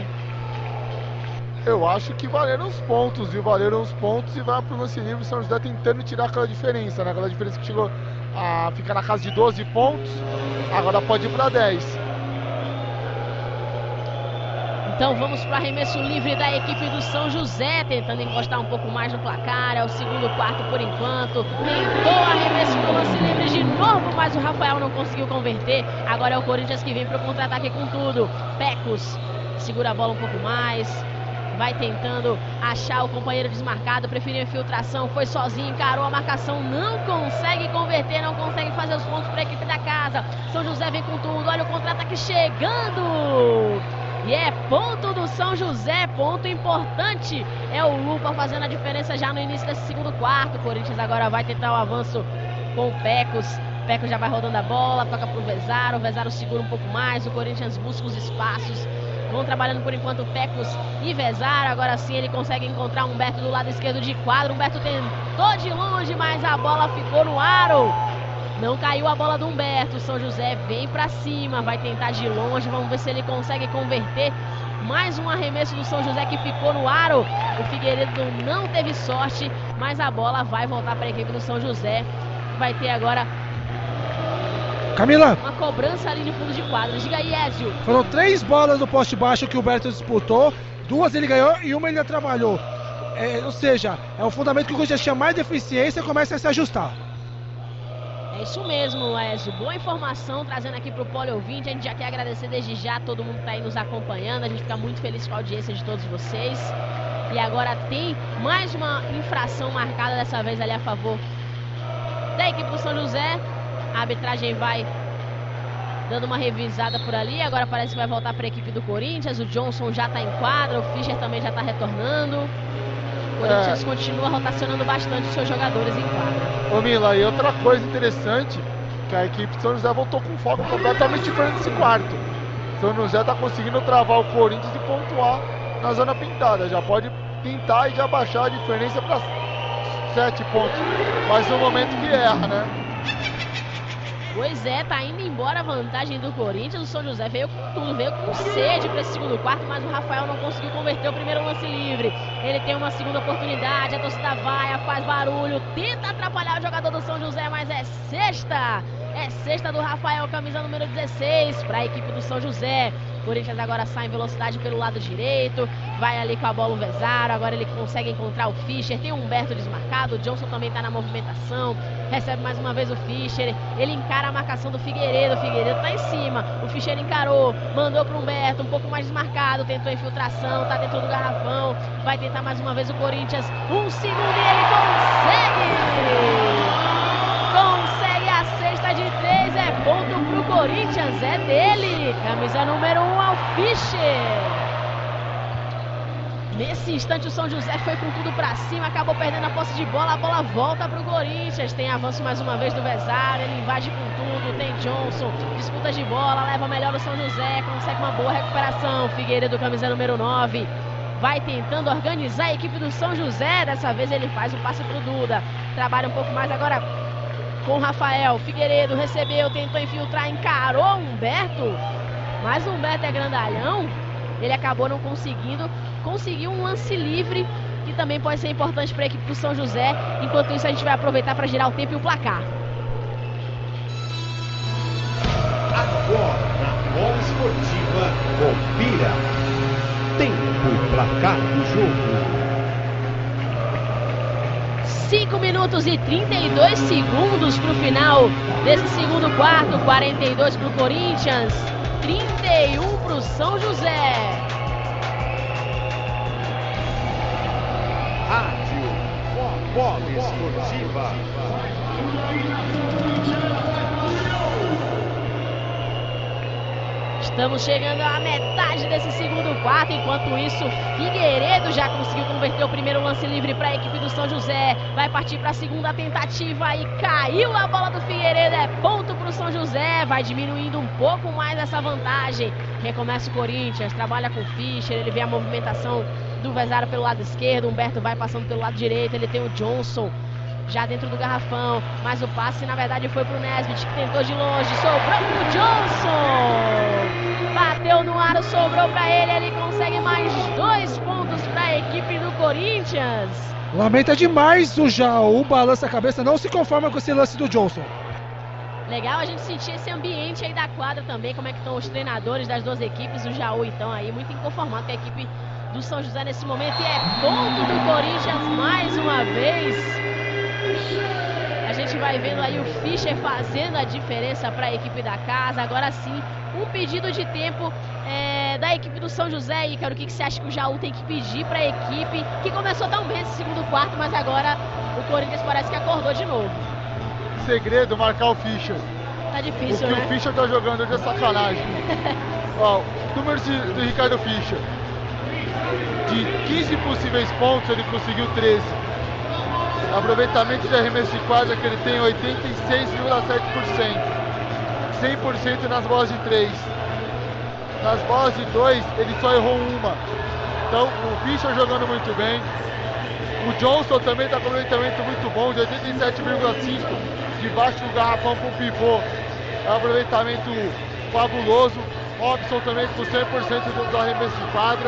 Eu acho que valeram os pontos, viu? Valeram os pontos e vai pro lance livre. O São José tentando tirar aquela diferença, né? Aquela diferença que chegou a ficar na casa de 12 pontos. Agora pode ir para 10.
Então vamos para o arremesso livre da equipe do São José, tentando encostar um pouco mais no placar. É o segundo quarto por enquanto. Tentou arremesso no lance livre de novo, mas o Rafael não conseguiu converter. Agora é o Corinthians que vem para o contra-ataque com tudo. Pecos segura a bola um pouco mais. Vai tentando achar o companheiro desmarcado, preferiu a infiltração, foi sozinho, encarou a marcação, não consegue converter, não consegue fazer os pontos para a equipe da casa. São José vem com tudo, olha o contra-ataque chegando! E é ponto do São José, ponto importante. É o Lupa fazendo a diferença já no início desse segundo quarto. O Corinthians agora vai tentar o avanço com o Pecos. O Pecos já vai rodando a bola, toca pro Vezaro. O Vezaro segura um pouco mais, o Corinthians busca os espaços. Vão trabalhando por enquanto Pecos e Vezaro. Agora sim ele consegue encontrar Humberto do lado esquerdo de quadro. Humberto tentou de longe, mas a bola ficou no aro. Não caiu a bola do Humberto. São José vem pra cima, vai tentar de longe. Vamos ver se ele consegue converter. Mais um arremesso do São José que ficou no aro. O Figueiredo não teve sorte, mas a bola vai voltar para a equipe do São José. Vai ter agora
Camila,
uma cobrança ali no fundo de quadra. Diga aí, Ezio.
foram 3 bolas do poste baixo que o Berto disputou, 2 ele ganhou e uma ele trabalhou. Ou seja, é o fundamento que o Corinthians tinha mais deficiência e começa a se ajustar.
É isso mesmo, Ezio. Boa informação trazendo aqui pro Poli Ouvinte. A gente já quer agradecer desde já todo mundo que tá aí nos acompanhando. A gente fica muito feliz com a audiência de todos vocês. E agora tem mais uma infração marcada, dessa vez ali a favor da equipe do São José. A arbitragem vai dando uma revisada por ali. Agora parece que vai voltar para a equipe do Corinthians. O Johnson já está em quadra, o Fischer também já está retornando. O Corinthians continua rotacionando bastante os seus jogadores em quadra.
Ô Mila, e outra coisa interessante, que a equipe de São José voltou com um foco completamente diferente desse quarto. São José está conseguindo travar o Corinthians e pontuar na zona pintada. Já pode pintar e já baixar a diferença para 7 pontos. Mas no momento que erra, né?
Pois é, tá indo embora a vantagem do Corinthians. O São José veio com tudo, veio com sede para esse segundo quarto, mas o Rafael não conseguiu converter o primeiro lance livre. Ele tem uma segunda oportunidade, a torcida vai, faz barulho, tenta atrapalhar o jogador do São José, mas é sexta. É sexta do Rafael, camisa número 16, para a equipe do São José. O Corinthians agora sai em velocidade pelo lado direito, vai ali com a bola o Vezaro, agora ele consegue encontrar o Fischer, tem o Humberto desmarcado, o Johnson também está na movimentação, recebe mais uma vez o Fischer, ele encara a marcação do Figueiredo, o Figueiredo está em cima, o Fischer encarou, mandou para o Humberto, um pouco mais desmarcado, tentou a infiltração, está dentro do garrafão, vai tentar mais uma vez o Corinthians, um segundo e ele consegue a cesta de 3, é ponto pro Corinthians, é dele, camisa número 1 ao Fischer. Nesse instante o São José foi com tudo pra cima, acabou perdendo a posse de bola, a bola volta pro Corinthians, tem avanço mais uma vez do Vezaro, ele invade com tudo, tem Johnson, disputa de bola, leva melhor o São José, consegue uma boa recuperação, Figueiredo, camisa número 9, vai tentando organizar a equipe do São José, dessa vez ele faz o passe pro Duda, trabalha um pouco mais agora com o Rafael, Figueiredo recebeu, tentou infiltrar, encarou o Humberto, mas o Humberto é grandalhão, ele acabou não conseguindo, conseguiu um lance livre, que também pode ser importante para a equipe do São José, enquanto isso a gente vai aproveitar para girar o tempo e o placar.
Agora, na Bola Esportiva, confira tempo e placar do jogo.
5 minutos e 32 segundos para o final desse segundo quarto, 42 para o Corinthians, 31 para o São José.
Rádio Bola Esportiva.
Estamos chegando à metade desse segundo quarto, enquanto isso Figueiredo já conseguiu converter o primeiro lance livre para a equipe do São José, vai partir para a segunda tentativa e caiu a bola do Figueiredo, é ponto para o São José, vai diminuindo um pouco mais essa vantagem, recomeça o Corinthians, trabalha com o Fischer, ele vê a movimentação do Vezaro pelo lado esquerdo, Humberto vai passando pelo lado direito, ele tem o Johnson já dentro do garrafão, mas o passe na verdade foi pro Nesbitt, que tentou de longe, sobrou pro Johnson, bateu no aro, sobrou pra ele, ele consegue mais 2 pontos pra equipe do Corinthians.
Lamenta demais o Jaú, balança a cabeça, não se conforma com esse lance do Johnson.
Legal a gente sentir esse ambiente aí da quadra também, como é que estão os treinadores das duas equipes, o Jaú então aí muito inconformado com a equipe do São José nesse momento, e é ponto do Corinthians mais uma vez. A gente vai vendo aí o Fischer fazendo a diferença para a equipe da casa. Agora sim, um pedido de tempo da equipe do São José. Ícaro, o que você acha que o Jaú tem que pedir para a equipe que começou tão bem esse segundo quarto, mas agora o Corinthians parece que acordou de novo?
Segredo, marcar o Fischer.
Tá difícil,
o que
né?
o Fischer tá jogando hoje é sacanagem. Ó, números do Ricardo Fischer. De 15 possíveis pontos, ele conseguiu 13. Aproveitamento de arremesso de quadra que ele tem 86,7%. 100% nas bolas de 3. Nas bolas de 2, ele só errou uma. Então, o Fischer jogando muito bem. O Johnson também está com um aproveitamento muito bom, de 87,5%. Debaixo do garrafão com o pivô. É um aproveitamento fabuloso. Robson também com 100% do arremesso de quadra.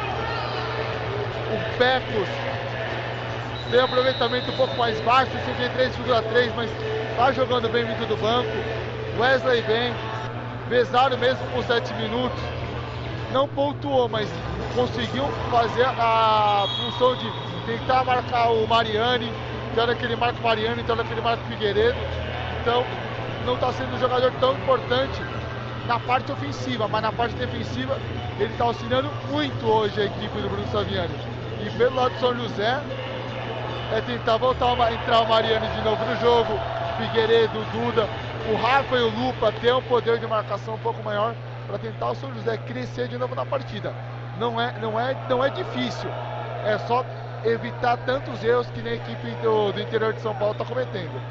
O Pecos tem aproveitamento um pouco mais baixo, 63,3, mas está jogando bem vindo do banco. Wesley bem. Besaro mesmo com 7 minutos. Não pontuou, mas conseguiu fazer a função de tentar marcar o Mariani. Então naquele marco Mariani, então naquele marco Figueiredo. Então não está sendo um jogador tão importante na parte ofensiva, mas na parte defensiva ele está auxiliando muito hoje a equipe do Bruno Saviani. E pelo lado do São José é tentar entrar o Mariani de novo no jogo, Figueiredo, Duda, o Rafa e o Lupa ter um poder de marcação um pouco maior para tentar o São José crescer de novo na partida. Não é difícil, é só evitar tantos erros que nem a equipe do interior de São Paulo está cometendo.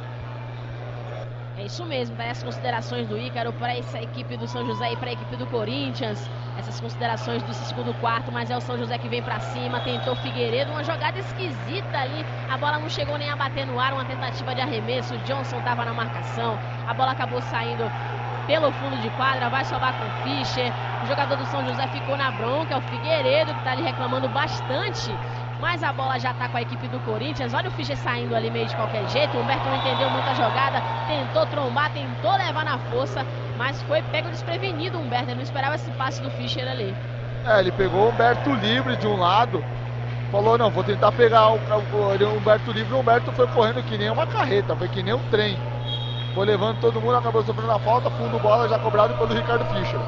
É isso mesmo, tá? As considerações do Ícaro para essa equipe do São José e para a equipe do Corinthians. Essas considerações desse segundo quarto, mas é o São José que vem para cima, tentou Figueiredo, uma jogada esquisita ali, a bola não chegou nem a bater no ar, uma tentativa de arremesso, o Johnson estava na marcação, a bola acabou saindo pelo fundo de quadra, vai sobrar com o Fischer, o jogador do São José ficou na bronca, é o Figueiredo que está ali reclamando bastante, mas a bola já está com a equipe do Corinthians. Olha o Fischer saindo ali meio de qualquer jeito, o Humberto não entendeu muito a jogada, tentou trombar, tentou levar na força, mas foi pego desprevenido o Humberto, ele não esperava esse passe do Fischer ali.
Ele pegou o Humberto livre de um lado, falou, não, vou tentar pegar o Humberto livre, o Humberto foi correndo que nem uma carreta, foi que nem um trem. Foi levando todo mundo, acabou sofrendo a falta, fundo bola já cobrado pelo Ricardo Fischer.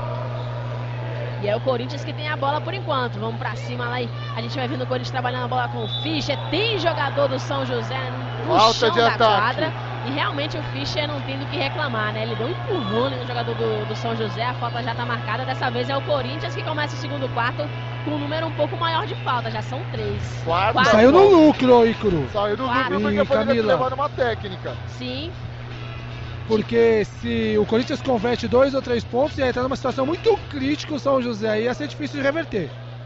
E é o Corinthians que tem a bola por enquanto. Vamos pra cima lá e a gente vai vendo o Corinthians trabalhando a bola com o Fischer. Tem jogador do São José no
falta
chão
de
da
ataque.
Quadra. E realmente o Fischer não tem do que reclamar, né? Ele deu um empurrão no jogador do São José. A falta já tá marcada. Dessa vez é o Corinthians que começa o segundo quarto com um número um pouco maior de falta. Já são 3.
Saiu no lucro, Ícaro.
Saiu no
Quatro.
lucro porque poderia ter levado uma técnica.
Sim.
Porque se o Corinthians converte 2 ou 3 pontos, ia entrar numa situação muito crítica o São José, aí ia ser difícil de reverter.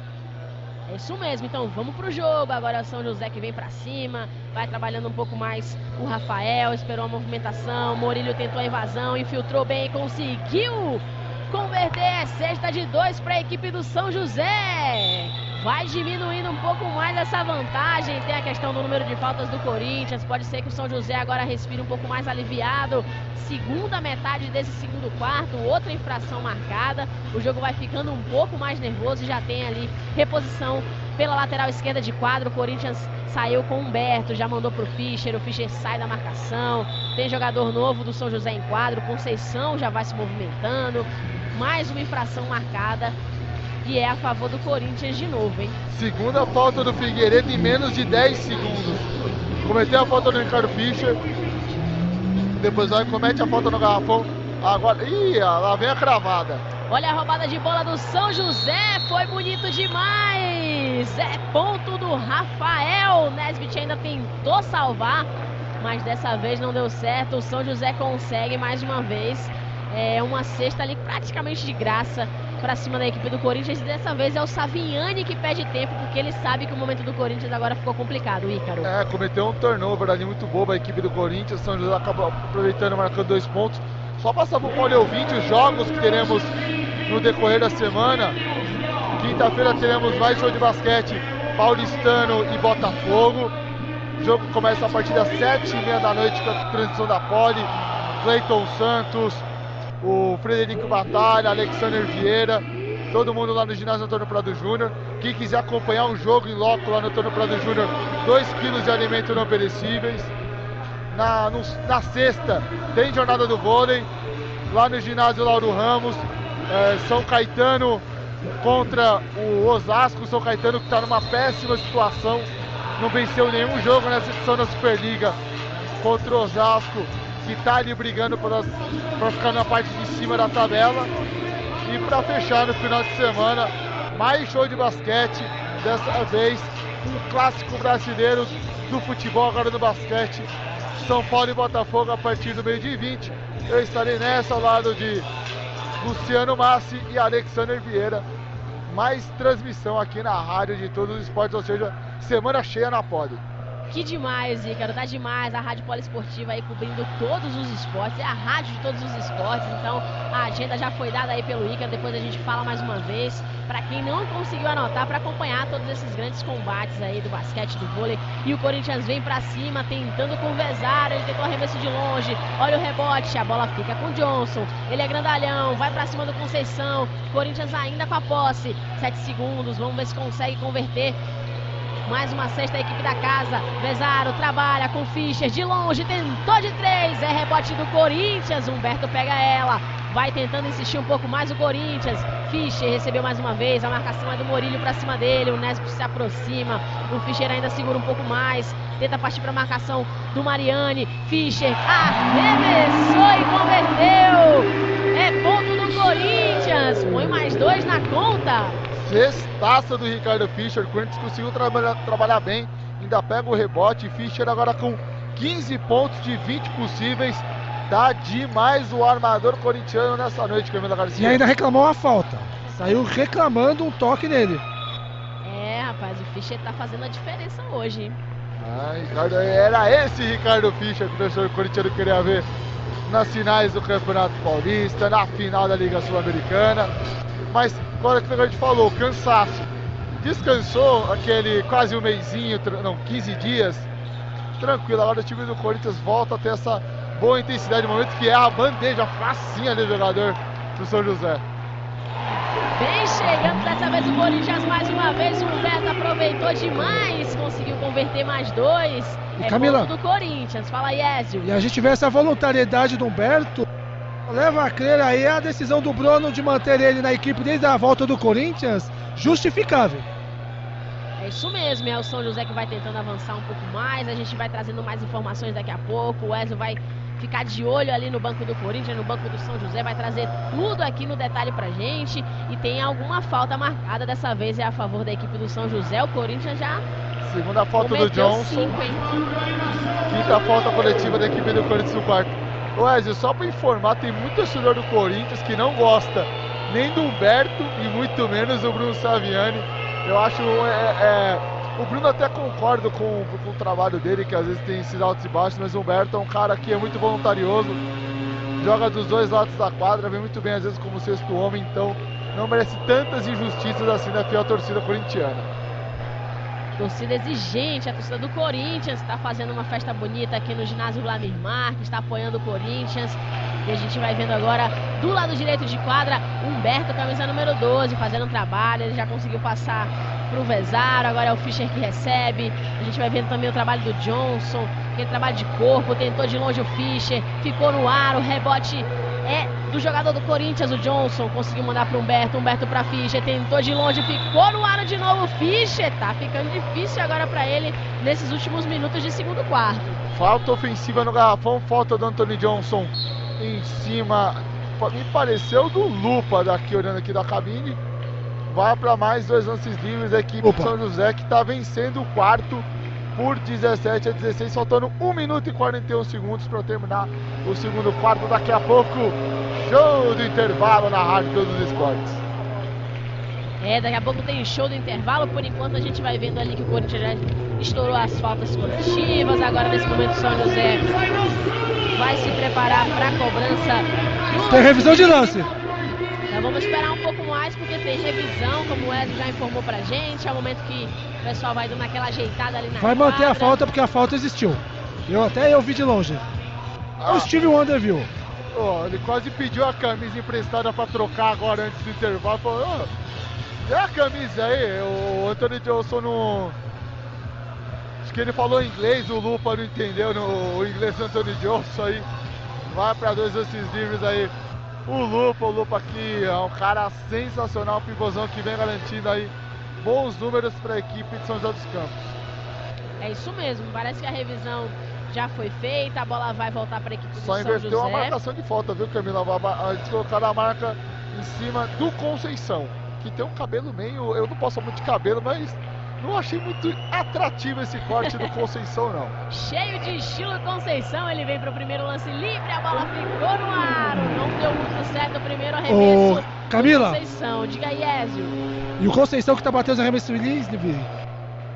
É isso mesmo, então vamos pro jogo. Agora é o São José que vem pra cima, vai trabalhando um pouco mais o Rafael, esperou a movimentação, Morílio tentou a invasão, infiltrou bem, conseguiu converter, é cesta de 2 para a equipe do São José. Vai diminuindo um pouco mais essa vantagem, tem a questão do número de faltas do Corinthians, pode ser que o São José agora respire um pouco mais aliviado. Segunda metade desse segundo quarto, outra infração marcada, o jogo vai ficando um pouco mais nervoso e já tem ali reposição pela lateral esquerda de quadro. O Corinthians saiu com o Humberto, já mandou pro Fischer, o Fischer sai da marcação, tem jogador novo do São José em quadro, Conceição já vai se movimentando, mais uma infração marcada. E é a favor do Corinthians de novo, hein?
Segunda falta do Figueiredo em menos de 10 segundos. Cometeu a falta do Ricardo Fischer. Depois vai comete a falta no garrafão. Agora, lá vem a cravada.
Olha a roubada de bola do São José. Foi bonito demais. É ponto do Rafael. Nesbitt ainda tentou salvar, mas dessa vez não deu certo. O São José consegue mais uma vez. É uma cesta ali praticamente de graça para cima da equipe do Corinthians. E dessa vez é o Saviani que perde tempo, porque ele sabe que o momento do Corinthians agora ficou complicado, Ícaro.
Cometeu um turnover ali muito bobo a equipe do Corinthians. São José acabou aproveitando, marcando 2 pontos. Só passar para o Poliouvinte os jogos que teremos no decorrer da semana. Quinta-feira teremos mais show de basquete, Paulistano e Botafogo. O jogo começa a partir das 7h30 da noite com a transmissão da Poli. Cleiton Santos, o Frederico Batalha, Alexander Vieira, todo mundo lá no ginásio Antônio Prado Júnior. Quem quiser acompanhar um jogo em loco lá no Antônio Prado Júnior, 2 quilos de alimentos não perecíveis. Na sexta tem jornada do vôlei, lá no ginásio Lauro Ramos, São Caetano contra o Osasco. São Caetano que está numa péssima situação, não venceu nenhum jogo nessa edição da Superliga contra o Osasco, que está ali brigando para ficar na parte de cima da tabela. E para fechar no final de semana, mais show de basquete, dessa vez um clássico brasileiro do futebol agora no basquete, São Paulo e Botafogo a partir do meio-dia e 20. Eu estarei nessa ao lado de Luciano Massi e Alexander Vieira. Mais transmissão aqui na rádio de todos os esportes, ou seja, semana cheia na Poli.
Que demais, Ícaro, tá demais. A Rádio Poliesportiva aí cobrindo todos os esportes, é a rádio de todos os esportes, então a agenda já foi dada aí pelo Ícaro, depois a gente fala mais uma vez, para quem não conseguiu anotar, para acompanhar todos esses grandes combates aí do basquete, do vôlei. E o Corinthians vem pra cima, tentando com o Vezaro, ele tentou arremesso de longe, olha o rebote, a bola fica com o Johnson, ele é grandalhão, vai pra cima do Conceição, Corinthians ainda com a posse, 7 segundos, vamos ver se consegue converter. Mais uma cesta, a equipe da casa. Vezaro trabalha com Fischer de longe, tentou de 3, é rebote do Corinthians. Humberto pega ela, vai tentando insistir um pouco mais o Corinthians. Fischer recebeu mais uma vez, a marcação é do Morílio pra cima dele, o Nesbo se aproxima, o Fischer ainda segura um pouco mais, tenta partir pra marcação do Mariani. Fischer arremessou e converteu, é ponto do Corinthians, põe mais 2 na conta.
Sextaça do Ricardo Fischer, o Corinthians conseguiu trabalhar bem, ainda pega o rebote. Fischer agora com 15 pontos de 20 possíveis, tá demais o armador corintiano nessa noite, Camila Garcia.
E ainda reclamou a falta, saiu reclamando um toque nele.
É, rapaz, o Fischer tá fazendo a diferença hoje, hein?
Ricardo, era esse Ricardo Fischer que o torcedor corintiano queria ver nas finais do Campeonato Paulista, na final da Liga Sul-Americana. Mas, agora que a gente falou, cansaço. Descansou aquele quase um mesinho, não, 15 dias. Tranquilo, agora o time do Corinthians volta a ter essa boa intensidade de momento, que é a bandeja facinha do jogador do São José.
Vem chegando dessa vez o Corinthians mais uma vez, o Humberto aproveitou demais, conseguiu converter mais 2.
E Camila,
ponto do Corinthians, fala aí, Ézio.
E a gente vê essa voluntariedade do Humberto, leva a crer aí a decisão do Bruno de manter ele na equipe desde a volta do Corinthians, justificável.
É isso mesmo, é o São José que vai tentando avançar um pouco mais, a gente vai trazendo mais informações daqui a pouco, o Ézio vai ficar de olho ali no banco do Corinthians, no banco do São José, vai trazer tudo aqui no detalhe pra gente, e tem alguma falta marcada, dessa vez é a favor da equipe do São José, o Corinthians já...
Segunda falta do Johnson,
5,
quinta falta coletiva da equipe do Corinthians no quarto. Ô Ézio, só pra informar, tem muito torcedor do Corinthians que não gosta nem do Humberto e muito menos do Bruno Saviani. Eu acho, o Bruno até concorda com o trabalho dele, que às vezes tem esses altos e baixos, mas o Humberto é um cara que é muito voluntarioso, joga dos dois lados da quadra, vem muito bem às vezes como sexto homem, então não merece tantas injustiças assim da fiel torcida corintiana.
Torcida exigente, a torcida do Corinthians está fazendo uma festa bonita aqui no ginásio Vladimir Marques, está apoiando o Corinthians. E a gente vai vendo agora do lado direito de quadra, Humberto, camisa número 12, fazendo um trabalho. Ele já conseguiu passar para o Vezaro, agora é o Fischer que recebe. A gente vai vendo também o trabalho do Johnson, aquele trabalho de corpo, tentou de longe o Fischer, ficou no ar, o rebote é do jogador do Corinthians, o Johnson, conseguiu mandar para Humberto, Humberto para Fischer, tentou de longe, ficou no ar de novo, Fischer, tá ficando difícil agora para ele nesses últimos minutos de segundo quarto.
Falta ofensiva no garrafão, falta do Anthony Johnson em cima, me pareceu do Lupa daqui, olhando aqui da cabine. Vai para mais 2 lances livres a equipe do São José, que está vencendo o quarto por 17-16, faltando 1 minuto e 41 segundos para terminar o segundo quarto. Daqui a pouco, show do intervalo na Rádio Todos os Esportes.
Daqui a pouco tem show do intervalo. Por enquanto a gente vai vendo ali que o Corinthians já estourou as faltas coletivas. Agora nesse momento o São José vai se preparar para a cobrança.
Tem revisão de lance.
Então vamos esperar um pouco mais, porque tem revisão, como o Wesley já informou pra gente. É o momento que o pessoal vai dando aquela ajeitada ali na
Vai
quadra.
manter a falta, porque a falta existiu. Eu vi de longe. O Steve Wonder viu.
Ele quase pediu a camisa emprestada pra trocar agora antes do intervalo. Falou, dê a camisa aí. O Anthony Johnson não... Acho que ele falou inglês, o Lupa não entendeu o inglês do Anthony Johnson aí. Vai pra 2 lances livres aí. O Lupa aqui é um cara sensacional, pivôzão que vem garantindo aí bons números para a equipe de São José dos Campos.
É isso mesmo, parece que a revisão já foi feita, a bola vai voltar para a equipe do
Só
São José.
inverteu a marcação de falta, viu, Camila? Eles colocaram a marca em cima do Conceição, que tem um cabelo meio... Eu não posso falar muito de cabelo, mas não achei muito atrativo esse corte do Conceição, não.
Cheio de estilo Conceição, ele vem para o primeiro lance livre, a bola ficou no ar, não deu muito certo o primeiro arremesso.
Camila,
Conceição, diga aí, Ézio.
E o Conceição que tá batendo os arremessos livres?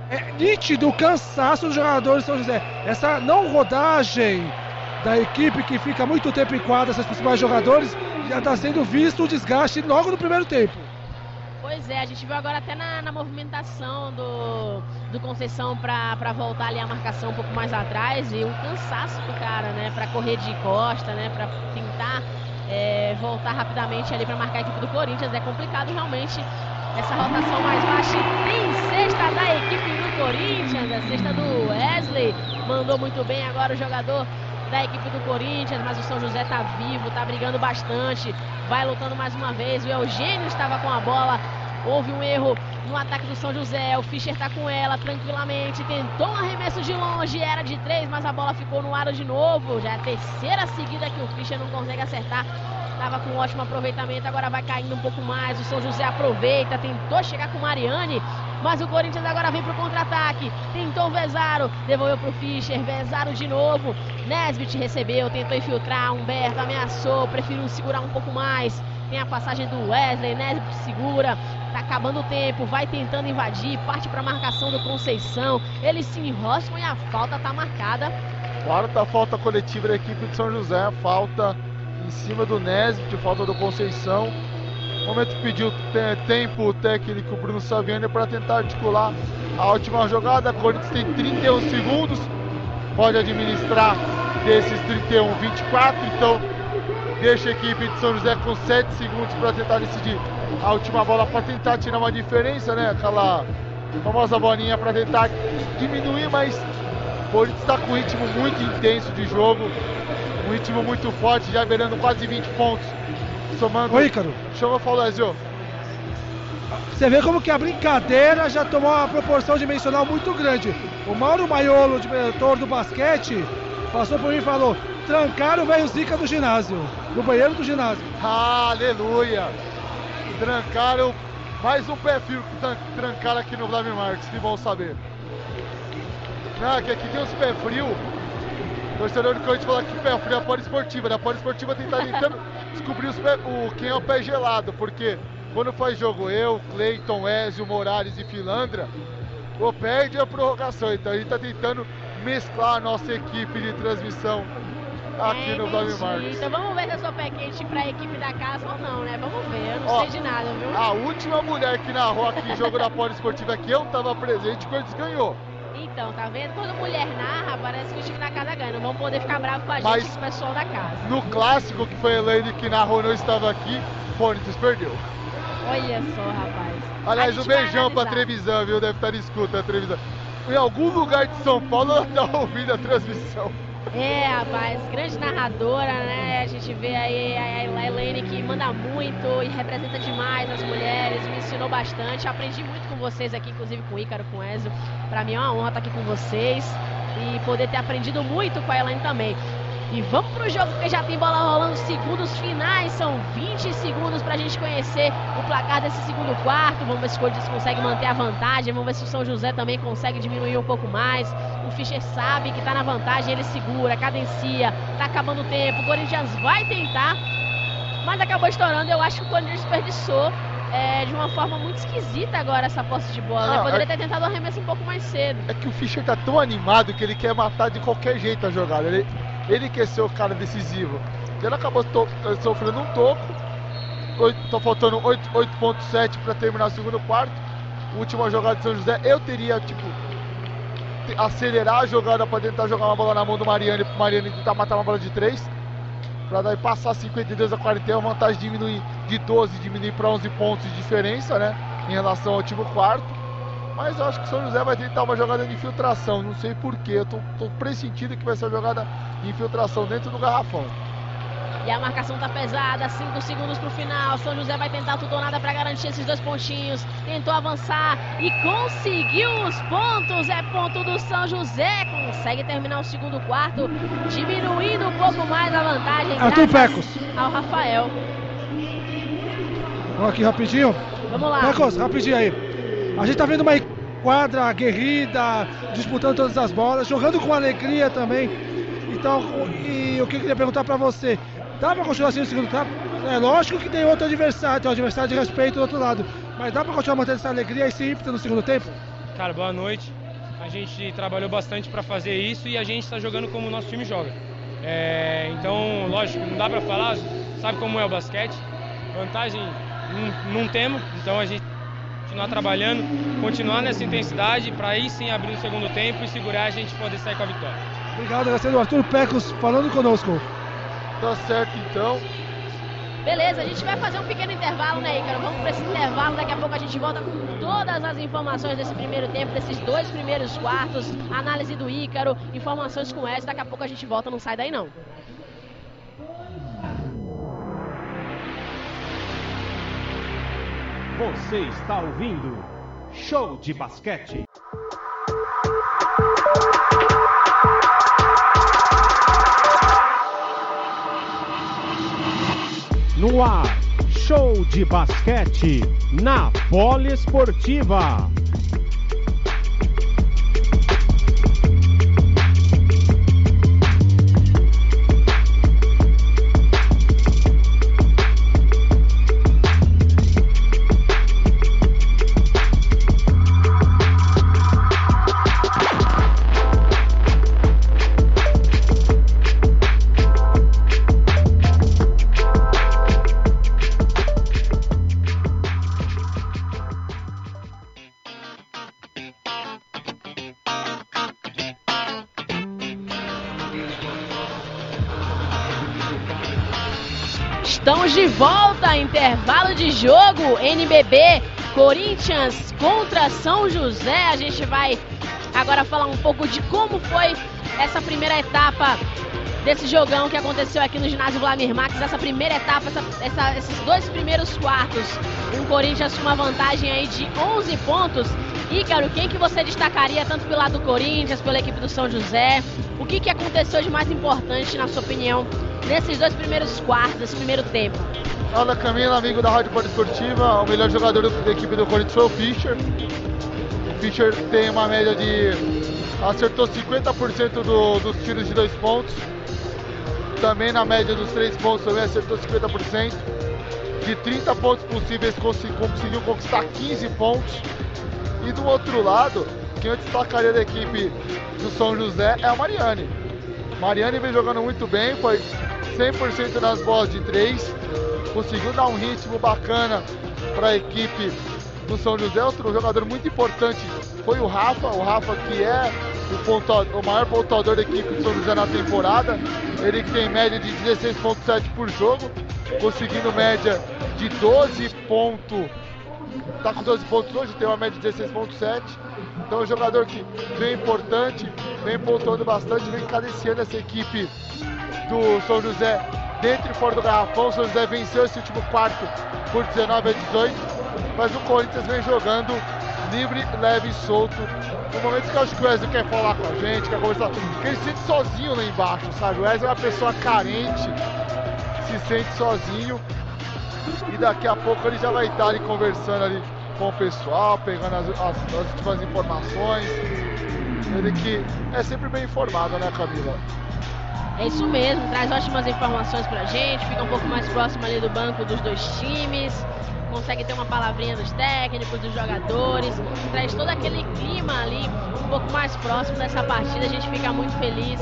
É nítido o cansaço dos jogadores de São José. Essa não rodagem da equipe que fica muito tempo em quadra, esses principais jogadores, já está sendo visto o desgaste logo no primeiro tempo.
Pois é, a gente viu agora até na movimentação do Conceição para voltar ali a marcação um pouco mais atrás, e um cansaço do cara, né, para correr de costa, né, para tentar voltar rapidamente ali para marcar a equipe do Corinthians. É complicado realmente essa rotação mais baixa. Tem cesta da equipe do Corinthians, a cesta do Wesley, mandou muito bem agora o jogador da equipe do Corinthians, mas o São José tá vivo, tá brigando bastante, vai lutando mais uma vez. O Eugênio estava com a bola, houve um erro no ataque do São José, o Fischer tá com ela tranquilamente, tentou um arremesso de longe, era de 3, mas a bola ficou no aro de novo. Já é a terceira seguida que o Fischer não consegue acertar. Tava com um ótimo aproveitamento, agora vai caindo um pouco mais. O São José aproveita, tentou chegar com o Mariani, mas o Corinthians agora vem pro contra-ataque. Tentou o Vezaro, devolveu pro Fischer, Vezaro de novo. Nesbitt recebeu, tentou infiltrar, Humberto ameaçou, preferiu segurar um pouco mais. Tem a passagem do Wesley, Nesbitt segura, tá acabando o tempo, vai tentando invadir, parte pra marcação do Conceição. Eles se enroscam e a falta tá marcada.
Quarta falta coletiva da equipe de São José, falta em cima do Nesbitt, falta do Conceição. No momento que pediu tempo o técnico Bruno Saviani para tentar articular a última jogada. Corinthians tem 31 segundos, pode administrar desses 31, 24, então deixa a equipe de São José com 7 segundos para tentar decidir a última bola, para tentar tirar uma diferença, né? Aquela famosa bolinha para tentar diminuir, mas o Corinthians está com um ritmo muito intenso de jogo, um ritmo muito forte, já beirando quase 20 pontos. Somando...
Oi, Ícaro.
Chama o Faulazio.
Você vê como que a brincadeira já tomou uma proporção dimensional muito grande. O Mauro Maiolo, diretor do basquete, passou por mim e falou: trancaram o velho Zica do ginásio, no banheiro do ginásio.
Aleluia! Trancaram mais um pé frio que trancaram aqui no Vladimir Marques, que bom saber. Não, que aqui tem uns pé frio. O torcedor do Corinthians falou que pé frio é a poliesportiva, né? A poliesportiva tentando descobrir quem é o pé gelado, porque quando faz jogo eu, Cleiton, Ezio, Morales e Filandra, o perde a prorrogação. Então a gente tá tentando mesclar a nossa equipe de transmissão aqui no Vladimir Marques.
Então vamos ver se eu sou pé quente pra equipe da casa ou não, né? Vamos ver, eu não sei de nada, viu?
A última mulher que narrou aqui jogo da poliesportiva que eu tava presente, o Corinthians ganhou.
Então, tá vendo? Quando mulher narra, parece que o time da casa ganha. Não vão poder ficar bravos com a gente, esse pessoal da casa.
No clássico, que foi a Elaine que narrou, não estava aqui, o Corinthians perdeu.
Olha só, rapaz.
Aliás, um beijão pra Trevisan, viu? Deve estar escuta a Trevisan. Em algum lugar de São Paulo ela tá ouvindo a transmissão.
É, rapaz, grande narradora, né? A gente vê aí a Elaine, que manda muito e representa demais as mulheres, me ensinou bastante. Aprendi muito com vocês aqui, inclusive com o Ícaro, com o Ezio. Pra mim é uma honra estar aqui com vocês e poder ter aprendido muito com a Elaine também. E vamos pro jogo, porque já tem bola rolando, segundos finais, são 20 segundos pra gente conhecer o placar desse segundo quarto. Vamos ver se o Corinthians consegue manter a vantagem, vamos ver se o São José também consegue diminuir um pouco mais. O Fischer sabe que tá na vantagem, ele segura, cadencia, tá acabando o tempo. O Corinthians vai tentar, mas acabou estourando. Eu acho que o Corinthians desperdiçou de uma forma muito esquisita agora essa posse de bola, né? Poderia ter tentado o arremesso um pouco mais cedo.
É que o Fischer tá tão animado que ele quer matar de qualquer jeito a jogada. Ele quer ser o cara decisivo. Ele acabou sofrendo um toco. Tá faltando 8.7 para terminar o segundo quarto. Última jogada de São José. Eu teria, acelerar a jogada para tentar jogar uma bola na mão do Mariani, pro Mariani tentar matar uma bola de 3. Para daí passar 52 a 41, a vantagem diminuir de 12, diminuir para 11 pontos de diferença, né? Em relação ao último quarto. Mas eu acho que o São José vai tentar uma jogada de infiltração, não sei porquê. Eu tô pressentindo que vai ser uma jogada de infiltração dentro do garrafão.
E a marcação tá pesada, 5 segundos pro final. São José vai tentar tudo ou nada pra garantir esses 2 pontinhos. Tentou avançar e conseguiu os pontos. É ponto do São José. Consegue terminar o segundo quarto, diminuindo um pouco mais a vantagem.
Arthur Pecos.
Ao Rafael.
Vamos aqui rapidinho.
Vamos lá.
Pecos, rapidinho aí. A gente tá vendo uma quadra aguerrida, disputando todas as bolas, jogando com alegria também. Então, e o que eu queria perguntar pra você, dá pra continuar assim no segundo tempo? É lógico que tem outro adversário, tem um adversário de respeito do outro lado, mas dá pra continuar mantendo essa alegria e esse ímpeto no segundo tempo?
Cara, boa noite. A gente trabalhou bastante para fazer isso e a gente está jogando como o nosso time joga. Então, lógico, não dá para falar, sabe como é o basquete, vantagem não temos, então a gente continuar trabalhando, continuar nessa intensidade para aí sim abrir o segundo tempo e segurar a gente poder sair com a vitória.
Obrigado, Garcia. Arthur Pecos falando conosco.
Tá certo então.
Beleza, a gente vai fazer um pequeno intervalo, né, Ícaro? Vamos para esse intervalo, daqui a pouco a gente volta com todas as informações desse primeiro tempo, desses 2 primeiros quartos, análise do Ícaro, informações com essa, daqui a pouco a gente volta, não sai daí não.
Você está ouvindo Show de Basquete. No ar, Show de Basquete na Poliesportiva.
Estamos de volta, intervalo de jogo, NBB, Corinthians contra São José. A gente vai agora falar um pouco de como foi essa primeira etapa desse jogão que aconteceu aqui no ginásio Vladimir Max. Essa primeira etapa, esses 2 primeiros quartos, o Corinthians com uma vantagem aí de 11 pontos. Ícaro, quem que você destacaria tanto pelo lado do Corinthians, pela equipe do São José? O que aconteceu de mais importante, na sua opinião, nesses 2 primeiros quartos, desse primeiro tempo?
Fala, Camila, amigo da Rádio Poliesportiva. O melhor jogador da equipe do Corinthians foi o Fischer. O Fischer tem uma média de... acertou 50% dos tiros de 2 pontos. Também na média dos 3 pontos também acertou 50%. De 30 pontos possíveis conseguiu conquistar 15 pontos. E do outro lado, quem eu destacaria da equipe do São José é a Mariane. Mariane vem jogando muito bem, foi 100% nas bolas de 3, conseguiu dar um ritmo bacana para a equipe do São José. Outro jogador muito importante foi o Rafa que é o maior pontuador da equipe do São José na temporada. Ele que tem média de 16,7 por jogo, conseguindo média de 12 pontos. Está com 12 pontos hoje, tem uma média de 16,7. Então é um jogador que vem importante, vem pontuando bastante, vem cadenciando essa equipe do São José dentro e fora do garrafão. O São José venceu esse último quarto por 19-18, mas o Corinthians vem jogando livre, leve e solto. No momento que eu acho que o Wesley quer falar com a gente, quer conversar, porque ele se sente sozinho lá embaixo, sabe? O Wesley é uma pessoa carente, se sente sozinho. E daqui a pouco ele já vai estar ali conversando ali com o pessoal, pegando as últimas informações. Ele que é sempre bem informado, né, Camila?
É isso mesmo, traz ótimas informações pra gente, fica um pouco mais próximo ali do banco dos 2 times, consegue ter uma palavrinha dos técnicos, dos jogadores, traz todo aquele clima ali um pouco mais próximo dessa partida. A gente fica muito feliz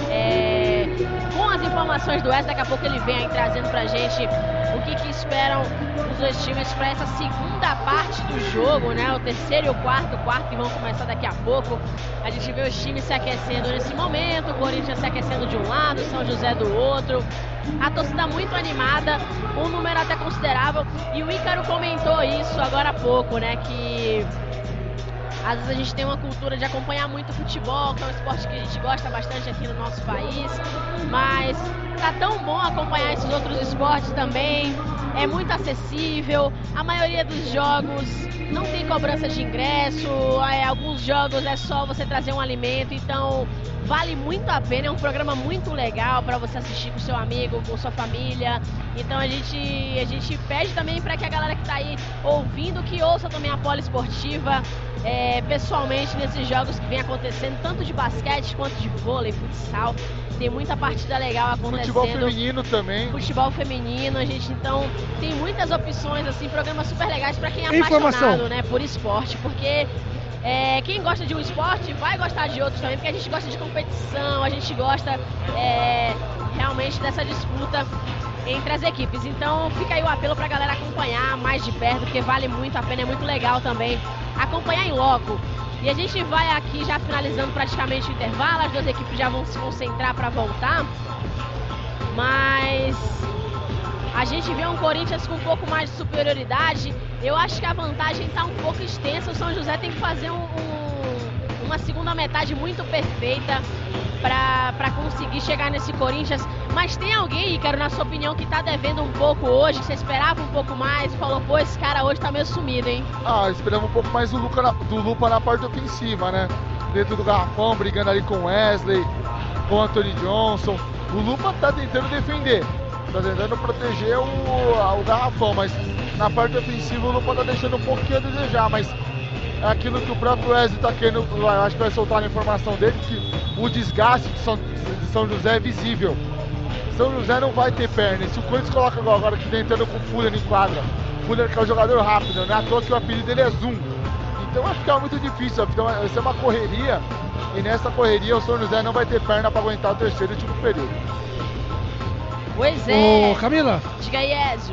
com as informações do Wesley. Daqui a pouco ele vem aí trazendo pra gente o que esperam os 2 times para essa segunda parte do jogo, né? O terceiro e o quarto que vão começar daqui a pouco. A gente vê os times se aquecendo nesse momento, o Corinthians se aquecendo de um lado, São José do outro. A torcida muito animada, um número até considerável. E o Ícaro comentou isso agora há pouco, né? Que às vezes a gente tem uma cultura de acompanhar muito futebol, que é um esporte que a gente gosta bastante aqui no nosso país, mas tá tão bom acompanhar esses outros esportes também, é muito acessível, a maioria dos jogos não tem cobrança de ingresso, alguns jogos é só você trazer um alimento, então vale muito a pena, é um programa muito legal para você assistir com seu amigo, com sua família. Então a gente pede também para que a galera que está aí ouvindo, que ouça também a Poliesportiva pessoalmente nesses jogos que vem acontecendo, tanto de basquete quanto de vôlei, futsal. Tem muita partida legal acontecendo.
Futebol feminino também.
Futebol feminino, a gente então tem muitas opções, assim, programas super legais para quem é apaixonado, né, por esporte, porque Quem gosta de um esporte vai gostar de outros também, porque a gente gosta de competição, a gente gosta realmente dessa disputa entre as equipes. Então fica aí o apelo pra galera acompanhar mais de perto, porque vale muito a pena, é muito legal também acompanhar em loco. E a gente vai aqui já finalizando praticamente o intervalo, as duas equipes já vão se concentrar para voltar, mas a gente vê um Corinthians com um pouco mais de superioridade. Eu acho que a vantagem está um pouco extensa, o São José tem que fazer uma segunda metade muito perfeita para conseguir chegar nesse Corinthians. Mas tem alguém, Ícaro, na sua opinião, que tá devendo um pouco hoje, que você esperava um pouco mais e falou, pô, esse cara hoje tá meio sumido, hein?
Esperava um pouco mais do Lupa na parte ofensiva, né? Dentro do garrafão, brigando ali com o Wesley, com o Anthony Johnson. O Lupa tá tentando defender, tá tentando proteger o garrafão, mas na parte ofensiva o Lupa tá deixando um pouquinho a desejar, mas é aquilo que o próprio Wesley tá querendo, eu acho que vai soltar a informação dele, que o desgaste de São José é visível. São José não vai ter perna. E se o Corinthians coloca agora que tentando com o Fuller em quadra, Fuller que é um jogador rápido, não é à toa que o apelido dele é Zoom. Então vai ficar muito difícil, vai ser uma correria, e nessa correria o São José não vai ter perna para aguentar o terceiro e último período.
Pois é.
Ô, Camila.
Diga aí, Ezio.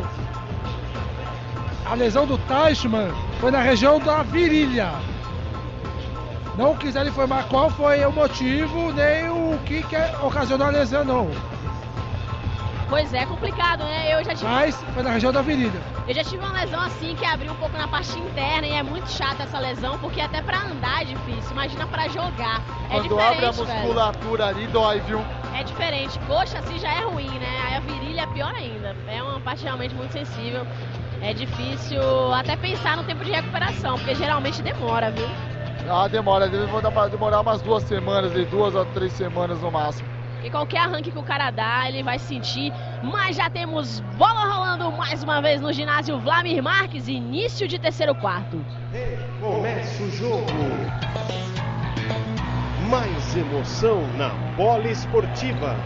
A lesão do Teichmann foi na região da virilha. Não quiseram informar qual foi o motivo, nem o que ocasionou a lesão, não.
Pois é, complicado, né?
Mas foi na região da virilha.
Eu já tive uma lesão assim, que abriu um pouco na parte interna, e é muito chata essa lesão, porque até pra andar é difícil, imagina pra jogar. É
quando
diferente,
abre a musculatura ali, dói, viu?
É diferente, coxa assim já é ruim, né? Aí a virilha é pior ainda, é uma parte realmente muito sensível. É difícil até pensar no tempo de recuperação, porque geralmente demora, viu?
Demora, vai demorar umas 2 semanas, 2 a 3 semanas no máximo.
E qualquer arranque que o cara dá, ele vai sentir. Mas já temos bola rolando mais uma vez no ginásio Vlamir Marques, início de terceiro quarto.
Começa o jogo. Mais emoção na bola esportiva.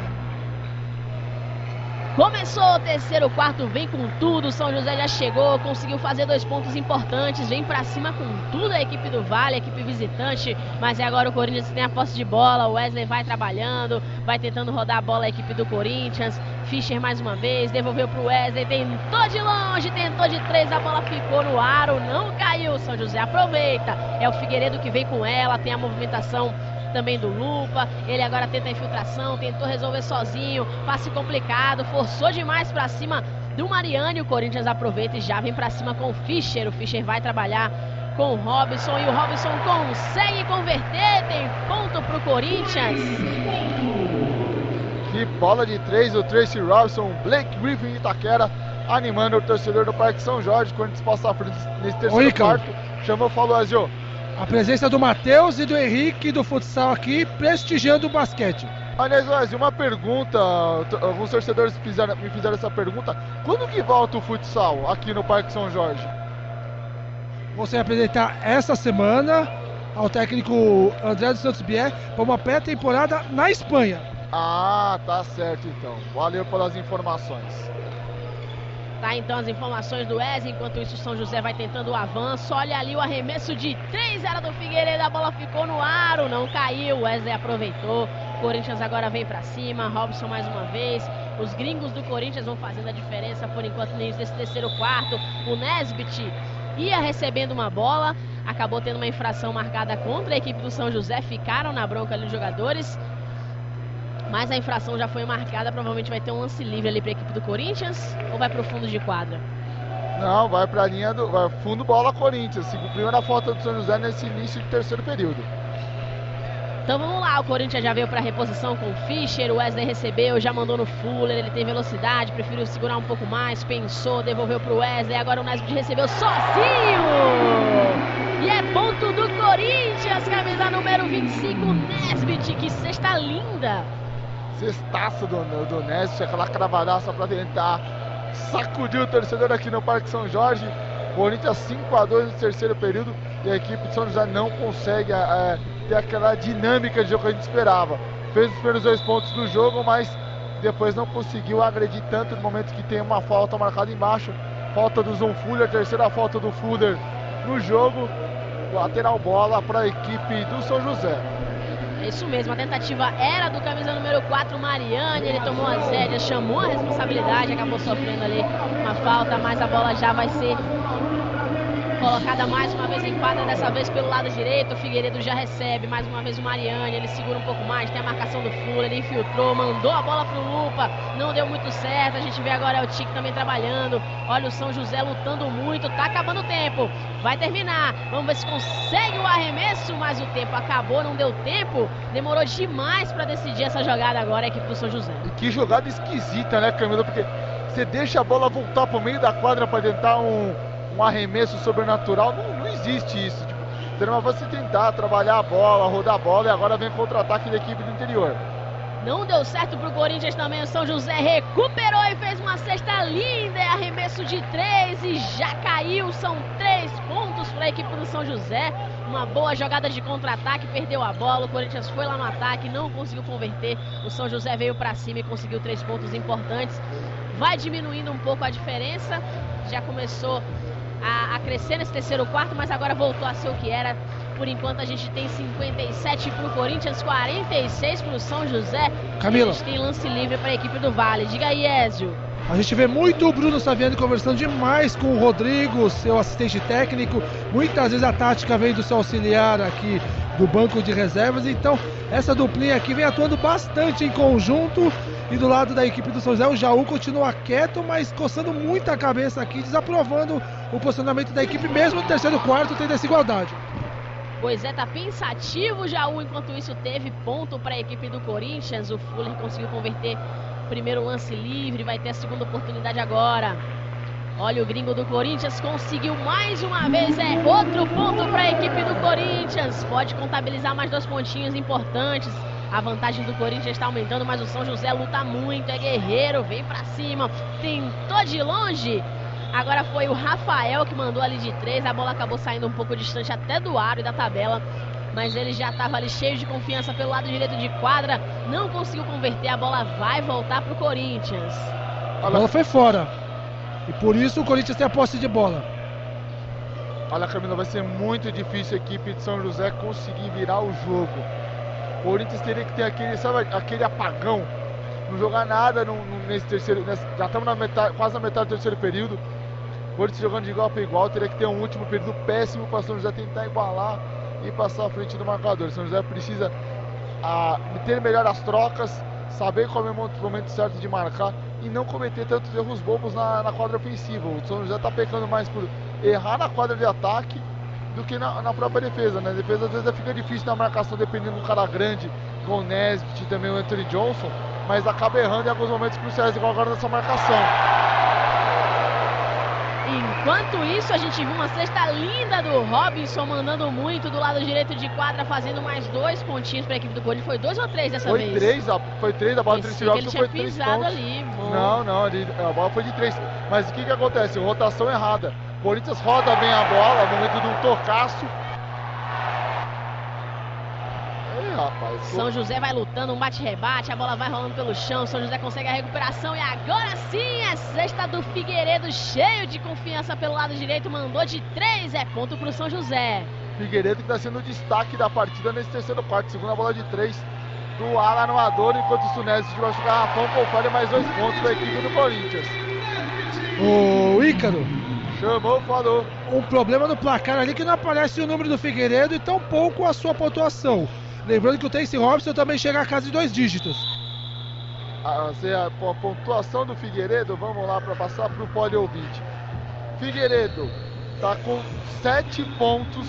Começou o terceiro quarto, vem com tudo, São José já chegou, conseguiu fazer 2 pontos importantes, vem pra cima com tudo a equipe do Vale, a equipe visitante, mas é agora o Corinthians que tem a posse de bola, o Wesley vai trabalhando, vai tentando rodar a bola a equipe do Corinthians, Fischer mais uma vez, devolveu pro Wesley, tentou de longe, tentou de 3, a bola ficou no aro, não caiu, São José aproveita, é o Figueiredo que vem com ela, tem a movimentação também do Lupa, ele agora tenta a infiltração, tentou resolver sozinho, passe complicado, forçou demais pra cima do Mariani, o Corinthians aproveita e já vem pra cima com o Fischer vai trabalhar com o Robson, e o Robson consegue converter, tem ponto pro Corinthians.
Que bola de 3 do Tracy Robson, Blake Griffin Itaquera, animando o torcedor do Parque São Jorge, quando eles passam à frente nesse terceiro quarto, chamou, falou, Azio.
A presença do Matheus e do Henrique do futsal aqui, prestigiando o basquete.
Aliás, uma pergunta, alguns torcedores me fizeram essa pergunta, quando que volta o futsal aqui no Parque São Jorge?
Vou se apresentar essa semana ao técnico André dos Santos Bier para uma pré-temporada na Espanha.
Tá certo então, valeu pelas informações.
Tá, então as informações do Wesley, enquanto isso o São José vai tentando o avanço, olha ali o arremesso de 3, era do Figueiredo, a bola ficou no aro, não caiu, o Wesley aproveitou, Corinthians agora vem pra cima, Robson mais uma vez, os gringos do Corinthians vão fazendo a diferença por enquanto nesse terceiro quarto, o Nesbitt ia recebendo uma bola, acabou tendo uma infração marcada contra a equipe do São José, ficaram na bronca ali os jogadores, mas a infração já foi marcada, provavelmente vai ter um lance livre ali para a equipe do Corinthians, ou vai para o fundo de quadra?
Não, vai para a linha do fundo bola Corinthians, se cumpriu na falta do São José nesse início de terceiro período.
Então vamos lá, o Corinthians já veio para a reposição com o Fischer, o Wesley recebeu, já mandou no Fuller, ele tem velocidade, preferiu segurar um pouco mais, pensou, devolveu para o Wesley, agora o Nesbitt recebeu sozinho! E é ponto do Corinthians, camisa número 25, Nesbitt, que cesta linda!
Cestaço do Nesbitt, aquela cravadaça para tentar sacudir o torcedor aqui no Parque São Jorge. Corinthians 5-2 no terceiro período e a equipe de São José não consegue ter aquela dinâmica de jogo que a gente esperava. Fez os primeiros 2 pontos do jogo, mas depois não conseguiu agredir tanto no momento que tem uma falta marcada embaixo. Falta do Zon Fuller, terceira falta do Fuller no jogo. lateral bola para a equipe do São José.
É isso mesmo, a tentativa era do camisa número 4, Mariane, ele tomou as rédeas, chamou a responsabilidade, acabou sofrendo ali uma falta, mas a bola já vai ser colocada mais uma vez em quadra, dessa vez pelo lado direito. O Figueiredo já recebe, mais uma vez o Mariane, ele segura um pouco mais, tem a marcação do Fula, ele infiltrou, mandou a bola pro Lupa, não deu muito certo. A gente vê agora o Tique também trabalhando. Olha o São José lutando muito, tá acabando o tempo, vai terminar, vamos ver se consegue o arremesso, mas o tempo acabou, não deu tempo, demorou demais para decidir essa jogada agora a equipe do São José.
E que jogada esquisita, né, Camila, porque você deixa a bola voltar pro meio da quadra para tentar um arremesso sobrenatural, não existe isso. Tipo, seria você tentar trabalhar a bola, rodar a bola, e agora vem contra-ataque da equipe do interior.
Não deu certo pro Corinthians também, o São José recuperou e fez uma cesta linda, é arremesso de 3 e já caiu, são 3 pontos para a equipe do São José. Uma boa jogada de contra-ataque, perdeu a bola, o Corinthians foi lá no ataque, não conseguiu converter, o São José veio para cima e conseguiu 3 pontos importantes. Vai diminuindo um pouco a diferença, já começou a crescer nesse terceiro quarto, mas agora voltou a ser o que era. Por enquanto a gente tem 57 pro Corinthians, 46 pro São José.
Camila,
a gente tem lance livre para a equipe do Vale. Diga aí, Ezio.
A gente vê muito o Bruno Saviani conversando demais com o Rodrigo, seu assistente técnico. Muitas vezes a tática vem do seu auxiliar aqui do banco de reservas. Então essa duplinha aqui vem atuando bastante em conjunto. E do lado da equipe do São José, o Jaú continua quieto, mas coçando muito a cabeça aqui, desaprovando o posicionamento da equipe, mesmo no terceiro quarto tendo essa igualdade.
Pois é, tá pensativo o Jaú, enquanto isso teve ponto para a equipe do Corinthians. O Fuller conseguiu converter o primeiro lance livre, vai ter a segunda oportunidade agora. Olha o gringo do Corinthians, conseguiu mais uma vez, é outro ponto para a equipe do Corinthians. Pode contabilizar mais 2 pontinhos importantes. A vantagem do Corinthians está aumentando, mas o São José luta muito, é guerreiro, vem pra cima, tentou de longe. Agora foi o Rafael que mandou ali de 3, a bola acabou saindo um pouco distante até do aro e da tabela, mas ele já estava ali cheio de confiança pelo lado direito de quadra, não conseguiu converter, a bola vai voltar pro Corinthians.
A bola foi fora, e por isso o Corinthians tem a posse de bola.
Olha, Camila, vai ser muito difícil a equipe de São José conseguir virar o jogo. O Corinthians teria que ter aquele apagão, não jogar nada nesse terceiro, já estamos quase na metade do terceiro período. O Corinthians jogando de igual para igual, teria que ter um último período péssimo para o São José tentar igualar e passar à frente do marcador. O São José precisa ter melhor as trocas, saber qual é o momento certo de marcar e não cometer tantos erros bobos na quadra ofensiva. O São José está pecando mais por errar na quadra de ataque do que na própria defesa. Na defesa às vezes fica difícil na marcação, dependendo do cara grande, com o Nesbitt e também o Anthony Johnson, mas acaba errando em alguns momentos cruciais, igual agora nessa marcação.
Enquanto isso, a gente viu uma cesta linda do Robinson, mandando muito do lado direito de quadra, fazendo mais 2 pontinhos para a equipe do Corinthians. Foi 2 ou 3 dessa vez?
Foi 3, a bola de 3 jogos
foi
3
pontos.
Ali, não, a bola foi de 3. Mas o que acontece? Rotação errada. O Corinthians roda bem a bola, no momento de um tocaço. Rapaz,
São José vai lutando, um bate-rebate, a bola vai rolando pelo chão, São José consegue a recuperação e agora sim é cesta do Figueiredo, cheio de confiança pelo lado direito, mandou de 3, é ponto pro São José.
Figueiredo que está sendo o destaque da partida nesse terceiro quarto, segunda bola de 3 do ala armador, enquanto o Sunese de baixo do garrafão confere mais 2 pontos para a equipe do Corinthians.
O Ícaro
chamou, falou.
Um problema no placar ali que não aparece o número do Figueiredo e tampouco a sua pontuação. Lembrando que o Tracy Robson também chega a casa de 2 dígitos.
A pontuação do Figueiredo, vamos lá para passar para o pole ouvinte. Figueiredo está com 7 pontos.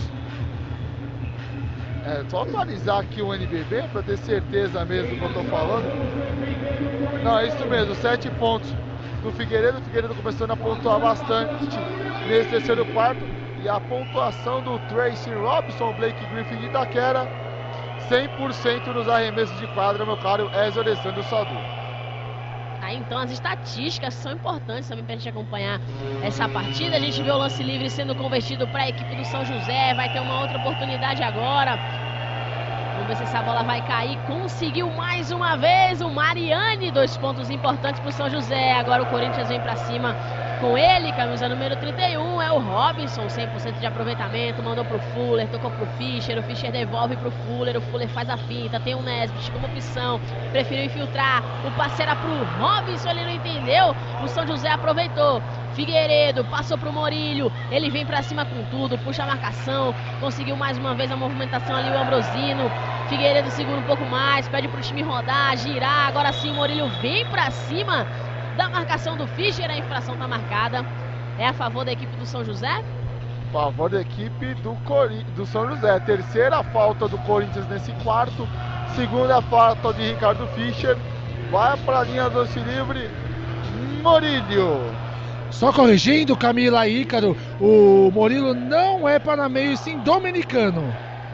Só atualizar aqui o NBB para ter certeza mesmo do que eu estou falando. Não, é isso mesmo, 7 pontos do Figueiredo. O Figueiredo começando a pontuar bastante nesse terceiro quarto. E a pontuação do Tracy Robson, Blake Griffin de Itaquera, 100% nos arremessos de quadra, meu caro Ezio Alessandro Sadu.
Então as estatísticas são importantes também para a gente acompanhar essa partida. A gente vê o lance livre sendo convertido para a equipe do São José. Vai ter uma outra oportunidade agora. ver se essa bola vai cair. Conseguiu mais uma vez o Mariani. 2 pontos importantes para o São José. Agora o Corinthians vem para cima com ele, camisa número 31, é o Robinson, 100% de aproveitamento, mandou pro Fuller, tocou pro Fischer, o Fischer devolve pro Fuller, o Fuller faz a finta, tem o Nesbitt como opção, preferiu infiltrar, o passe era pro Robinson, ele não entendeu, o São José aproveitou, Figueiredo passou pro Morílio, ele vem pra cima com tudo, puxa a marcação, conseguiu mais uma vez a movimentação ali o Ambrosino, Figueiredo segura um pouco mais, pede pro time rodar, girar, agora sim o Morílio vem pra cima da marcação do Fischer, a infração está marcada. É a favor da equipe do São José?
Favor da equipe do São José. Terceira falta do Corinthians nesse quarto. Segunda falta de Ricardo Fischer. Vai para a linha do lance livre. Morílio.
Só corrigindo, Camila e Ícaro, o Morílio não é panameio, sim dominicano.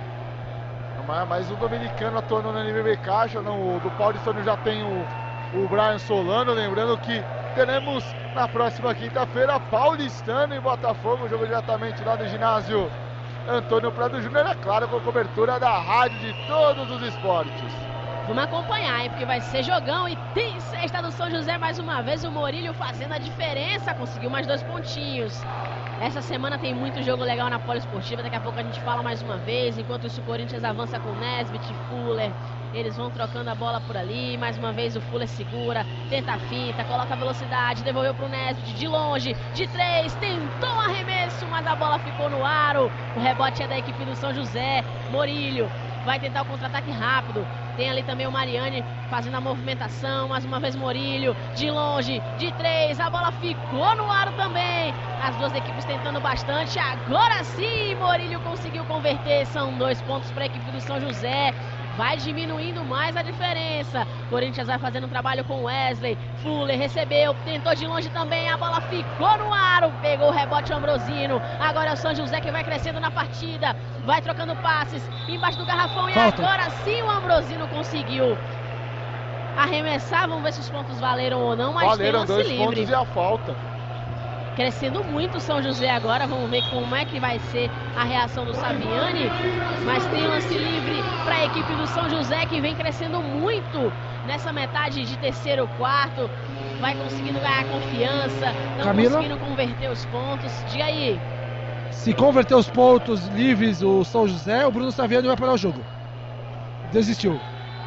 Mas o dominicano atuando no NBB Caixa, no, do Paulistano já tem o Brian Solano, lembrando que teremos na próxima quinta-feira Paulistano e Botafogo, jogo diretamente lá no ginásio Antônio Prado Júnior, é claro, com cobertura da rádio de todos os esportes.
Vamos acompanhar, hein, porque vai ser jogão e tem cesta do São José mais uma vez, o Morílio fazendo a diferença, conseguiu mais 2 pontinhos. Essa semana tem muito jogo legal na Poliesportiva, daqui a pouco a gente fala mais uma vez, enquanto isso o Corinthians avança com Nesbitt, Fuller, eles vão trocando a bola por ali, mais uma vez o Fuller segura, tenta a finta, coloca a velocidade, devolveu pro Nesbitt, de longe, de 3, tentou um arremesso, mas a bola ficou no aro, o rebote é da equipe do São José, Morílio vai tentar o contra-ataque rápido, tem ali também o Mariani fazendo a movimentação, mais uma vez Morílio, de longe, de 3, a bola ficou no aro também, as duas equipes tentando bastante, agora sim Morílio conseguiu converter, são 2 pontos para a equipe do São José, vai diminuindo mais a diferença, Corinthians vai fazendo um trabalho com Wesley, Fuller recebeu, tentou de longe também, a bola ficou no aro, pegou o rebote o Ambrosino, agora é o São José que vai crescendo na partida, vai trocando passes, embaixo do garrafão e agora sim o Ambrosino conseguiu arremessar, vamos ver se os pontos valeram ou não, mas
valeram
tem lance
2
livre.
pontos e a falta.
Crescendo muito o São José agora, vamos ver como é que vai ser a reação do Saviani, mas tem lance livre para a equipe do São José que vem crescendo muito nessa metade de terceiro quarto, vai conseguindo ganhar confiança, não
Camila?
conseguindo converter os pontos, diga aí.
Se converter os pontos livres o São José, o Bruno Saviani vai parar o jogo. Desistiu,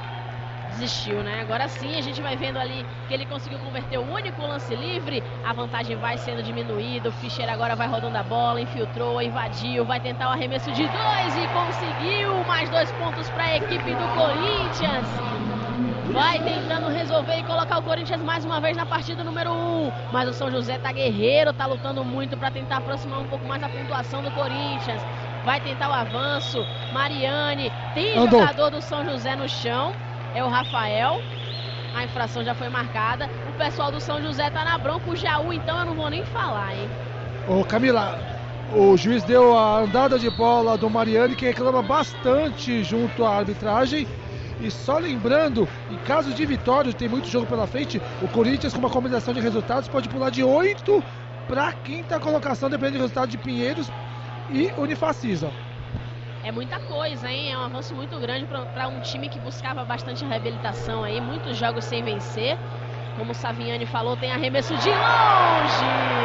né? Agora sim a gente vai vendo ali que ele conseguiu converter o único lance livre, a vantagem vai sendo diminuída, o Fischer agora vai rodando a bola, infiltrou, invadiu, vai tentar o arremesso de 2 e conseguiu mais 2 pontos para a equipe do Corinthians. Vai tentando resolver e colocar o Corinthians mais uma vez na partida número 1, mas o São José tá guerreiro, tá lutando muito para tentar aproximar um pouco mais a pontuação do Corinthians. Vai tentar o avanço, Mariani, tem jogador do São José no chão, é o Rafael, a infração já foi marcada, o pessoal do São José tá na bronca, o Jaú então eu não vou nem falar, hein. Ô Camila, o juiz deu a andada de bola do Mariani, que reclama bastante junto à arbitragem. E só lembrando, em caso de vitória, tem muito jogo pela frente, o Corinthians com uma combinação de resultados pode pular de 8 para a 5ª colocação, dependendo do resultado de Pinheiros e Unifacisa.
É muita coisa, hein? É um avanço muito grande para um time que buscava bastante reabilitação aí, muitos jogos sem vencer. Como o Saviani falou, tem arremesso de longe!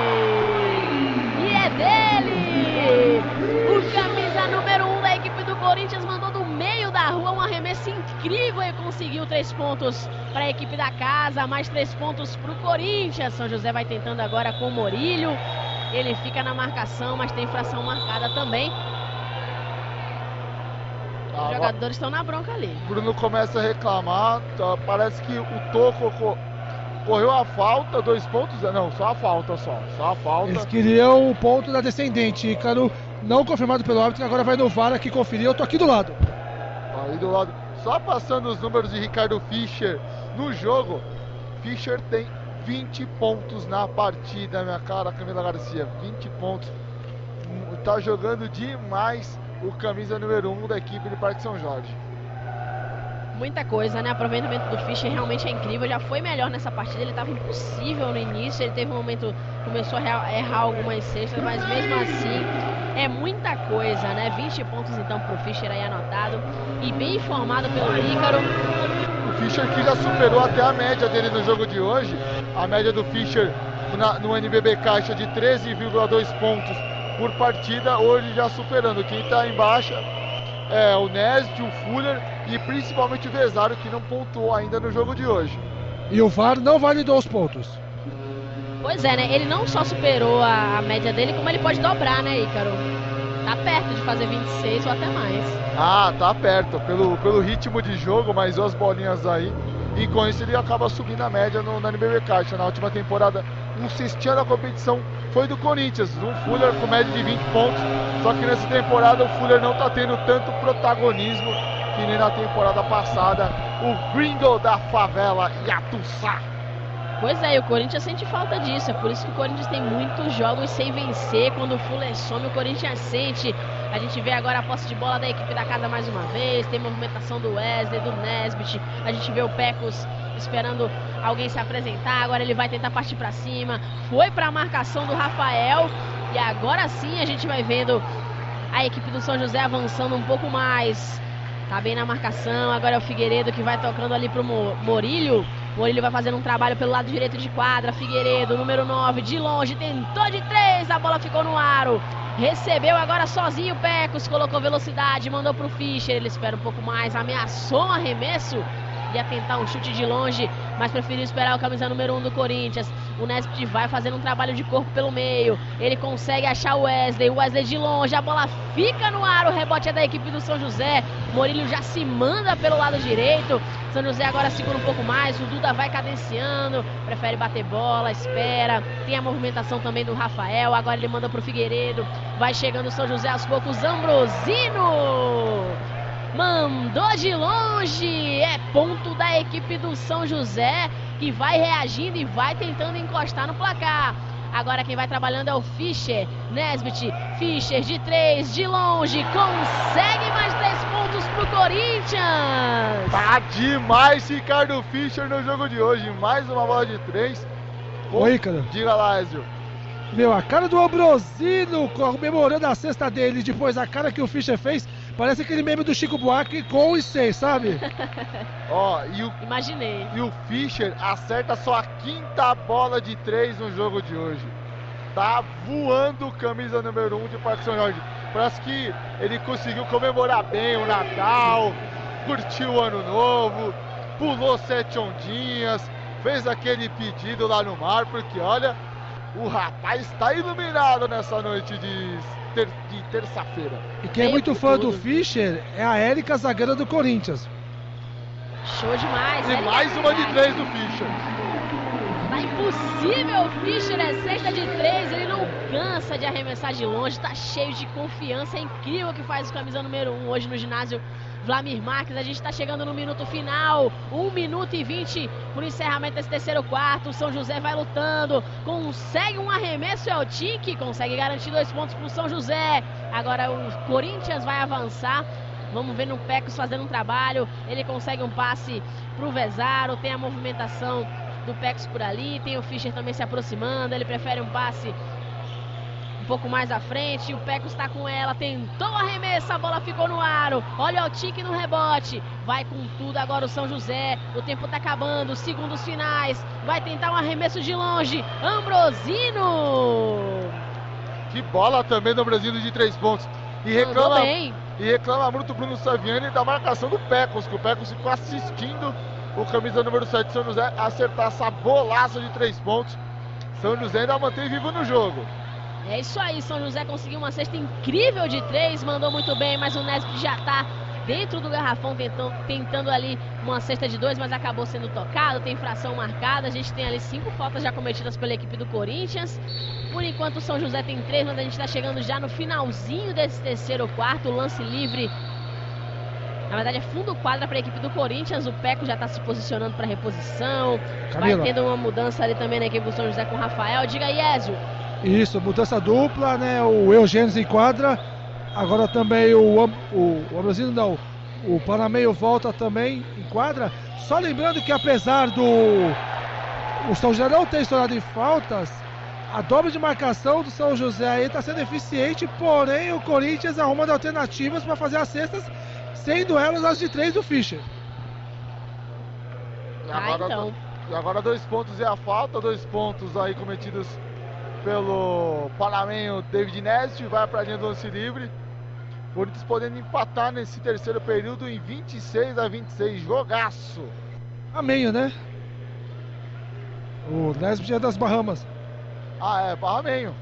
E é dele! O camisa número 1 da equipe do Corinthians mandou do meio da rua um arremesso incrível e conseguiu 3 pontos para a equipe da casa, mais 3 pontos para o Corinthians. São José vai tentando agora com o Morílio, ele fica na marcação, mas tem infração marcada também. Os jogadores estão na bronca ali.
Bruno começa a reclamar, tá, parece que o Toco correu a falta, 2 pontos, não, só a falta.
Eles queriam o ponto da descendente, Ícaro, não confirmado pelo árbitro, agora vai no VAR aqui conferir, eu tô aqui do lado.
Aí do lado, só passando os números de Ricardo Fischer no jogo, Fischer tem 20 pontos na partida, minha cara Camila Garcia, 20 pontos, tá jogando demais o camisa número 1 da equipe do Parque São Jorge.
Muita coisa, né? O aproveitamento do Fischer realmente é incrível, já foi melhor nessa partida, ele estava impossível no início, ele teve um momento, começou a errar algumas cestas, mas mesmo assim É muita coisa, né? 20 pontos então pro Fischer aí anotado. E bem informado pelo Ícaro.
O Fischer que já superou até a média dele no jogo de hoje. A média do Fischer no NBB Caixa de 13,2 pontos por partida, hoje já superando. Quem está em baixa é o Nesbitt, o Fuller e principalmente o Vesaro, que não pontuou ainda no jogo de hoje.
E o VAR não validou os pontos.
Pois é, né? Ele não só superou a média dele, como ele pode dobrar, né, Ícaro? Tá perto de fazer 26 ou até mais.
Ah, tá perto. Pelo ritmo de jogo, mais duas bolinhas aí. E com isso ele acaba subindo a média no NBB Caixa. Na última temporada, um cestinho da competição foi do Corinthians. Um Fuller com média de 20 pontos. Só que nessa temporada o Fuller não tá tendo tanto protagonismo que nem na temporada passada. O gringo da favela, Yatussá.
Pois é, e o Corinthians sente falta disso. É por isso que o Corinthians tem muitos jogos sem vencer. Quando o Fuller some, o Corinthians sente. A gente vê agora a posse de bola da equipe da casa mais uma vez. Tem movimentação do Wesley, do Nesbitt. A gente vê o Pecos esperando alguém se apresentar. Agora ele vai tentar partir pra cima. Foi pra marcação do Rafael. E agora sim a gente vai vendo a equipe do São José avançando um pouco mais. Tá bem na marcação. Agora é o Figueiredo que vai tocando ali pro Morílio. Morílio vai fazendo um trabalho pelo lado direito de quadra. Figueiredo, número 9, de longe, tentou de 3, a bola ficou no aro. Recebeu agora sozinho o Pecos, colocou velocidade, mandou pro Fischer. Ele espera um pouco mais, ameaçou um arremesso. Ia tentar um chute de longe, mas preferiu esperar o camisa número 1 do Corinthians. O Nesbitt vai fazendo um trabalho de corpo pelo meio. Ele consegue achar o Wesley de longe, a bola fica no ar. O rebote é da equipe do São José. Morílio já se manda pelo lado direito. São José agora segura um pouco mais. O Duda vai cadenciando, prefere bater bola, espera. Tem a movimentação também do Rafael. Agora ele manda pro Figueiredo. Vai chegando o São José aos poucos. Ambrosino mandou de longe. É ponto da equipe do São José, que vai reagindo e vai tentando encostar no placar. Agora quem vai trabalhando é o Fischer. Nesbitt, Fischer de 3, de longe, consegue mais 3 pontos pro Corinthians.
Tá demais Ricardo Fischer no jogo de hoje. Mais uma bola de 3.
Oi, cara.
Diga lá, Ezio.
Meu, a cara do Ambrosino comemorando a cesta dele, depois a cara que o Fischer fez, parece aquele meme do Chico Buarque com os 6, sabe?
Imaginei.
E o Fischer acerta só a 5ª bola de 3 no jogo de hoje. Tá voando camisa número 1 de Parque São Jorge. Parece que ele conseguiu comemorar bem o Natal, curtiu o Ano Novo, pulou 7 ondinhas, fez aquele pedido lá no mar, porque olha, o rapaz está iluminado nessa noite de terça-feira.
E quem é muito fã do Fischer é a Érica, zagueira do Corinthians.
Show demais.
E mais uma de 3 do Fischer.
Tá impossível, o Fischer é cesta de 3, ele não cansa de arremessar de longe, tá cheio de confiança, é incrível o que faz o camisa número 1 hoje no ginásio Vlamir Marques. A gente tá chegando no minuto final, 1 minuto e 20 pro encerramento desse terceiro quarto. O São José vai lutando, consegue um arremesso, é o Tique, consegue garantir 2 pontos pro São José. Agora o Corinthians vai avançar. Vamos ver no Pecos fazendo um trabalho. Ele consegue um passe pro Vesaro, tem a movimentação do Pecos por ali, tem o Fischer também se aproximando. Ele prefere um passe um pouco mais à frente. O Pecos está com ela, tentou o arremesso, a bola ficou no aro. Olha o Tique no rebote, vai com tudo agora o São José. O tempo está acabando, segundos finais. Vai tentar um arremesso de longe, Ambrosino.
Que bola também do Ambrosino de 3 pontos. E reclama muito o Bruno Saviani da marcação do Pecos, que o Pecos ficou assistindo o camisa número 7 São José acertar essa bolaça de 3 pontos. São José ainda mantém vivo no jogo.
É isso aí, São José conseguiu uma cesta incrível de 3, mandou muito bem, mas o Nesbitt já tá dentro do garrafão tentando ali uma cesta de 2, mas acabou sendo tocado, tem infração marcada. A gente tem ali 5 faltas já cometidas pela equipe do Corinthians. Por enquanto o São José tem 3, mas a gente tá chegando já no finalzinho desse terceiro quarto. Lance livre, na verdade é fundo quadra para a equipe do Corinthians. O Peco já está se posicionando para reposição. Camila. Vai tendo uma mudança ali também na equipe do São José com o Rafael. Diga aí, Ezio.
Isso, mudança dupla, né? O Eugênio em quadra. Agora também o Ambrosino não. O Panameio volta também em quadra. Só lembrando que apesar do o São José não ter estourado em faltas, A dobra de marcação do São José aí está sendo eficiente, porém o Corinthians arruma alternativas para fazer as cestas, sendo elas as de 3 do Fischer.
E agora 2 pontos e a falta, 2 pontos aí cometidos pelo panamenho David Nest, vai para a linha do lance livre. Corinthians podendo empatar nesse terceiro período em 26-26, jogaço.
Amenho, né? O Nesbitt é das Bahamas.
Barramenho.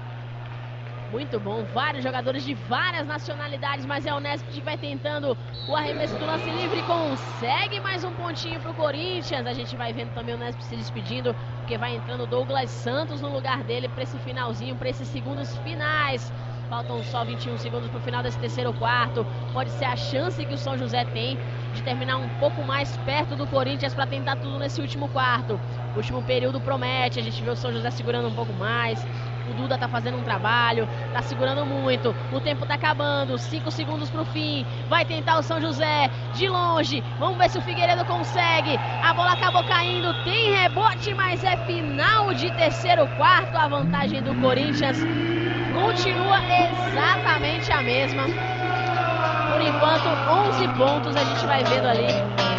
Muito bom, vários jogadores de várias nacionalidades, mas é o Nesbitt que vai tentando o arremesso do lance livre, consegue mais um pontinho pro Corinthians. A gente vai vendo também o Nesbitt se despedindo, porque vai entrando o Douglas Santos no lugar dele para esse finalzinho, para esses segundos finais. Faltam só 21 segundos pro final desse terceiro quarto. Pode ser a chance que o São José tem de terminar um pouco mais perto do Corinthians para tentar tudo nesse último quarto. O último período promete, a gente vê o São José segurando um pouco mais. O Duda tá fazendo um trabalho, tá segurando muito. O tempo tá acabando, 5 segundos pro fim. Vai tentar o São José de longe. Vamos ver se o Figueiredo consegue. A bola acabou caindo, tem rebote, mas é final de terceiro quarto. A vantagem do Corinthians continua exatamente a mesma. Por enquanto, 11 pontos a gente vai vendo ali.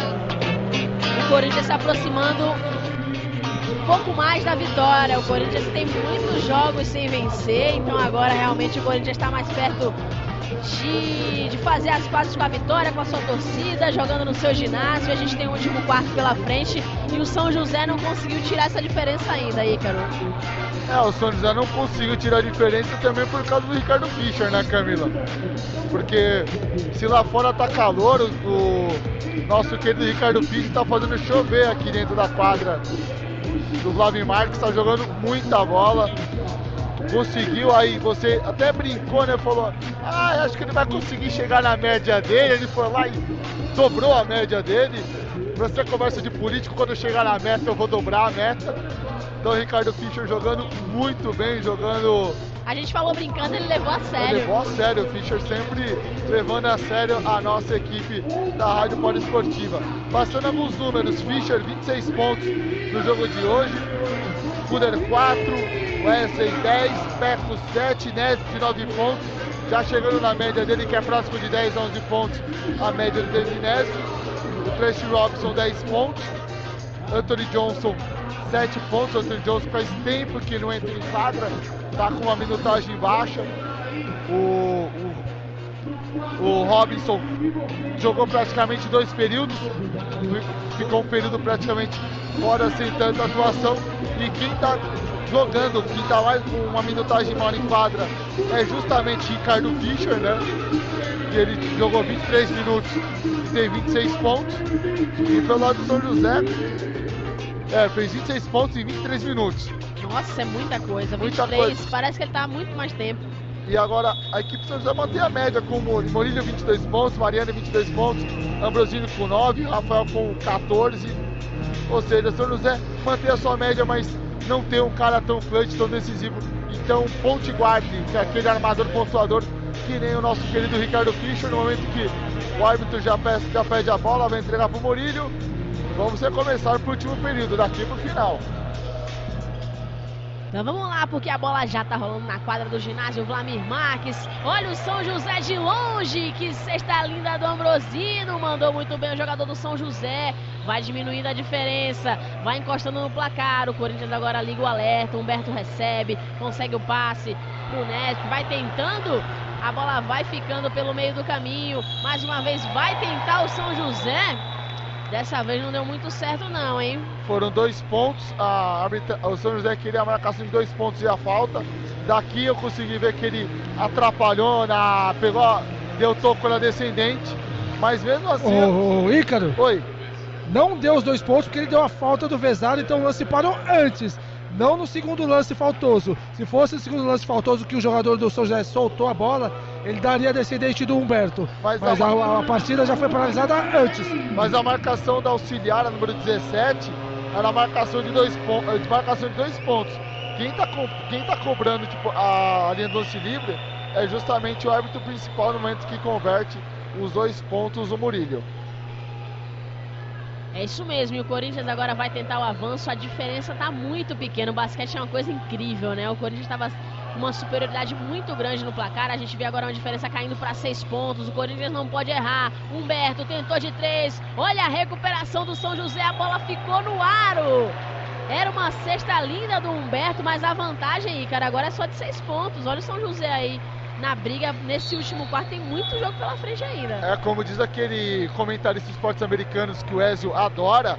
O Corinthians se aproximando um pouco mais da vitória. O Corinthians tem muitos jogos sem vencer, então agora realmente o Corinthians está mais perto de fazer as pazes com a vitória, com a sua torcida, jogando no seu ginásio. A gente tem o último quarto pela frente e o São José não conseguiu tirar essa diferença ainda, Ícaro.
O São José não conseguiu tirar a diferença também por causa do Ricardo Fischer, né, Camila? Porque se lá fora tá calor, o nosso querido Ricardo Fischer tá fazendo chover aqui dentro da quadra do Vladimir Marques, tá jogando muita bola. Conseguiu aí, você até brincou, né? Falou, acho que ele vai conseguir chegar na média dele. Ele foi lá e dobrou a média dele. Você conversa de político, quando eu chegar na meta eu vou dobrar a meta. Então o Ricardo Fischer jogando muito bem, jogando...
A gente falou brincando, ele levou a sério.
Ele levou a sério, o Fischer sempre levando a sério a nossa equipe da Rádio Poliesportiva. Passando alguns números, Fischer 26 pontos no jogo de hoje, Kuder 4, Wesley 10, Peco 7, Nesbitt 9 pontos, já chegando na média dele que é próximo de 10 a 11 pontos, a média do David Nesbitt. O Tracy Robinson 10 pontos, Anthony Johnson 7 pontos, Anthony Johnson faz tempo que não entra em quadra, tá com uma minutagem baixa. O Robinson jogou praticamente 2 períodos, ficou um período praticamente fora sem tanta atuação. E quem tá jogando, quem tá mais com uma minutagem maior em quadra é justamente Ricardo Fischer, né? Que ele jogou 23 minutos e tem 26 pontos. E pelo lado do São José, fez 26 pontos em 23 minutos.
Nossa, é muita coisa. 23,
muita coisa.
Parece que ele tá há muito mais tempo.
E agora a equipe do São José mantém a média com o Morílio 22 pontos, Mariana 22 pontos, Ambrosino com 9, Rafael com 14. Ou seja, o São José mantém a sua média, mas não tem um cara tão clutch, tão decisivo. Então, ponte guarde, que é aquele armador pontuador, que nem o nosso querido Ricardo Fischer. No momento que o árbitro já pede a bola, vai entregar para o Morílio. Vamos recomeçar para o último período, daqui para o final.
Então vamos lá, porque a bola já tá rolando na quadra do ginásio Vladimir Marques. Olha o São José de longe, que cesta linda do Ambrosino. Mandou muito bem o jogador do São José. Vai diminuindo a diferença, vai encostando no placar. O Corinthians agora liga o alerta, Humberto recebe, consegue o passe pro Nesbitt, vai tentando. A bola vai ficando pelo meio do caminho. Mais uma vez vai tentar o São José. Dessa vez não deu muito certo não, hein?
Foram 2 pontos, o São José queria a marcação de 2 pontos e a falta. Daqui eu consegui ver que ele atrapalhou, deu toco na descendente, mas mesmo assim...
Ô Ícaro,
oi.
Não deu os 2 pontos porque ele deu a falta do Vezaro, então o lance parou antes, não no segundo lance faltoso. Se fosse o segundo lance faltoso que o jogador do São José soltou a bola, ele daria a descendente do Humberto. Mas a partida já foi paralisada antes.
Mas a marcação da auxiliar, a número 17, era a marcação de 2 pontos. Quem tá cobrando a linha do lance livre é justamente o árbitro principal no momento que converte os 2 pontos, o Murilho.
É isso mesmo, e o Corinthians agora vai tentar o avanço, a diferença tá muito pequena, o basquete é uma coisa incrível, né? O Corinthians estava com uma superioridade muito grande no placar, a gente vê agora uma diferença caindo para 6 pontos, o Corinthians não pode errar, Humberto tentou de 3, olha a recuperação do São José, a bola ficou no aro! Era uma cesta linda do Humberto, mas a vantagem aí, cara, agora é só de 6 pontos, olha o São José aí. Na briga, nesse último quarto, tem muito jogo pela frente ainda.
É como diz aquele comentarista de esportes americanos que o Ezio adora.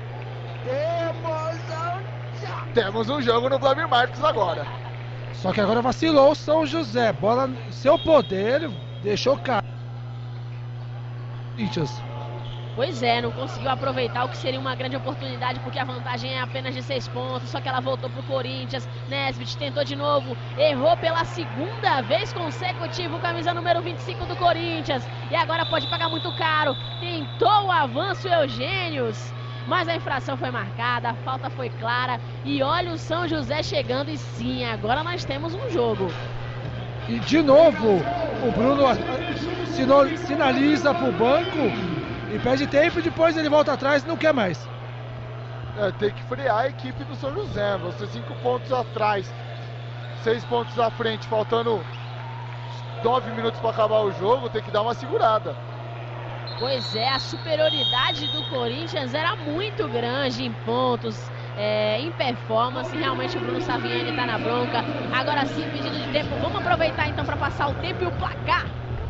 Temos um jogo no Vladimir Marques agora.
Só que agora vacilou o São José. Bola, seu poder, deixou cair. Corinthians.
Pois é, não conseguiu aproveitar o que seria uma grande oportunidade, porque a vantagem é apenas de 6 pontos, só que ela voltou pro Corinthians. Nesbitt tentou de novo, errou pela segunda vez consecutiva, camisa número 25 do Corinthians, e agora pode pagar muito caro. Tentou o avanço Eugênios, mas a infração foi marcada, a falta foi clara, e olha o São José chegando, e sim, agora nós temos um jogo.
E de novo, o Bruno sinaliza pro banco e perde tempo e depois ele volta atrás e não quer mais.
Tem que frear a equipe do São José. Você 5 pontos atrás, 6 pontos à frente, faltando 9 minutos para acabar o jogo, tem que dar uma segurada.
Pois é, a superioridade do Corinthians era muito grande em pontos, em performance. Realmente o Bruno Saviani está na bronca. Agora sim, pedido de tempo. Vamos aproveitar então para passar o tempo e o placar.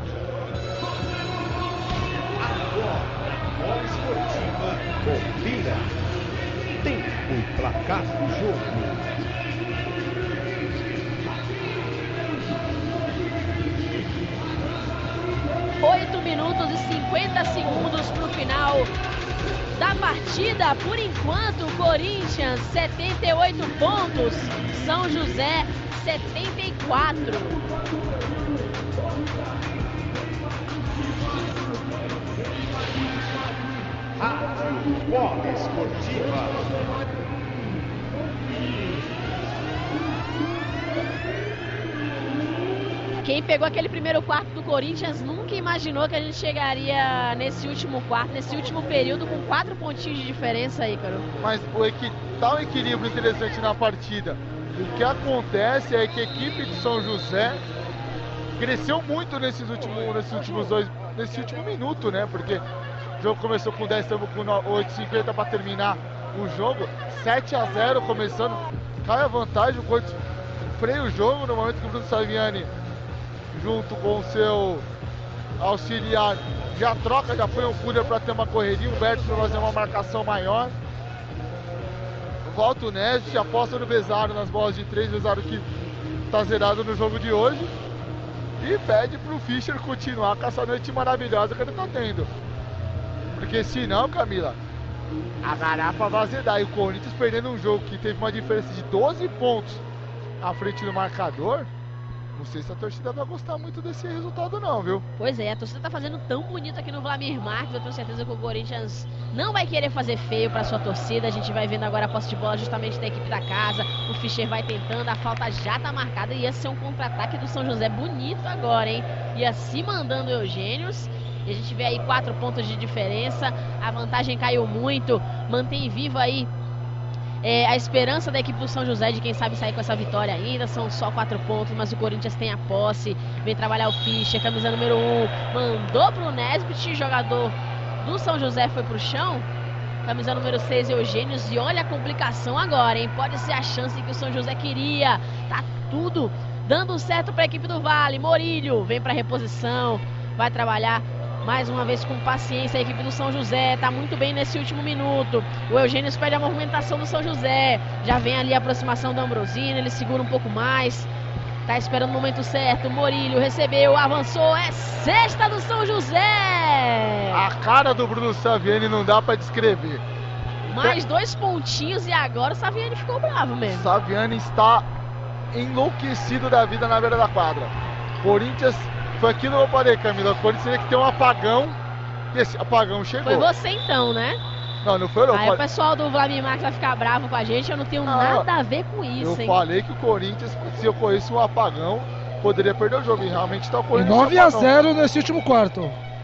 Bola Esportiva confira tempo e placar do jogo.
Oito minutos e 50 segundos para o final da partida. Por enquanto, Corinthians 78 pontos, São José 74.
Rádio Bola Esportiva.
Quem pegou aquele primeiro quarto do Corinthians nunca imaginou que a gente chegaria nesse último quarto, nesse último período, com 4 pontinhos de diferença, Ícaro.
Mas tá um equilíbrio interessante na partida. O que acontece é que a equipe de São José cresceu muito nesse último minuto, né? Porque o jogo começou com 10, estamos com 8,50 para terminar o jogo. 7-0 começando. Cai a vantagem, o Corinthians freia o jogo no momento que o Bruno Saviani, junto com o seu auxiliar, já troca, já põe um cooler para ter uma correria. O Humberto para fazer uma marcação maior. Volta o Nesbitt, aposta no Vezaro nas bolas de 3, Vezaro que está zerado no jogo de hoje. E pede para o Fischer continuar com essa noite maravilhosa que ele está tendo. Porque senão, Camila, a garapa vai azedar. E o Corinthians perdendo um jogo que teve uma diferença de 12 pontos à frente do marcador, não sei se a torcida vai gostar muito desse resultado não, viu?
Pois é, a torcida tá fazendo tão bonito aqui no Vladimir Marques. Eu tenho certeza que o Corinthians não vai querer fazer feio para sua torcida. A gente vai vendo agora a posse de bola justamente da equipe da casa. O Fischer vai tentando, a falta já tá marcada. Ia ser um contra-ataque do São José bonito agora, hein? Ia se mandando Eugênios. E a gente vê aí 4 pontos de diferença. A vantagem caiu muito. Mantém viva aí a esperança da equipe do São José de quem sabe sair com essa vitória ainda. São só 4 pontos, mas o Corinthians tem a posse. Vem trabalhar o Fischer, camisa número 1. Mandou pro Nesbitt, jogador do São José foi pro chão. Camisa número 6, Eugênios. E olha a complicação agora, hein? Pode ser a chance que o São José queria. Tá tudo dando certo pra equipe do Vale. Morílio vem pra reposição. Vai trabalhar mais uma vez com paciência a equipe do São José. Tá muito bem nesse último minuto. O Eugênios perde a movimentação do São José. Já vem ali a aproximação do Ambrosini. Ele segura um pouco mais. Tá esperando o momento certo. Morílio recebeu, avançou. É cesta do São José.
A cara do Bruno Saviani não dá pra descrever.
Mais 2 pontinhos e agora o Saviani ficou bravo mesmo.
Saviani está enlouquecido da vida na beira da quadra. Corinthians, foi aquilo que eu falei, Camila. O Corinthians teria que ter um apagão. E esse apagão chegou.
Foi você então, né?
Não foi eu.
Aí o pessoal do Vladimir Marques vai ficar bravo com a gente. Eu não tenho nada a ver com isso,
hein? Eu falei que o Corinthians, se ocorresse um apagão, poderia perder o jogo. E realmente está ocorrendo.
9-0 nesse último quarto.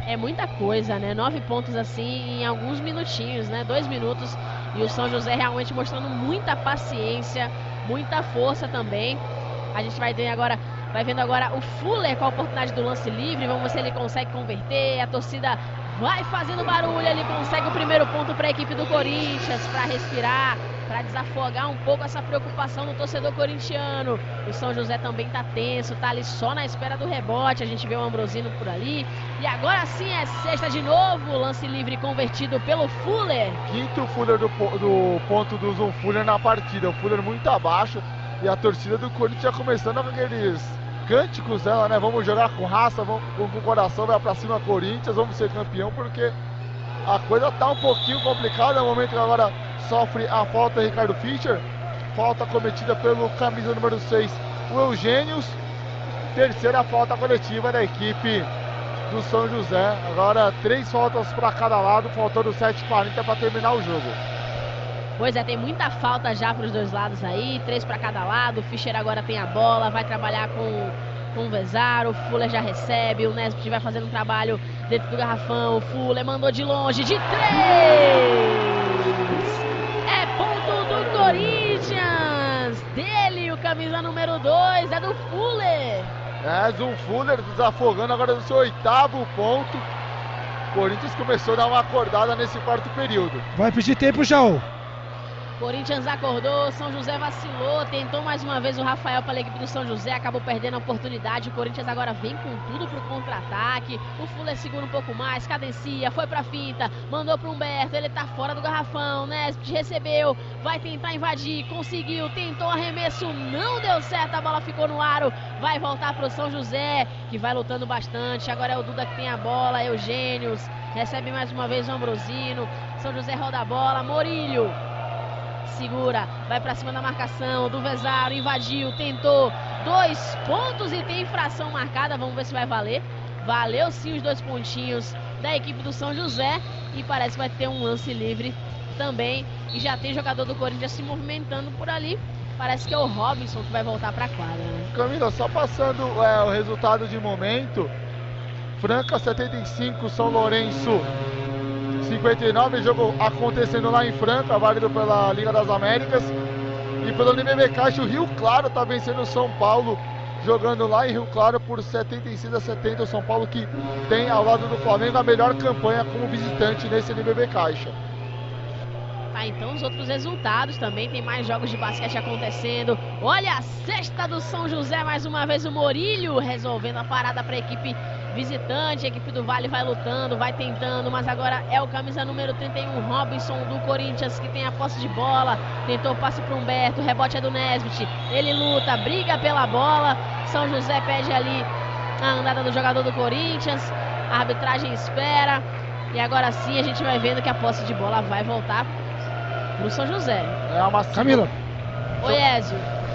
É muita coisa, né? 9 pontos assim em alguns minutinhos, né? 2 minutos. E o São José realmente mostrando muita paciência, muita força também. A gente vai vendo agora o Fuller com a oportunidade do lance livre. Vamos ver se ele consegue converter. A torcida vai fazendo barulho. Ele consegue o primeiro ponto para a equipe do Corinthians, para respirar, para desafogar um pouco essa preocupação do torcedor corintiano. O São José também tá tenso, tá ali só na espera do rebote. A gente vê o Ambrosino por ali. E agora sim é sexta de novo. Lance livre convertido pelo Fuller.
Quinto Fuller do ponto do Zoom Fuller na partida. O Fuller muito abaixo. E a torcida do Corinthians já começando com aqueles cânticos dela, né? Vamos jogar com raça, vamos com o coração, vai pra cima Corinthians, vamos ser campeão, porque a coisa tá um pouquinho complicada. É o momento que agora sofre a falta Ricardo Fischer. Falta cometida pelo camisa número 6, o Eugênios. Terceira falta coletiva da equipe do São José. Agora 3 faltas para cada lado, faltando 7:40 para terminar o jogo.
Pois é, tem muita falta já para os dois lados aí, 3 para cada lado. O Fischer agora tem a bola, vai trabalhar com o Vezaro. O Fuller já recebe, o Nesbitt vai fazendo um trabalho dentro do garrafão. O Fuller mandou de longe, de 3! É ponto do Corinthians! Dele, o camisa número 2, é do Fuller!
Um Fuller desafogando agora no seu 8º ponto. O Corinthians começou a dar uma acordada nesse quarto período.
Vai pedir tempo, Jaú.
Corinthians acordou, São José vacilou, tentou mais uma vez o Rafael para a equipe do São José, acabou perdendo a oportunidade. O Corinthians agora vem com tudo pro contra-ataque. O Fuller segura um pouco mais, cadencia, foi pra finta, mandou pro Humberto, ele tá fora do garrafão. Nesbitt recebeu, vai tentar invadir, conseguiu, tentou arremesso, não deu certo, a bola ficou no aro. Vai voltar pro São José, que vai lutando bastante. Agora é o Duda que tem a bola, Eugênios, recebe mais uma vez o Ambrosino. São José roda a bola, Morílio segura, vai pra cima da marcação do Vezaro, invadiu, tentou 2 pontos e tem infração marcada. Vamos ver se vai valer. Valeu sim os 2 pontinhos da equipe do São José e parece que vai ter um lance livre também. E já tem jogador do Corinthians se movimentando por ali. Parece que é o Robinson que vai voltar pra quadra, né?
Camila, só passando o resultado de momento. Franca 75, São Lourenço 59, jogo acontecendo lá em Franca, válido pela Liga das Américas. E pelo NBB Caixa, o Rio Claro está vencendo o São Paulo, jogando lá em Rio Claro por 76-70. O São Paulo que tem ao lado do Flamengo a melhor campanha como visitante nesse NBB Caixa.
Tá, então os outros resultados também, tem mais jogos de basquete acontecendo. Olha a cesta do São José, mais uma vez o Morílio resolvendo a parada para a equipe visitante. A equipe do Vale vai lutando, vai tentando, mas agora é o camisa número 31, Robinson do Corinthians, que tem a posse de bola. Tentou passe para o Humberto, o rebote é do Nesbitt. Ele luta, briga pela bola. São José pede ali a andada do jogador do Corinthians. A arbitragem espera. E agora sim a gente vai vendo que a posse de bola vai voltar pro São José.
Camila.
Oi, Ezio.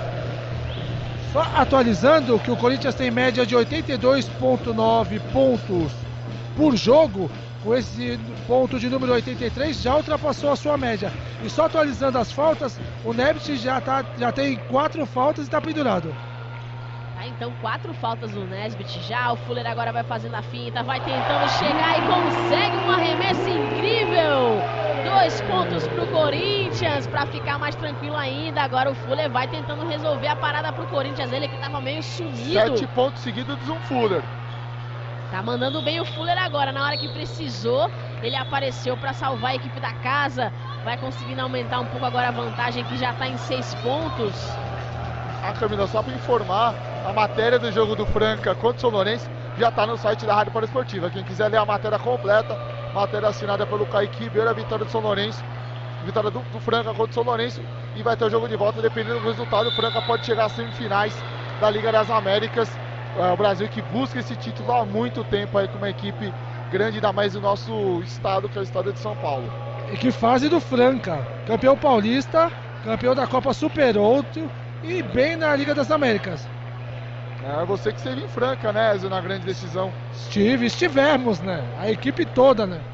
Só atualizando que o Corinthians tem média de 82,9 pontos por jogo. Com esse ponto de número 83 já ultrapassou a sua média. E só atualizando as faltas, o Nesbitt já tem 4 faltas e está pendurado.
Tá, então 4 faltas no Nesbitt já. O Fuller agora vai fazendo a finta, vai tentando chegar e consegue um arremesso incrível. 2 pontos pro Corinthians, para ficar mais tranquilo ainda. Agora o Fuller vai tentando resolver a parada pro Corinthians, ele que tava meio sumido.
7 pontos seguidos do Fuller.
Tá mandando bem o Fuller agora, na hora que precisou, ele apareceu para salvar a equipe da casa. Vai conseguindo aumentar um pouco agora a vantagem, que já tá em 6 pontos.
Camila, só para informar, a matéria do jogo do Franca contra o São Lourenço já tá no site da Rádio Poliesportiva. Quem quiser ler a matéria completa, matéria assinada pelo Kaique Ribeiro, a vitória do São Lourenço, vitória do Franca contra o São Lourenço, e vai ter o jogo de volta, dependendo do resultado. O Franca pode chegar às semifinais da Liga das Américas. O Brasil que busca esse título há muito tempo aí, com uma equipe grande, ainda mais do nosso estado, que é o estado de São Paulo.
E que fase do Franca, campeão paulista, campeão da Copa Super 8 e bem na Liga das Américas.
É você que esteve em Franca, né, Ezio, na grande decisão.
Estivemos, né? A equipe toda, né?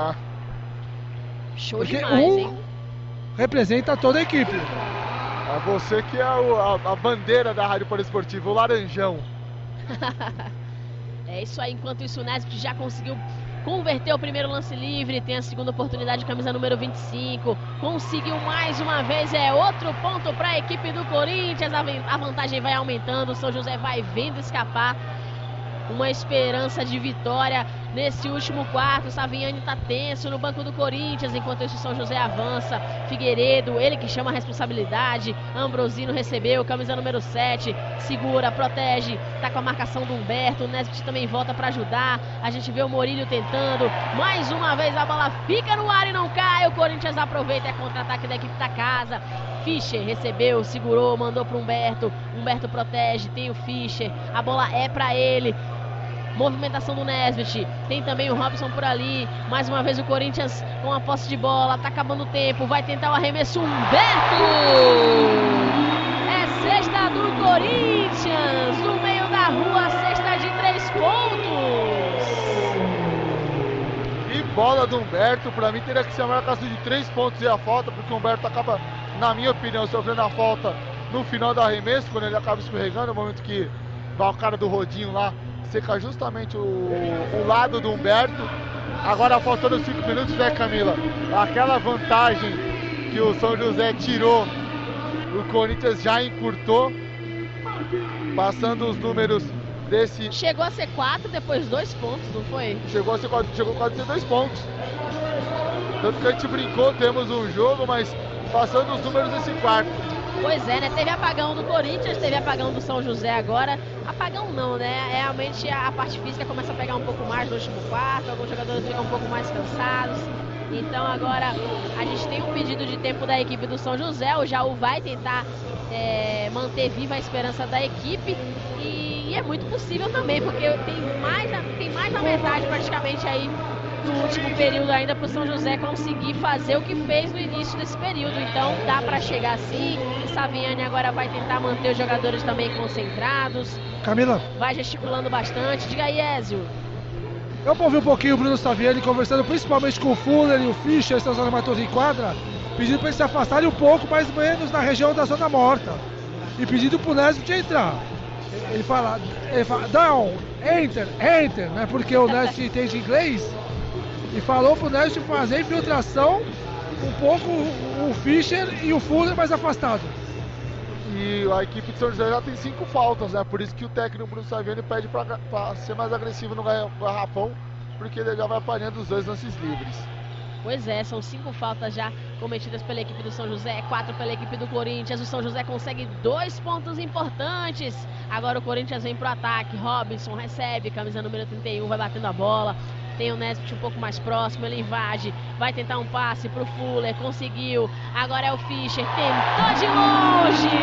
Show.
Porque
demais, hein?
Representa toda a equipe.
É você que é a bandeira da Rádio Poliesportiva, o laranjão.
É isso aí, enquanto isso o Nesbitt já conseguiu converteu o primeiro lance livre, tem a segunda oportunidade, camisa número 25, conseguiu mais uma vez, é outro ponto para a equipe do Corinthians, a vantagem vai aumentando, o São José vai vendo escapar, uma esperança de vitória nesse último quarto. Saviani está tenso no banco do Corinthians, enquanto isso o São José avança. Figueiredo, ele que chama a responsabilidade. Ambrosino recebeu, camisa número 7, segura, protege, tá com a marcação do Humberto. O Nesbitt também volta para ajudar. A gente vê o Morílio tentando, mais uma vez a bola fica no ar e não cai. O Corinthians aproveita, é contra-ataque da equipe da casa. Fischer recebeu, segurou, mandou pro Humberto. Humberto protege, tem o Fischer, a bola é para ele. Movimentação do Nesbitt, tem também o Robson por ali. Mais uma vez o Corinthians com a posse de bola, tá acabando o tempo, vai tentar o arremesso. Humberto! É cesta do Corinthians, no meio da rua, cesta de 3 pontos.
E bola do Humberto, pra mim teria que ser a marcação de 3 pontos e a falta, porque o Humberto acaba, na minha opinião, sofrendo a falta no final do arremesso, quando ele acaba escorregando, no momento que vai o cara do Rodinho lá, seca justamente o lado do Humberto. Agora faltando 5 minutos, né, Camila? Aquela vantagem que o São José tirou, o Corinthians já encurtou, passando os números desse...
Chegou a ser 4, depois 2 pontos, não foi?
Chegou quase a ser 2 pontos. Tanto que a gente brincou, temos um jogo, mas passando os números desse quarto.
Pois é, né? Teve apagão do Corinthians, teve apagão do São José agora. Apagão não, né? Realmente a parte física começa a pegar um pouco mais no último quarto, alguns jogadores ficam um pouco mais cansados. Então agora a gente tem um pedido de tempo da equipe do São José. O Jaú vai tentar manter viva a esperança da equipe. E é muito possível também, porque tem mais da metade praticamente aí no último período ainda para o São José conseguir fazer o que fez no início desse período. Então dá para chegar assim. Saviani agora vai tentar manter os jogadores também concentrados.
Camila,
vai gesticulando bastante. Diga aí, Ézio.
Eu ouvi um pouquinho o Bruno Saviani conversando principalmente com o Fuller e o Fischer, estão usando uma torre em quadra, pedindo para eles se afastarem um pouco, mais ou menos na região da zona morta, e pedindo para o Nesbitt entrar. Ele fala down, enter, né? Porque o Nesbitt entende inglês. E falou pro Nesbitt fazer infiltração, um pouco o Fischer e o Fuller mais afastado.
E a equipe de São José já tem 5 faltas, né? Por isso que o técnico Bruno Saviani pede para ser mais agressivo no garrafão, porque ele já vai apanhando os 2 lances livres.
Pois é, são 5 faltas já cometidas pela equipe do São José, 4 pela equipe do Corinthians. O São José consegue 2 pontos importantes. Agora o Corinthians vem pro ataque. Robinson recebe, camisa número 31, vai batendo a bola. Tem o Nesbitt um pouco mais próximo, ele invade, vai tentar um passe pro Fuller, conseguiu. Agora é o Fischer, tentou de longe.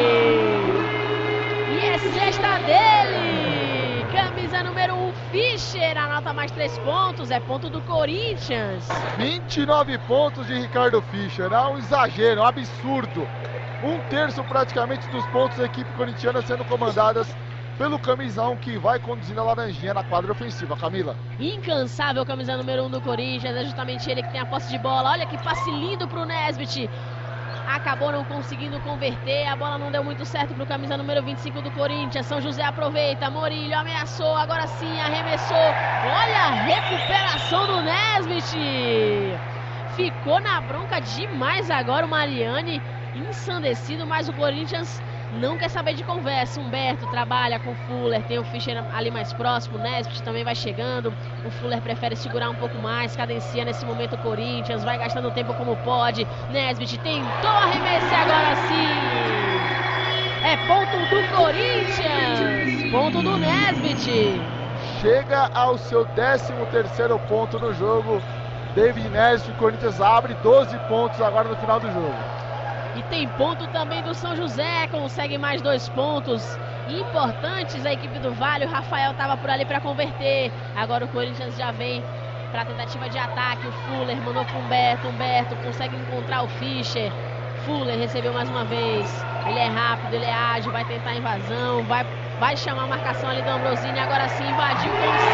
E é cesta dele. Camisa número 1, Fischer, anota mais 3 pontos, é ponto do Corinthians.
29 pontos de Ricardo Fischer, é um exagero, um absurdo. 1/3 praticamente dos pontos da equipe corintiana sendo comandadas pelo camisão que vai conduzindo a laranjinha na quadra ofensiva, Camila.
Incansável, camisa número 1 do Corinthians, é justamente ele que tem a posse de bola. Olha que passe lindo pro Nesbitt. Acabou não conseguindo converter, a bola não deu muito certo pro camisa número 25 do Corinthians. São José aproveita, Morílio ameaçou, agora sim arremessou. Olha a recuperação do Nesbitt. Ficou na bronca demais agora o Mariani, ensandecido, mas o Corinthians não quer saber de conversa. Humberto trabalha com o Fuller, tem o Fischer ali mais próximo, o Nesbitt também vai chegando. O Fuller prefere segurar um pouco mais, cadencia nesse momento o Corinthians, vai gastando tempo como pode. Nesbitt tentou arremessar, agora sim. É ponto do Corinthians, ponto do Nesbitt.
Chega ao seu 13º ponto no jogo. David Nesbitt, o Corinthians abre 12 pontos agora no final do jogo.
E tem ponto também do São José, consegue mais 2 pontos importantes a equipe do Vale. O Rafael estava por ali para converter. Agora o Corinthians já vem para a tentativa de ataque. O Fuller mandou para o Humberto. Humberto consegue encontrar o Fischer. Fuller recebeu mais uma vez. Ele é rápido, ele é ágil, vai tentar a invasão. Vai chamar a marcação ali do Ambrosini. Agora sim invadiu,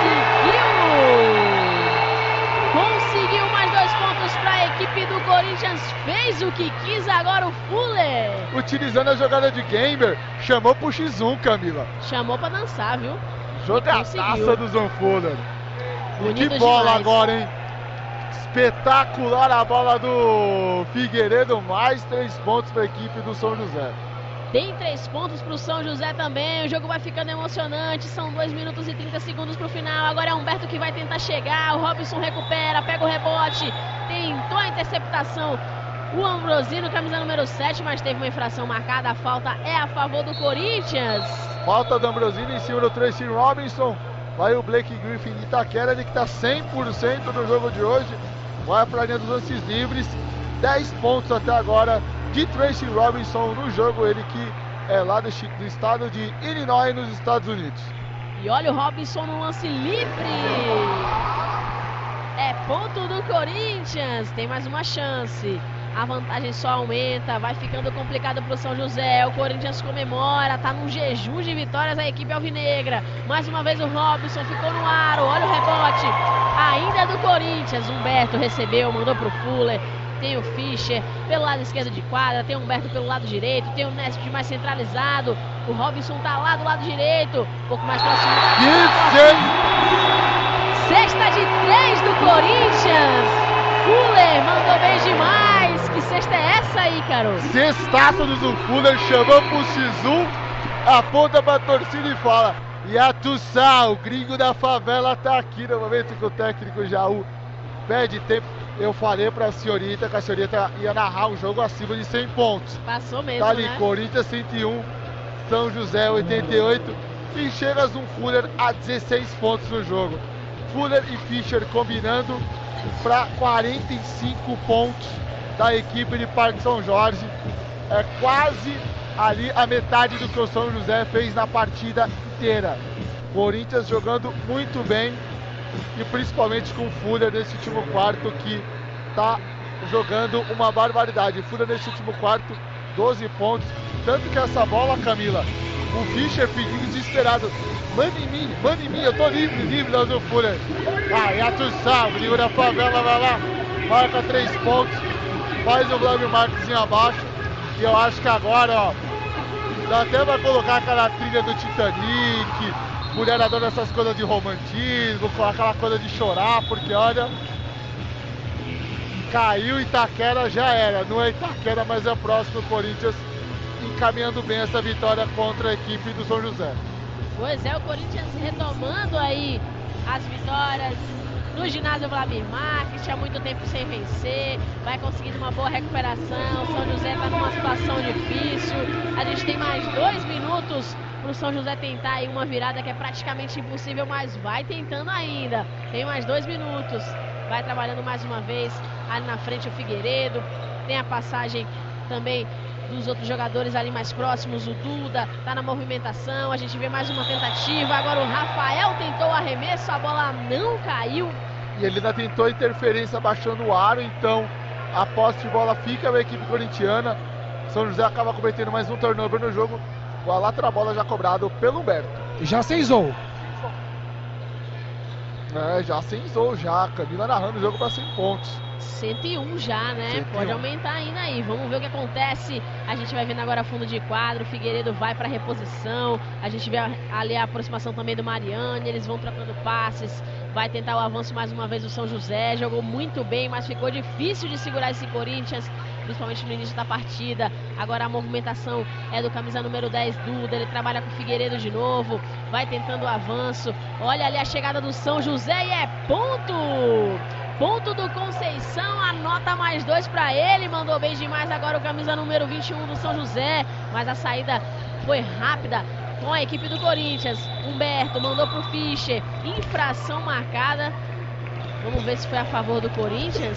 conseguiu mais 2 pontos para a equipe do Corinthians, fez o que quis agora o Fuller.
Utilizando a jogada de Gamer, chamou pro X1, Camila.
Chamou para dançar, viu?
Jogadaça do Zon Fuller.
Bonito
que bola
demais.
agora, hein? Espetacular a bola do Figueiredo, mais 3 pontos para a equipe do São José.
Tem 3 pontos pro São José também. O jogo vai ficando emocionante. São 2 minutos e 30 segundos pro final. Agora é Humberto que vai tentar chegar. O Robson recupera, pega o rebote. Tentou a interceptação. O Ambrosino, camisa número 7, mas teve uma infração marcada. A falta é a favor do Corinthians.
Falta do Ambrosino em cima do Tracy Robinson. Vai o Blake Griffin de Itaquera, ele que está 100% no jogo de hoje. Vai para a linha dos lances livres. 10 pontos até agora de Tracy Robinson no jogo. Ele que é lá do estado de Illinois, nos Estados Unidos.
E olha o Robinson no lance livre. É ponto do Corinthians. Tem mais uma chance. A vantagem só aumenta, vai ficando complicado pro São José. O Corinthians comemora, tá num jejum de vitórias a equipe alvinegra. Mais uma vez o Robson ficou no aro, olha o rebote. Ainda do Corinthians, Humberto recebeu, mandou pro Fuller. Tem o Fischer pelo lado esquerdo de quadra, tem o Humberto pelo lado direito, tem o Nesp mais centralizado. O Robson tá lá do lado direito, um pouco mais próximo. Sexta de 3 do Corinthians. Fuller mandou bem demais. Que cesta é essa aí, Ícaro?
Sextaço do Fuller, chamou pro Sisu, aponta pra torcida e fala: Yatussá, o gringo da favela tá aqui. No momento que o técnico Jaú pede tempo, eu falei pra senhorita que a senhorita ia narrar o jogo acima de 100 pontos.
Passou mesmo,
tá ali,
né?
Corinthians 101, São José 88 e chega um Fuller a 16 pontos no jogo. Fuller e Fischer combinando para 45 pontos da equipe de Parque São Jorge. É quase ali a metade do que o São José fez na partida inteira. Corinthians jogando muito bem e principalmente com o Fuller nesse último quarto, que está jogando uma barbaridade. Fuller nesse último quarto, 12 pontos. Tanto que essa bola, Camila, o Fischer pedindo desesperado: manda em mim, eu tô livre, lá do Fuller. Yatussá, o gringo da favela, vai lá, marca 3 pontos, faz o Vladimir Marques abaixo. E eu acho que agora, ó, dá até vai colocar aquela trilha do Titanic, mulher adora essas coisas de romantismo, com aquela coisa de chorar, porque olha, caiu Itaquera, já era, não é Itaquera, mas é próximo. Corinthians encaminhando bem essa vitória contra a equipe do São José.
Pois é, o Corinthians retomando aí as vitórias no ginásio Vladimir Marques, tinha muito tempo sem vencer, vai conseguindo uma boa recuperação. O São José está numa situação difícil, a gente tem mais 2 minutos para o São José tentar aí uma virada que é praticamente impossível, mas vai tentando ainda. Tem mais 2 minutos, vai trabalhando mais uma vez ali na frente o Figueiredo, tem a passagem também dos outros jogadores ali mais próximos. O Duda tá na movimentação, a gente vê mais uma tentativa, agora o Rafael tentou o arremesso, a bola não caiu.
E ele ainda tentou interferência baixando o aro, então a posse de bola fica na equipe corintiana. São José acaba cometendo mais um turnover no jogo, o lateral bola já cobrado pelo Humberto.
Já cenzou.
Já cenzou, já. Camila narrando o jogo para 100 pontos.
101 já, né?
101.
Pode aumentar ainda aí. Vamos ver o que acontece. A gente vai vendo agora fundo de quadro. O Figueiredo vai para reposição. A gente vê ali a aproximação também do Mariani. Eles vão trocando passes. Vai tentar o avanço mais uma vez o São José. Jogou muito bem, mas ficou difícil de segurar esse Corinthians, principalmente no início da partida. Agora a movimentação é do camisa número 10, Duda. Ele trabalha com o Figueiredo de novo. Vai tentando o avanço. Olha ali a chegada do São José e é ponto! Ponto do Conceição, anota mais 2 para ele. Mandou bem demais agora o camisa número 21 do São José. Mas a saída foi rápida com a equipe do Corinthians. Humberto mandou pro Fischer. Infração marcada. Vamos ver se foi a favor do Corinthians.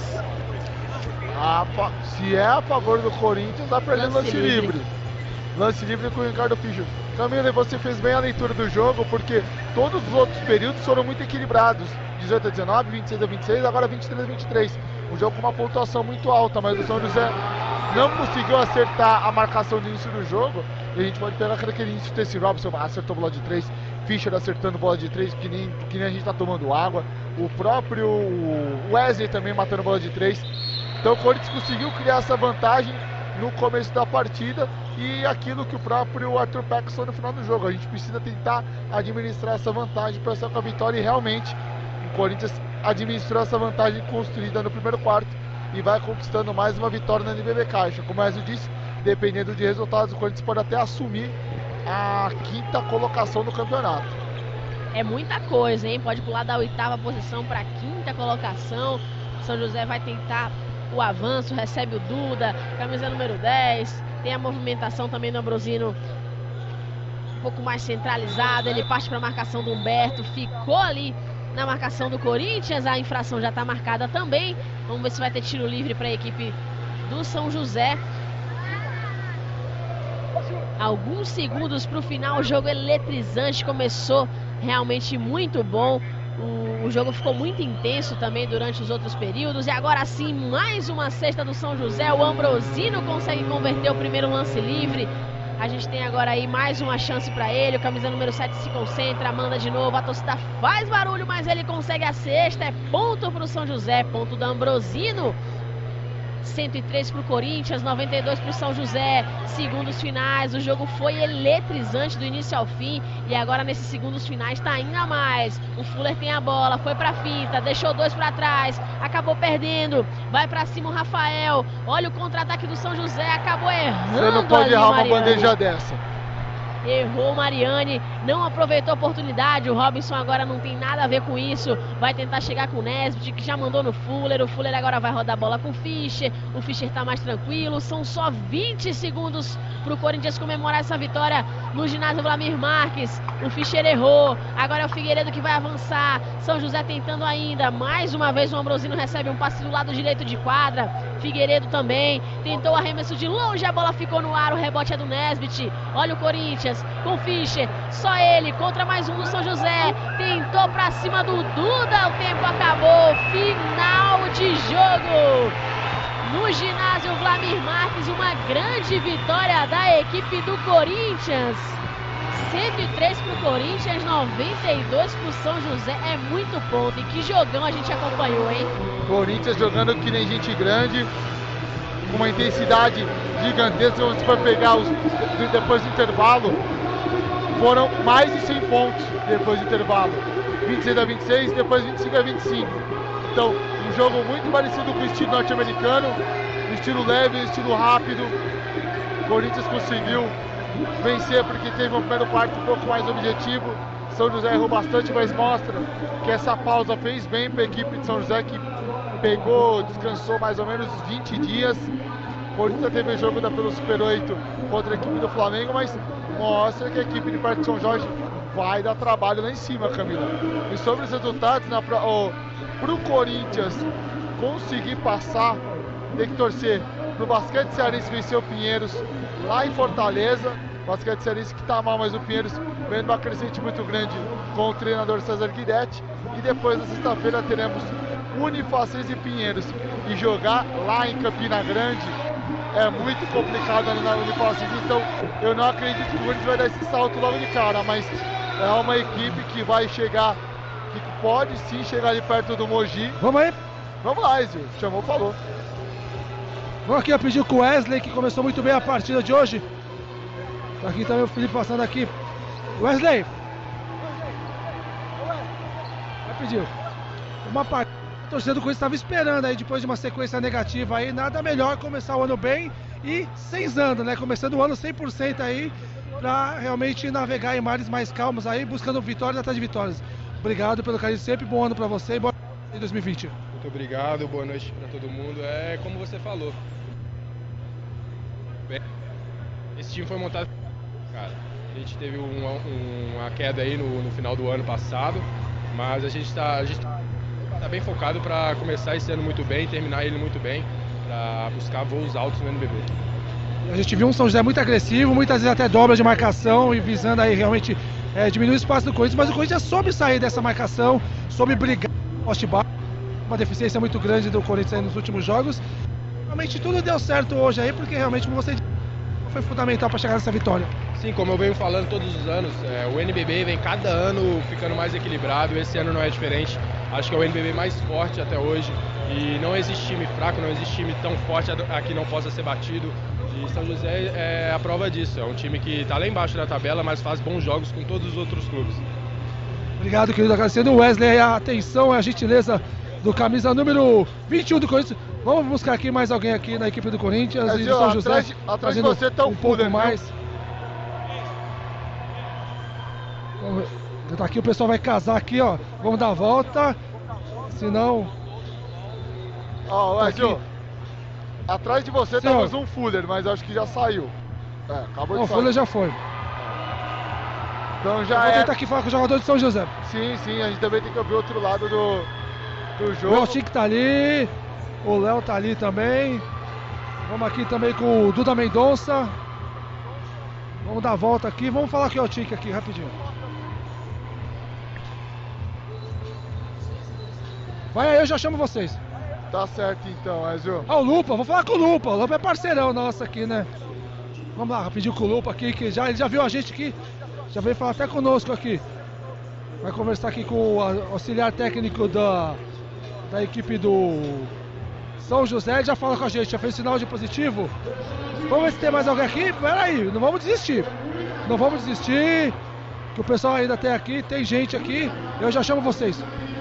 Se é a favor do Corinthians, dá pra ele lance livre. Lance livre com o Ricardo Fischer. Camila, você fez bem a leitura do jogo, porque todos os outros períodos foram muito equilibrados. 18 a 19, 26 a 26, agora 23 a 23. Um jogo com uma pontuação muito alta, mas o São José não conseguiu acertar a marcação no início do jogo. E a gente pode pegar aquele início desse Robson, acertou bola de 3, Fischer acertando bola de 3, que nem a gente tá tomando água. O próprio Wesley também matando bola de 3. Então o Corinthians conseguiu criar essa vantagem no começo da partida, e aquilo que o próprio Arthur Paxson no final do jogo. A gente precisa tentar administrar essa vantagem para sair com a vitória e realmente Corinthians administrou essa vantagem construída no primeiro quarto e vai conquistando mais uma vitória na NBB Caixa. Como o Ezio disse, dependendo de resultados, o Corinthians pode até assumir a 5ª colocação no campeonato.
É muita coisa, hein? Pode pular da 8ª posição para a 5ª colocação. São José vai tentar o avanço, recebe o Duda, camisa número 10. Tem a movimentação também do Ambrosino um pouco mais centralizada. Ele parte para a marcação do Humberto, ficou ali na marcação do Corinthians. A infração já está marcada também. Vamos ver se vai ter tiro livre para a equipe do São José. Alguns segundos para o final, o jogo eletrizante começou realmente muito bom. O jogo ficou muito intenso também durante os outros períodos. E agora sim, mais uma cesta do São José. O Ambrosino consegue converter o primeiro lance livre. A gente tem agora aí mais uma chance para ele. O camisa número 7 se concentra, manda de novo. A torcida faz barulho, mas ele consegue a cesta. É ponto para o São José, ponto do Ambrosino. 103 para o Corinthians, 92 para o São José. Segundos finais, o jogo foi eletrizante do início ao fim. E agora nesses segundos finais está ainda mais. O Fuller tem a bola, foi para a finta, deixou 2 para trás, acabou perdendo. Vai para cima o Rafael. Olha o contra-ataque do São José, acabou errando.
Você não pode errar uma bandeja dessa.
Errou o Mariani, não aproveitou a oportunidade. O Robinson agora não tem nada a ver com isso. Vai tentar chegar com o Nesbitt, que já mandou no Fuller. O Fuller agora vai rodar a bola com o Fischer. O Fischer tá mais tranquilo. São só 20 segundos pro Corinthians comemorar essa vitória no ginásio Vlamir Marques. O Fischer errou. Agora é o Figueiredo que vai avançar. São José tentando ainda. Mais uma vez o Ambrosino recebe um passe do lado direito de quadra. Figueiredo também tentou o arremesso de longe. A bola ficou no ar. O rebote é do Nesbitt. Olha o Corinthians com o Fischer, só ele contra mais um do São José, tentou pra cima do Duda, o tempo acabou, final de jogo no ginásio Vlamir Marques. Uma grande vitória da equipe do Corinthians, 103 pro Corinthians, 92 pro São José. É muito ponto, e que jogão a gente acompanhou, hein?
Corinthians jogando que nem gente grande, com uma intensidade gigantesca. Se você for pegar depois do intervalo, foram mais de 100 pontos depois do intervalo, 26-26, depois 25-25. Então, um jogo muito parecido com o estilo norte-americano, um estilo leve, um estilo rápido. O Corinthians conseguiu vencer porque teve um primeiro quarto um pouco mais objetivo. São José errou bastante, mas mostra que essa pausa fez bem para a equipe de São José, que descansou mais ou menos 20 dias. O Corinthians teve o jogo pelo Super 8 contra a equipe do Flamengo, mas mostra que a equipe de Parque São Jorge vai dar trabalho lá em cima, Camila. E sobre os resultados, para o Corinthians conseguir passar, tem que torcer para o Basquete Cearense vencer o Pinheiros lá em Fortaleza. O Basquete Cearense que está mal, mas o Pinheiros vem numa crescente muito grande com o treinador César Guidetti. E depois, na sexta-feira, teremos Unifaces e Pinheiros. E jogar lá em Campina Grande é muito complicado na Unifaces. Então, eu não acredito que o Corinthians vai dar esse salto logo de cara, mas é uma equipe que vai chegar, que pode sim chegar ali perto do Mogi.
Vamos aí?
Vamos lá, Ezio. Chamou, falou.
Vamos aqui, eu pedi com o Wesley, que começou muito bem a partida de hoje. Tá aqui também o Felipe passando aqui. Wesley! Vai pedir. Uma partida que a torcida do Corinthians estava esperando aí, depois de uma sequência negativa aí. Nada melhor começar o ano bem e senzando, né? Começando o ano 100% aí, pra realmente navegar em mares mais calmos aí, buscando vitórias atrás de vitórias. Obrigado pelo carinho sempre, bom ano pra você e boa noite em 2020.
Muito obrigado, boa noite pra todo mundo. É como você falou. Esse time foi montado, cara. A gente teve uma queda aí no final do ano passado, mas a gente tá bem focado para começar esse ano muito bem, terminar ele muito bem, para buscar voos altos no NBB.
A gente viu um São José muito agressivo, muitas vezes até dobra de marcação e visando aí realmente diminuir o espaço do Corinthians, mas o Corinthians soube sair dessa marcação, soube brigar no poste baixo, uma deficiência muito grande do Corinthians aí nos últimos jogos. Realmente tudo deu certo hoje aí, porque realmente, como você disse, foi fundamental para chegar nessa vitória.
Sim, como eu venho falando todos os anos, o NBB vem cada ano ficando mais equilibrado, esse ano não é diferente. Acho que é o NBB mais forte até hoje e não existe time fraco, não existe time tão forte a que não possa ser batido. E São José é a prova disso, é um time que está lá embaixo da tabela, mas faz bons jogos com todos os outros clubes.
Obrigado, querido. Agradecendo o Wesley, a atenção, a gentileza do camisa número 21 do Corinthians. Vamos buscar aqui mais alguém aqui na equipe do Corinthians e do São José.
Atrás de você tá um pouco mais.
Tá aqui, o pessoal vai casar aqui, ó. Vamos dar a volta. Senão...
Ó, Wesley, atrás de você tá mais um Fuller, mas acho que já saiu. Acabou de sair.
O Fuller já foi.
Então já
vou tentar aqui falar com o jogador de São José.
Sim, a gente também tem que ouvir o outro lado do jogo.
O Léo Chico tá ali. O Léo tá ali também. Vamos aqui também com o Duda Mendonça. Vamos dar a volta aqui. Vamos falar com o Tique aqui rapidinho. Vai aí, eu já chamo vocês.
Tá certo então, Ezio.
O Lupa, vou falar com o Lupa. O Lupa é parceirão nosso aqui, né? Vamos lá, rapidinho com o Lupa aqui, que ele já viu a gente aqui. Já veio falar até conosco aqui. Vai conversar aqui com o auxiliar técnico da equipe do São José. Ele já fala com a gente, já fez sinal de positivo. Vamos ver se tem mais alguém aqui. Peraí, não vamos desistir. Não vamos desistir. Que o pessoal ainda tem aqui, tem gente aqui. Eu já chamo vocês.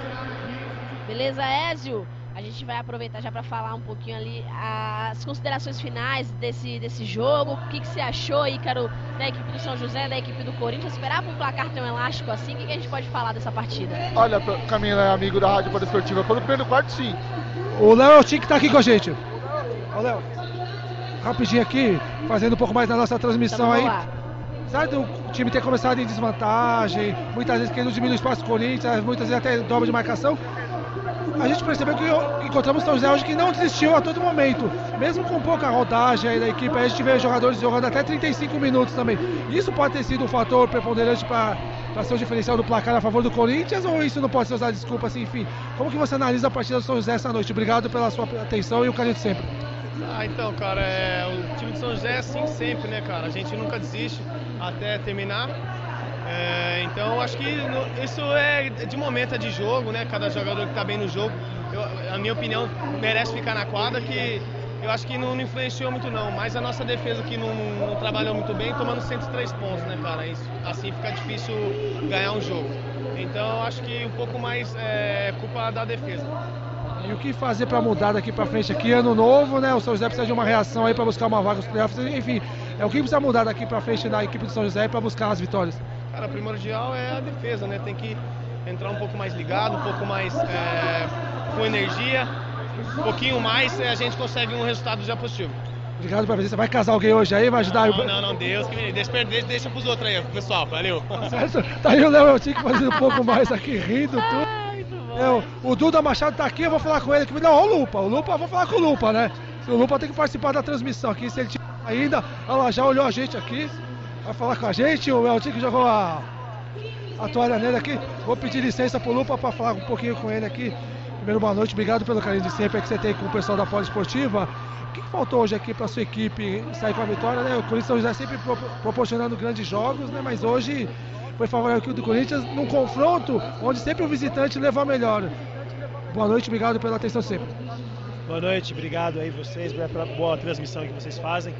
Beleza, Ezio? A gente vai aproveitar já para falar um pouquinho ali as considerações finais desse jogo. O que você achou, Ícaro, da equipe do São José, da equipe do Corinthians? Esperava um placar tão elástico assim? O que a gente pode falar dessa partida?
Olha, Camila é amigo da Rádio Poliesportiva. Pelo primeiro quarto, sim.
O Léo tinha que estar aqui com a gente. Ô, Léo, rapidinho aqui, fazendo um pouco mais da nossa transmissão aí. Apesar do time ter começado em desvantagem, muitas vezes querendo diminuir o espaço do Corinthians, muitas vezes até dobra de marcação, a gente percebeu que encontramos o São José hoje que não desistiu a todo momento. Mesmo com pouca rodagem aí da equipe, a gente vê jogadores jogando até 35 minutos também. Isso pode ter sido um fator preponderante para ser o diferencial do placar a favor do Corinthians, ou isso não pode ser usado de desculpa assim, enfim? Como que você analisa a partida do São José essa noite? Obrigado pela sua atenção e o carinho de sempre.
Então, cara, o time de São José é assim sempre, né, cara? A gente nunca desiste até terminar. Então acho que isso é de momento, é de jogo, né? Cada jogador que tá bem no jogo, a minha opinião, merece ficar na quadra, que eu acho que não influenciou muito não, mas a nossa defesa que não trabalhou muito bem, tomando 103 pontos, né, cara? Isso, assim fica difícil ganhar um jogo. Então acho que um pouco mais é culpa da defesa.
E o que fazer para mudar daqui para frente aqui, ano novo, né? O São José precisa de uma reação aí para buscar uma vaga nos playoffs, enfim, o que precisa mudar daqui para frente na equipe do São José para buscar as vitórias?
Cara, primordial é a defesa, né? Tem que entrar um pouco mais ligado, um pouco mais com energia, um pouquinho mais, a gente consegue um resultado já positivo.
Obrigado pela presença. Vai casar alguém hoje aí? Vai ajudar?
Não, Deus que me deixa pros outros aí, pessoal, valeu.
Certo? Tá aí o Léo Tique fazendo um pouco mais aqui, rindo, tudo. O Duda Machado tá aqui, eu vou falar com ele aqui. Não, o Lupa, eu vou falar com o Lupa, né? O Lupa tem que participar da transmissão aqui, se ele tiver ainda, ela já olhou a gente aqui. Vai falar com a gente, o Eltinho que jogou a toalha nele aqui. Vou pedir licença pro Lupa para falar um pouquinho com ele aqui. Primeiro, boa noite, obrigado pelo carinho de sempre que você tem com o pessoal da Poliesportiva. O que faltou hoje aqui para sua equipe sair com a vitória, né? O Corinthians já sempre proporcionando grandes jogos, né? Mas hoje foi favorável aqui do Corinthians num confronto onde sempre o visitante leva a melhor. Boa noite, obrigado pela atenção sempre.
Boa noite, obrigado aí vocês pela boa transmissão que vocês fazem.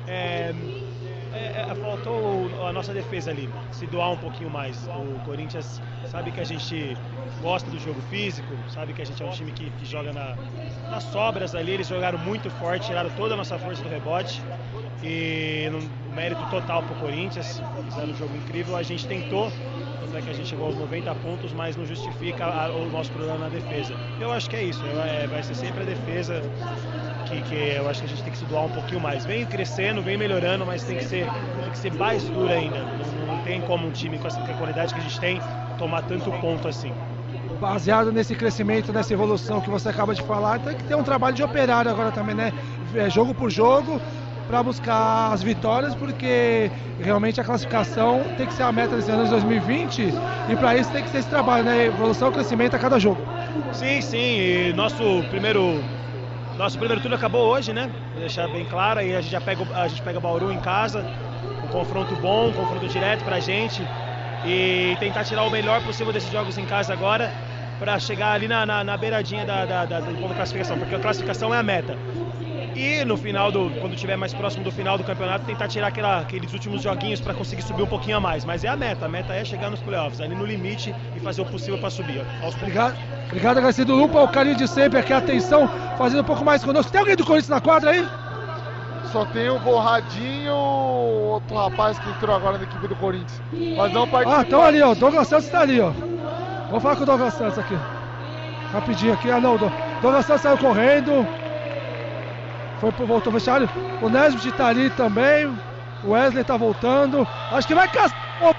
Faltou a nossa defesa ali, se doar um pouquinho mais. O Corinthians sabe que a gente gosta do jogo físico, sabe que a gente é um time que joga nas sobras ali. Eles jogaram muito forte, tiraram toda a nossa força do rebote e um mérito total pro Corinthians, fizeram um jogo incrível. A gente tentou, tanto é que a gente chegou aos 90 pontos, mas não justifica o nosso problema na defesa. Eu acho que é isso, vai ser sempre a defesa que eu acho que a gente tem que se doar um pouquinho mais. Vem crescendo, vem melhorando, mas tem que ser mais duro ainda. Não tem como um time com a qualidade que a gente tem tomar tanto ponto assim.
Baseado nesse crescimento, nessa evolução que você acaba de falar, tem que ter um trabalho de operário agora também, né? Jogo por jogo, para buscar as vitórias, porque realmente a classificação tem que ser a meta desse ano de 2020 e para isso tem que ser esse trabalho, né? Evolução e crescimento a cada jogo.
Sim, e nosso primeiro turno acabou hoje, né? Vou deixar bem claro, aí a gente pega Bauru em casa, um confronto bom, um confronto direto pra gente e tentar tirar o melhor possível desses jogos em casa agora para chegar ali na beiradinha da classificação, porque a classificação é a meta. E no final, quando estiver mais próximo do final do campeonato, tentar tirar aqueles últimos joguinhos para conseguir subir um pouquinho a mais. Mas é a meta é chegar nos playoffs, ali no limite e fazer o possível para subir.
Obrigado, agradecido Lupa, o carinho de sempre aqui, a atenção, fazendo um pouco mais conosco. Tem alguém do Corinthians na quadra aí?
Só tem o Borradinho, outro rapaz que entrou agora na equipe do Corinthians. Mas não participou.
Então ali, ó, Douglas Santos tá ali, ó. Vamos falar com o Douglas Santos aqui. Rapidinho aqui, não, Douglas Santos saiu correndo. Voltou o vestiário. O Nesbitt tá ali também. O Wesley tá voltando. Acho que vai casar.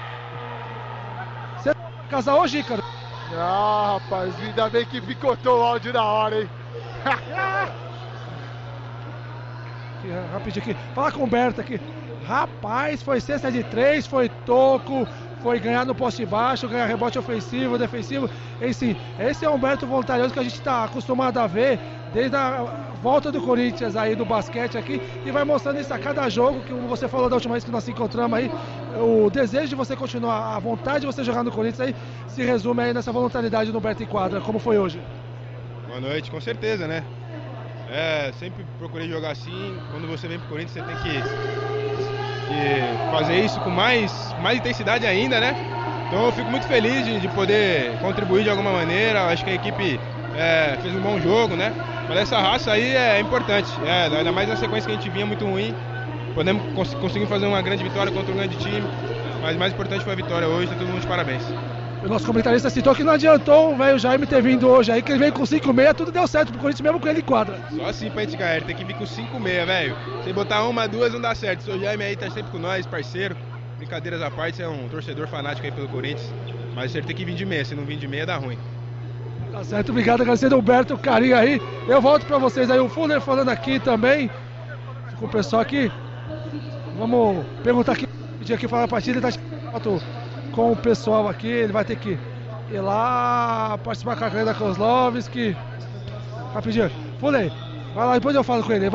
Você vai casar hoje, Ícaro?
Ah, rapaz, ainda bem que picotou o áudio na hora, hein?
Rapidinho aqui. Fala com o Berto aqui. Rapaz, foi cesta de 3, foi toco, foi ganhar no poste baixo, ganhar rebote ofensivo, defensivo. Esse é o Humberto Voluntarioso que a gente está acostumado a ver desde a volta do Corinthians aí do basquete aqui, e vai mostrando isso a cada jogo, que você falou da última vez que nós se encontramos aí, o desejo de você continuar, a vontade de você jogar no Corinthians aí, se resume aí nessa voluntariedade do Humberto em quadra, como foi hoje?
Boa noite, com certeza, né? Sempre procurei jogar assim. Quando você vem pro Corinthians, você tem que fazer isso com mais intensidade ainda, né? Então eu fico muito feliz de poder contribuir de alguma maneira. Acho que a equipe fez um bom jogo, né? Mas essa raça aí é importante, ainda mais na sequência que a gente vinha muito ruim. Conseguimos fazer uma grande vitória contra um grande time, mas mais importante foi a vitória hoje, tá todo mundo de parabéns.
O nosso comentarista citou que não adiantou o velho Jaime ter vindo hoje aí, que ele veio com 5,6, tudo deu certo pro Corinthians mesmo com ele em quadra.
Só assim pra gente ganhar, ele tem que vir com 5,6, velho. Se botar uma, duas não dá certo. O seu Jaime aí tá sempre com nós, parceiro. Brincadeiras à parte, você é um torcedor fanático aí pelo Corinthians, mas ele tem que vir de meia, se não vir de meia dá ruim.
Tá certo, obrigado, agradecendo o Humberto, o carinho aí. Eu volto pra vocês aí, o Fuller falando aqui também, com o pessoal aqui. Vamos perguntar aqui, pedir aqui falar a partida, tá com o pessoal aqui, ele vai ter que ir lá, participar com a Glenda Kozlovski. Rapidinho, Fuller, vai lá, depois eu falo com ele,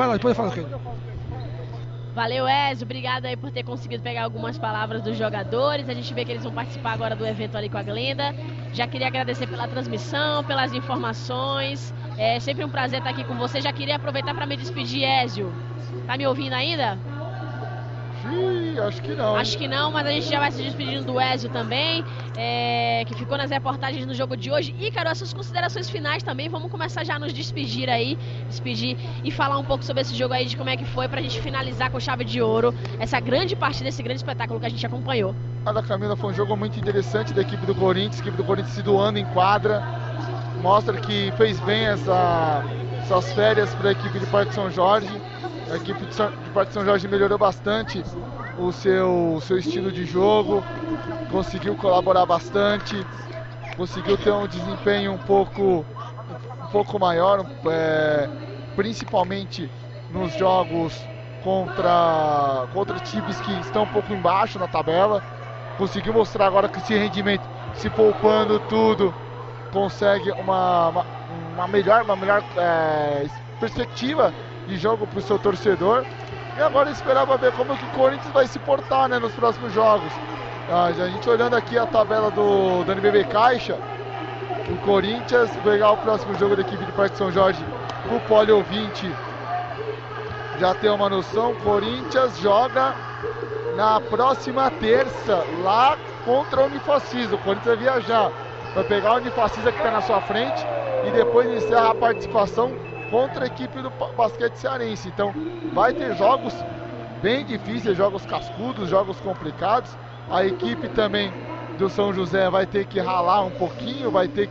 Valeu, Ezio, obrigado aí por ter conseguido pegar algumas palavras dos jogadores. A gente vê que eles vão participar agora do evento ali com a Glenda. Já queria agradecer pela transmissão, pelas informações. É sempre um prazer estar aqui com você. Já queria aproveitar para me despedir, Ezio. Tá me ouvindo ainda?
Acho que não.
Acho que não, mas a gente já vai se despedindo do Ezio também, que ficou nas reportagens no jogo de hoje. E, cara, essas considerações finais também, vamos começar já a nos despedir e falar um pouco sobre esse jogo aí, de como é que foi, pra gente finalizar com chave de ouro essa grande partida, esse grande espetáculo que a gente acompanhou.
Camila, foi um jogo muito interessante da equipe do Corinthians, se doando em quadra, mostra que fez bem essas férias para a equipe de Parque São Jorge. A equipe de Parque São Jorge melhorou bastante o seu estilo de jogo, conseguiu colaborar bastante, conseguiu ter um desempenho um pouco maior, principalmente nos jogos contra times que estão um pouco embaixo na tabela. Conseguiu mostrar agora que esse rendimento, se poupando tudo, consegue uma melhor perspectiva de jogo para o seu torcedor. E agora esperava ver como que o Corinthians vai se portar, né, nos próximos jogos. A gente olhando aqui a tabela do NBB Caixa, o Corinthians pegar o próximo jogo da equipe de Parque São Jorge, o Poli ouvinte já tem uma noção. Corinthians joga na próxima terça lá contra a Unifacisa. O Corinthians vai viajar, vai pegar a Unifacisa que está na sua frente e depois iniciar a participação contra a equipe do basquete cearense. Então vai ter jogos bem difíceis, jogos cascudos, jogos complicados. A equipe também do São José vai ter que ralar um pouquinho, vai ter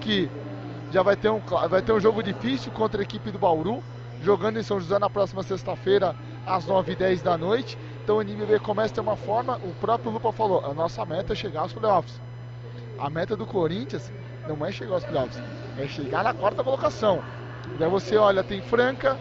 um jogo difícil contra a equipe do Bauru, jogando em São José na próxima sexta-feira às 9h10 da noite. Então o NBB começa a ter uma forma, o próprio Lupa falou, a nossa meta é chegar aos playoffs. A meta do Corinthians não é chegar aos playoffs, é chegar na quarta colocação. Daí você olha, tem Franca,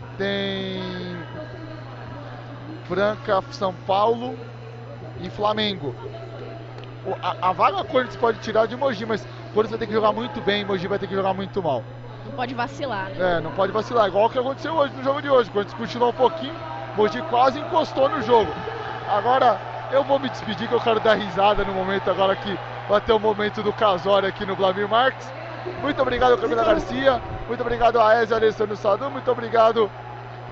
São Paulo e Flamengo. A vaga o Corinthians pode tirar de Mogi, mas o Corinthians vai ter que jogar muito bem, Mogi vai ter que jogar muito mal.
Não pode vacilar, né?
Não pode vacilar, igual o que aconteceu hoje no jogo de hoje. O Corinthians continuou um pouquinho, Mogi quase encostou no jogo. Agora eu vou me despedir, que eu quero dar risada no momento agora que vai ter o momento do Casório aqui no Vladimir Marques. Muito obrigado, Camila Garcia. Muito obrigado a Ezio Alessandro Sadu. Muito obrigado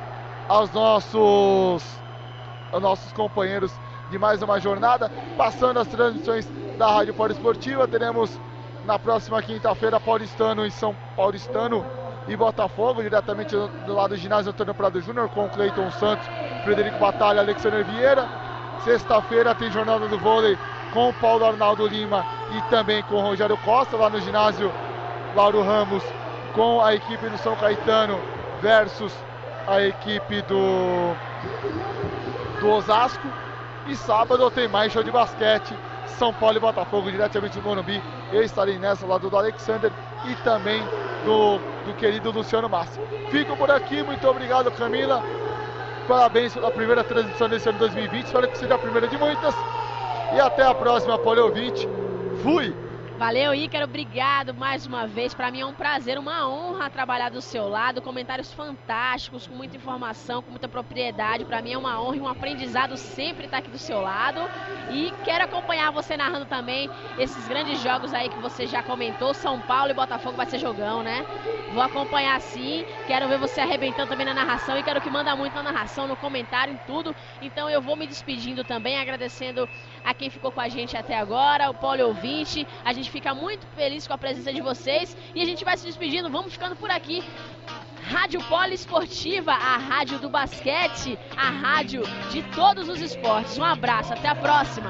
aos nossos companheiros de mais uma jornada, passando as transmissões da Rádio Poliesportiva. Teremos na próxima quinta-feira Paulistano e Botafogo, diretamente do lado do ginásio Antônio Prado Júnior, com Cleiton Santos, Frederico Batalha, Alexandre Vieira. Sexta-feira tem jornada do vôlei com o Paulo Arnaldo Lima e também com o Rogério Costa, lá no ginásio Lauro Ramos, com a equipe do São Caetano versus a equipe do Osasco. E sábado tem mais show de basquete, São Paulo e Botafogo, diretamente do Morumbi. Eu estarei nessa, lá do Alexander e também do querido Luciano Massi. Fico por aqui, muito obrigado, Camila. Parabéns pela primeira transmissão desse ano 2020, espero que seja a primeira de muitas. E até a próxima, Poliouvinte. Fui!
Valeu, Ícaro, obrigado mais uma vez. Para mim é um prazer, uma honra trabalhar do seu lado. Comentários fantásticos, com muita informação, com muita propriedade. Para mim é uma honra e um aprendizado sempre estar aqui do seu lado. E quero acompanhar você narrando também esses grandes jogos aí que você já comentou. São Paulo e Botafogo vai ser jogão, né? Vou acompanhar sim. Quero ver você arrebentando também na narração. E quero que manda muito na narração, no comentário, em tudo. Então eu vou me despedindo também, agradecendo a quem ficou com a gente até agora, o Poliouvinte. A gente fica muito feliz com a presença de vocês e a gente vai se despedindo, vamos ficando por aqui. Rádio Poliesportiva, a rádio do basquete, a rádio de todos os esportes. Um abraço, até a próxima.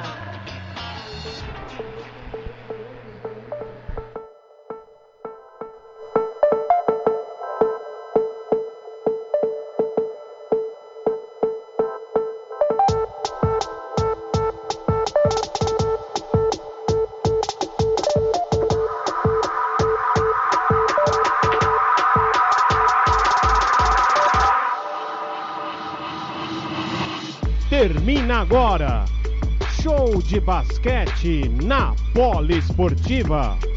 Termina agora, show de basquete na Poliesportiva.